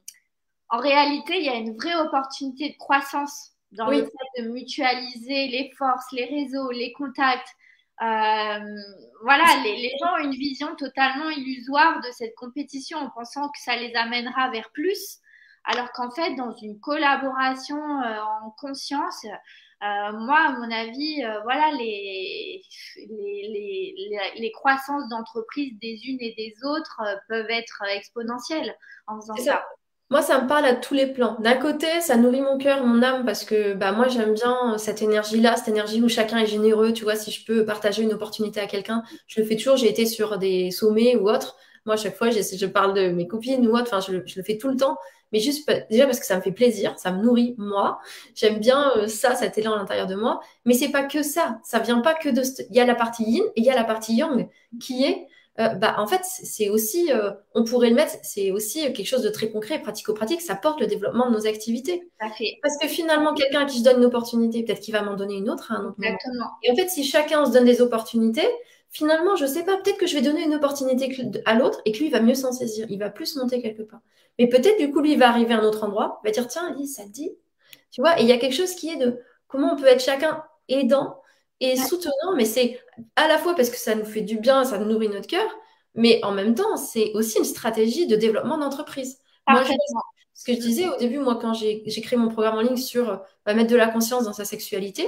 [SPEAKER 1] en réalité il y a une vraie opportunité de croissance dans le
[SPEAKER 2] Oui,
[SPEAKER 1] fait de mutualiser les forces, les réseaux, les contacts. Euh, voilà, les, les gens ont une vision totalement illusoire de cette compétition en pensant que ça les amènera vers plus, alors qu'en fait, dans une collaboration euh, en conscience, euh, moi, à mon avis, euh, voilà, les, les, les, les, les croissances d'entreprises des unes et des autres euh, peuvent être exponentielles en faisant
[SPEAKER 2] c'est ça.
[SPEAKER 1] ça.
[SPEAKER 2] Moi, ça me parle à tous les plans. D'un côté, ça nourrit mon cœur, mon âme, parce que bah, moi, j'aime bien cette énergie-là, cette énergie où chacun est généreux. Tu vois, si je peux partager une opportunité à quelqu'un, je le fais toujours. J'ai été sur des sommets ou autres. Moi, à chaque fois, j'essaie- je parle de mes copines ou autres. Enfin, je, le je le fais tout le temps. Mais juste, pa- déjà parce que ça me fait plaisir, ça me nourrit, moi. J'aime bien euh, ça, cet élan à l'intérieur de moi. Mais c'est pas que ça. Ça vient pas que de... ce- Il y a la partie yin et il y a la partie yang qui est euh, bah, en fait, c'est aussi, euh, on pourrait le mettre, c'est aussi quelque chose de très concret, pratico-pratique, ça porte le développement de nos activités.
[SPEAKER 1] Ça fait
[SPEAKER 2] Parce que finalement, quelqu'un à qui je donne une opportunité, peut-être qu'il va m'en donner une autre à un autre moment.
[SPEAKER 1] exactement.
[SPEAKER 2] Et en fait, si chacun se donne des opportunités, finalement, je sais pas, peut-être que je vais donner une opportunité que- à l'autre et que lui, il va mieux s'en saisir, il va plus monter quelque part. Mais peut-être, du coup, lui, il va arriver à un autre endroit, il va dire, tiens, Alice, ça te dit? Tu vois, et il y a quelque chose qui est de comment on peut être chacun aidant et
[SPEAKER 1] Ouais,
[SPEAKER 2] soutenant, mais c'est à la fois parce que ça nous fait du bien, ça nourrit notre cœur, mais en même temps, c'est aussi une stratégie de développement d'entreprise. Moi, je vois
[SPEAKER 1] parfaitement.
[SPEAKER 2] ce que je disais au début, moi, quand j'ai j'ai créé mon programme en ligne sur euh, bah, mettre de la conscience dans sa sexualité,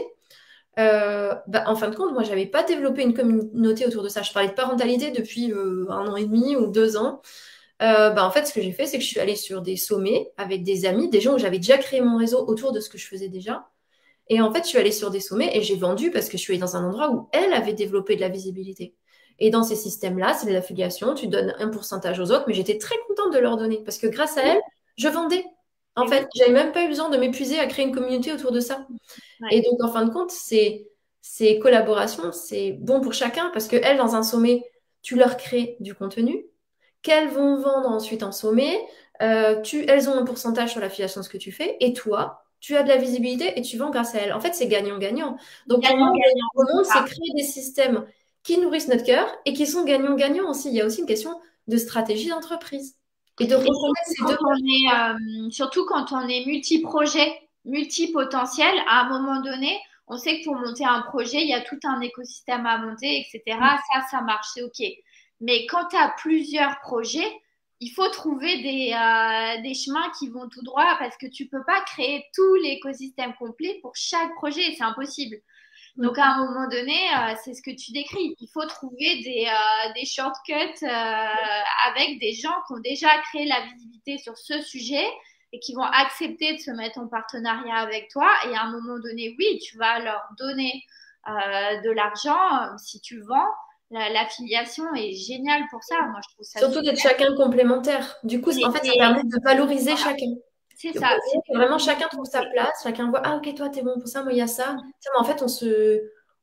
[SPEAKER 2] euh, bah, en fin de compte, moi, j'avais pas développé une communauté autour de ça. Je parlais de parentalité depuis euh, un an et demi ou deux ans. Euh, bah, en fait, ce que j'ai fait, c'est que je suis allée sur des sommets avec des amis, des gens où j'avais déjà créé mon réseau autour de ce que je faisais déjà. Et en fait, je suis allée sur des sommets et j'ai vendu parce que je suis allée dans un endroit où elle avait développé de la visibilité. Et dans ces systèmes-là, c'est de l'affiliation, tu donnes un pourcentage aux autres, mais j'étais très contente de leur donner parce que grâce à
[SPEAKER 1] Oui,
[SPEAKER 2] elle, je vendais. En
[SPEAKER 1] et oui,
[SPEAKER 2] fait, j'avais même pas eu besoin de m'épuiser à créer une communauté autour de ça.
[SPEAKER 1] ouais.
[SPEAKER 2] Et donc, en fin de compte, c'est ces collaborations, c'est bon pour chacun parce que elles, dans un sommet, tu leur crées du contenu qu'elles vont vendre ensuite en sommet. Euh, tu, elles ont un pourcentage sur l'affiliation de ce que tu fais. Et toi, tu as de la visibilité et tu vends grâce à elles. En fait, c'est gagnant-gagnant. Donc, pour moi,
[SPEAKER 1] Gagnant-gagnant.
[SPEAKER 2] le monde, c'est
[SPEAKER 1] Ah.
[SPEAKER 2] créer des systèmes qui nourrissent notre cœur et qui sont gagnant-gagnant aussi. Il y a aussi une question de stratégie d'entreprise et de
[SPEAKER 1] Et
[SPEAKER 2] reconnaître
[SPEAKER 1] surtout
[SPEAKER 2] ces
[SPEAKER 1] quand
[SPEAKER 2] deux.
[SPEAKER 1] on est, euh, surtout quand on est multi-projet, multi-potentiel, à un moment donné, on sait que pour monter un projet, il y a tout un écosystème à monter, et cetera. Ça, ça marche, c'est OK. Mais quand tu as plusieurs projets, il faut trouver des, euh, des chemins qui vont tout droit parce que tu peux pas créer tout l'écosystème complet pour chaque projet, c'est impossible. Donc, à un moment donné, euh, c'est ce que tu décris. Il faut trouver des, euh, des shortcuts euh, avec des gens qui ont déjà créé la visibilité sur ce sujet et qui vont accepter de se mettre en partenariat avec toi. Et à un moment donné, oui, tu vas leur donner euh, de l'argent si tu vends. La- L'affiliation est géniale pour ça. Moi, je trouve ça
[SPEAKER 2] Surtout
[SPEAKER 1] super.
[SPEAKER 2] d'être chacun complémentaire. Du coup,
[SPEAKER 1] Et,
[SPEAKER 2] en fait, ça
[SPEAKER 1] et
[SPEAKER 2] permet de valoriser
[SPEAKER 1] voilà,
[SPEAKER 2] chacun.
[SPEAKER 1] c'est
[SPEAKER 2] Donc,
[SPEAKER 1] ça. C'est
[SPEAKER 2] vraiment, chacun trouve sa place, chacun voit, ah, ok, toi, t'es bon pour ça, moi, il y a ça. Tiens, mais en fait, on se,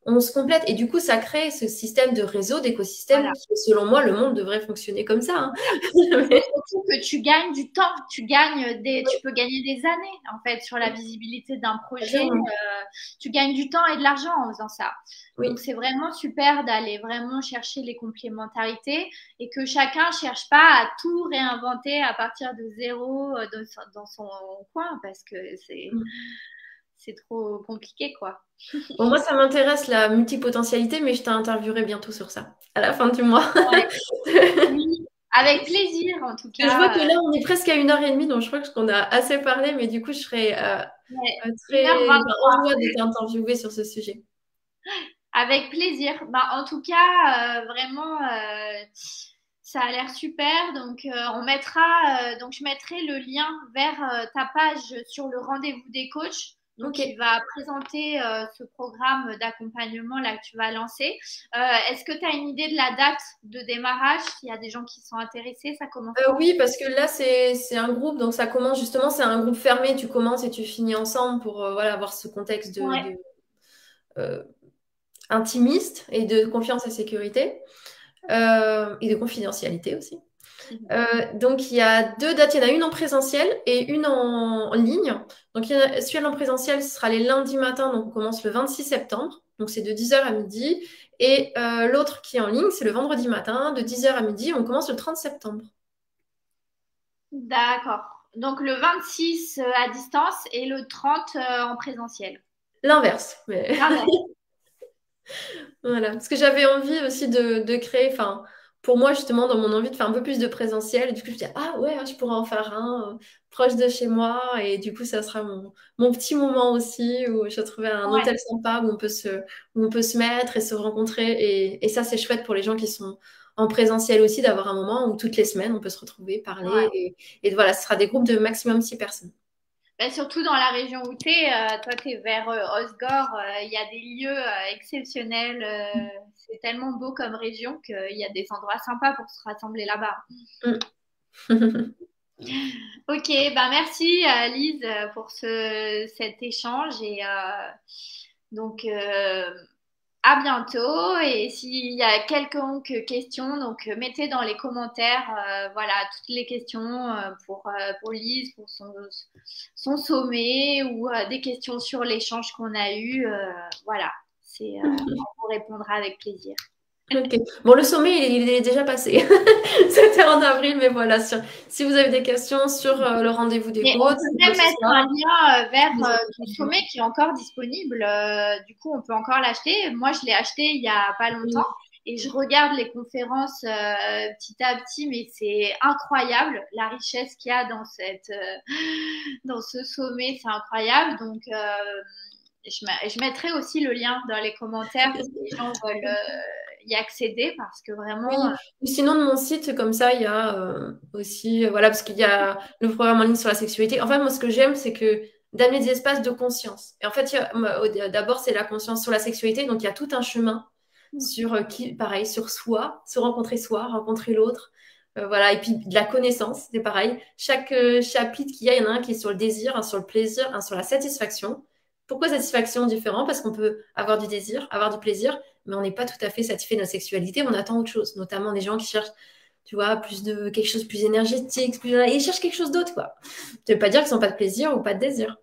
[SPEAKER 2] on se complète. Et du coup, ça crée ce système de réseau, d'écosystème
[SPEAKER 1] Voilà.
[SPEAKER 2] qui, selon moi, le monde devrait fonctionner comme ça. Hein.
[SPEAKER 1] Et surtout que tu gagnes du temps, tu gagnes des, tu peux gagner des années en fait sur la visibilité d'un projet. Euh, tu gagnes du temps et de l'argent en faisant ça.
[SPEAKER 2] Oui.
[SPEAKER 1] Donc c'est vraiment super d'aller vraiment chercher les complémentarités et que chacun cherche pas à tout réinventer à partir de zéro euh, dans, dans son coin parce que c'est
[SPEAKER 2] Mm.
[SPEAKER 1] c'est trop compliqué quoi.
[SPEAKER 2] Bon, moi, ça m'intéresse la multipotentialité, mais je t'interviewerai bientôt sur ça, à la fin du mois.
[SPEAKER 1] Ouais. Oui, avec plaisir en tout
[SPEAKER 2] Je vois que
[SPEAKER 1] cas.
[SPEAKER 2] là, on est presque à une heure et demie, donc je crois qu'on a assez parlé, mais du coup, je serais euh,
[SPEAKER 1] Ouais,
[SPEAKER 2] euh,
[SPEAKER 1] une heure
[SPEAKER 2] très ben, en
[SPEAKER 1] vingt-trois.
[SPEAKER 2] joie de t'interviewer sur ce sujet.
[SPEAKER 1] Avec plaisir. Bah, en tout cas, euh, vraiment, euh, ça a l'air super. Donc, euh, on mettra, euh, donc je mettrai le lien vers euh, ta page sur le rendez-vous des coachs. Donc,
[SPEAKER 2] Ok.
[SPEAKER 1] il va présenter euh, ce programme d'accompagnement là que tu vas lancer. Euh, est-ce que tu as une idée de la date de démarrage? S'il y a des gens qui sont intéressés, ça commence
[SPEAKER 2] Euh,
[SPEAKER 1] quand?
[SPEAKER 2] oui, parce que là, c'est c'est un groupe, donc ça commence justement, c'est un groupe fermé, tu commences et tu finis ensemble pour euh, voilà, avoir ce contexte de,
[SPEAKER 1] Ouais.
[SPEAKER 2] de, euh, intimiste et de confiance et sécurité, euh, et de confidentialité aussi. Euh, donc, il y a deux dates. Il y en a une en présentiel et une en, en ligne. Donc, il y en a, celui en présentiel, ce sera les lundis matins. Donc, on commence le vingt-six septembre. Donc, c'est de dix heures à midi. Et euh, l'autre qui est en ligne, c'est le vendredi matin, de dix heures à midi. On commence le trente septembre.
[SPEAKER 1] D'accord. Donc, le vingt-six euh, à distance et le trente euh, en présentiel.
[SPEAKER 2] L'inverse. Mais
[SPEAKER 1] L'inverse.
[SPEAKER 2] voilà. Parce que j'avais envie aussi de, de créer, enfin, pour moi, justement, dans mon envie de faire un peu plus de présentiel. Et du coup, je me dis, ah ouais, je pourrais en faire un euh, proche de chez moi. Et du coup, ça sera mon, mon petit moment aussi où je vais trouver un
[SPEAKER 1] Ouais.
[SPEAKER 2] hôtel sympa où on peut se, où on peut se mettre et se rencontrer. Et, et ça, c'est chouette pour les gens qui sont en présentiel aussi, d'avoir un moment où toutes les semaines, on peut se retrouver,
[SPEAKER 1] Ouais.
[SPEAKER 2] parler. Et, et voilà, ce sera des groupes de maximum six personnes.
[SPEAKER 1] Ben, surtout dans la région où tu es, euh, toi tu es vers euh, Osgore, euh, il y a des lieux euh, exceptionnels. Euh, c'est tellement beau comme région qu'il y a des endroits sympas pour se rassembler là-bas.
[SPEAKER 2] Mm.
[SPEAKER 1] Ok, ben merci euh, Lise euh, pour ce, cet échange et euh, donc euh, à bientôt. Et s'il y a quelconque question, donc euh, mettez dans les commentaires euh, voilà toutes les questions euh, pour, euh, pour Lise, pour son, son sommet ou euh, des questions sur l'échange qu'on a eu. Euh, voilà, c'est, euh, on vous répondra avec plaisir.
[SPEAKER 2] Ok. Bon, le sommet, il, est il est déjà passé. C'était en avril, mais voilà. sur- si vous avez des questions sur euh, le rendez-vous des
[SPEAKER 1] Mais on
[SPEAKER 2] côtes,
[SPEAKER 1] peut
[SPEAKER 2] quoi
[SPEAKER 1] même
[SPEAKER 2] que ce
[SPEAKER 1] mettre
[SPEAKER 2] soit,
[SPEAKER 1] un lien euh, vers euh,
[SPEAKER 2] n'hésitez
[SPEAKER 1] ton
[SPEAKER 2] pas.
[SPEAKER 1] sommet qui est encore disponible. Euh, du coup, on peut encore l'acheter. Moi, je l'ai acheté il y a pas longtemps et je regarde les conférences euh, petit à petit, mais c'est incroyable la richesse qu'il y a dans cette euh, dans ce sommet, c'est incroyable. Donc, euh, je, je mettrai aussi le lien dans les commentaires si les gens veulent euh, y accéder parce que
[SPEAKER 2] Oui.
[SPEAKER 1] vraiment, euh,
[SPEAKER 2] Ou sinon, de mon site, comme ça, il y a euh, aussi, euh, voilà, parce qu'il y a le programme en ligne sur la sexualité. En fait, moi, ce que j'aime, c'est que d'amener des espaces de conscience. Et en fait, il y a- moi, au- d'abord, c'est la conscience sur la sexualité. Donc, il y a tout un chemin sur euh, qui, pareil, sur soi, se rencontrer soi, rencontrer l'autre. Euh, voilà, et puis de la connaissance, c'est pareil. Chaque euh, chapitre qu'il y a, il y en a un qui est sur le désir, un sur le plaisir, un sur la satisfaction. Pourquoi satisfaction différent? Parce qu'on peut avoir du désir, avoir du plaisir, mais on n'est pas tout à fait satisfait de notre sexualité, on attend autre chose, notamment des gens qui cherchent, tu vois, plus de quelque chose de plus énergétique, plus... ils cherchent quelque chose d'autre, quoi. Ça veut pas dire qu'ils n'ont pas de plaisir ou pas de désir.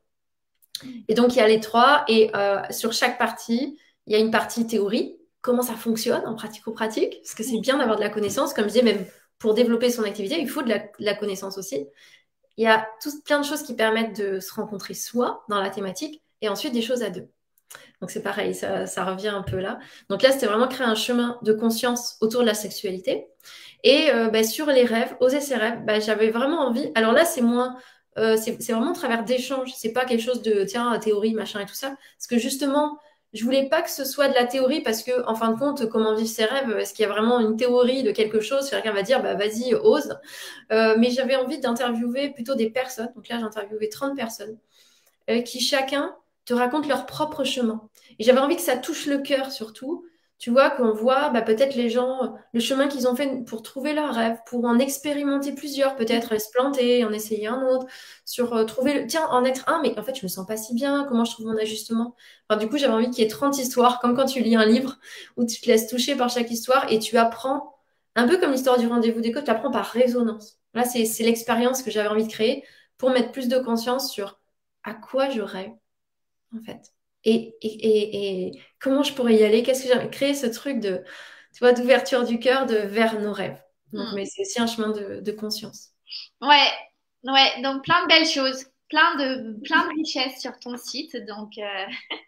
[SPEAKER 2] Et donc, il y a les trois, et euh, sur chaque partie, il y a une partie théorie, comment ça fonctionne en pratico-pratique, parce que c'est bien d'avoir de la connaissance, comme je disais, même pour développer son activité, il faut de la, de la connaissance aussi. Il y a tout, plein de choses qui permettent de se rencontrer soi dans la thématique, et ensuite des choses à deux. Donc c'est pareil, ça, ça revient un peu là. Donc là, c'était vraiment créer un chemin de conscience autour de la sexualité. Et euh, bah, sur les rêves, oser ses rêves, bah, j'avais vraiment envie. Alors là, c'est moins, euh, c'est c'est vraiment au travers d'échanges. C'est pas quelque chose de tiens, théorie, machin et tout ça. Parce que justement, je voulais pas que ce soit de la théorie parce que, en fin de compte, comment vivre ses rêves, est-ce qu'il y a vraiment une théorie de quelque chose? Quelqu'un va dire, bah vas-y, ose. Euh, mais j'avais envie d'interviewer plutôt des personnes. Donc là, j'ai interviewé trente personnes euh, qui chacun te racontent leur propre chemin. Et j'avais envie que ça touche le cœur surtout, tu vois, qu'on voit bah, peut-être les gens, le chemin qu'ils ont fait pour trouver leur rêve, pour en expérimenter plusieurs, peut-être se planter, en essayer un autre, sur euh, trouver le, tiens, en être un, mais en fait, je me sens pas si bien, comment je trouve mon ajustement? Enfin, du coup, j'avais envie qu'il y ait trente histoires, comme quand tu lis un livre, où tu te laisses toucher par chaque histoire et tu apprends, un peu comme l'histoire du rendez-vous des coachs, tu apprends par résonance. Là, c'est, c'est l'expérience que j'avais envie de créer pour mettre plus de conscience sur à quoi je rêve, en fait. Et, et, et, et comment je pourrais y aller? Qu'est-ce que j'aimerais créer ce truc de, tu vois, d'ouverture du cœur de, vers nos rêves. Donc,
[SPEAKER 1] Hmm.
[SPEAKER 2] mais c'est aussi un chemin de, de conscience.
[SPEAKER 1] Ouais, ouais, donc plein de belles choses, plein de, plein de richesses sur ton site. Donc, euh,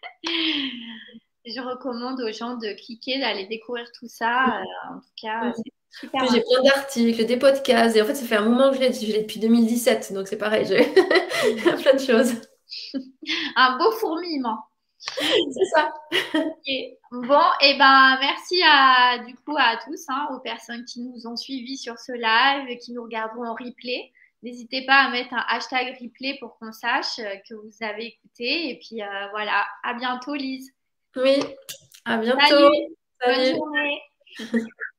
[SPEAKER 1] je recommande aux gens de cliquer, d'aller découvrir tout ça. Euh, en tout cas,
[SPEAKER 2] Mm.
[SPEAKER 1] c'est
[SPEAKER 2] En
[SPEAKER 1] super
[SPEAKER 2] plus, j'ai
[SPEAKER 1] intéressant.
[SPEAKER 2] plein d'articles, des podcasts. Et en fait, ça fait un moment que je l'ai, je l'ai depuis deux mille dix-sept. Donc, c'est pareil, j'ai plein de choses.
[SPEAKER 1] Un beau fourmillement.
[SPEAKER 2] C'est ça.
[SPEAKER 1] Ok. Bon, et ben merci à du coup à tous, hein, aux personnes qui nous ont suivis sur ce live et qui nous regarderont en replay. N'hésitez pas à mettre un hashtag replay pour qu'on sache euh, que vous avez écouté. Et puis euh, voilà, à bientôt Lise.
[SPEAKER 2] Oui, à bientôt.
[SPEAKER 1] Salut, bonne
[SPEAKER 2] Salut.
[SPEAKER 1] journée.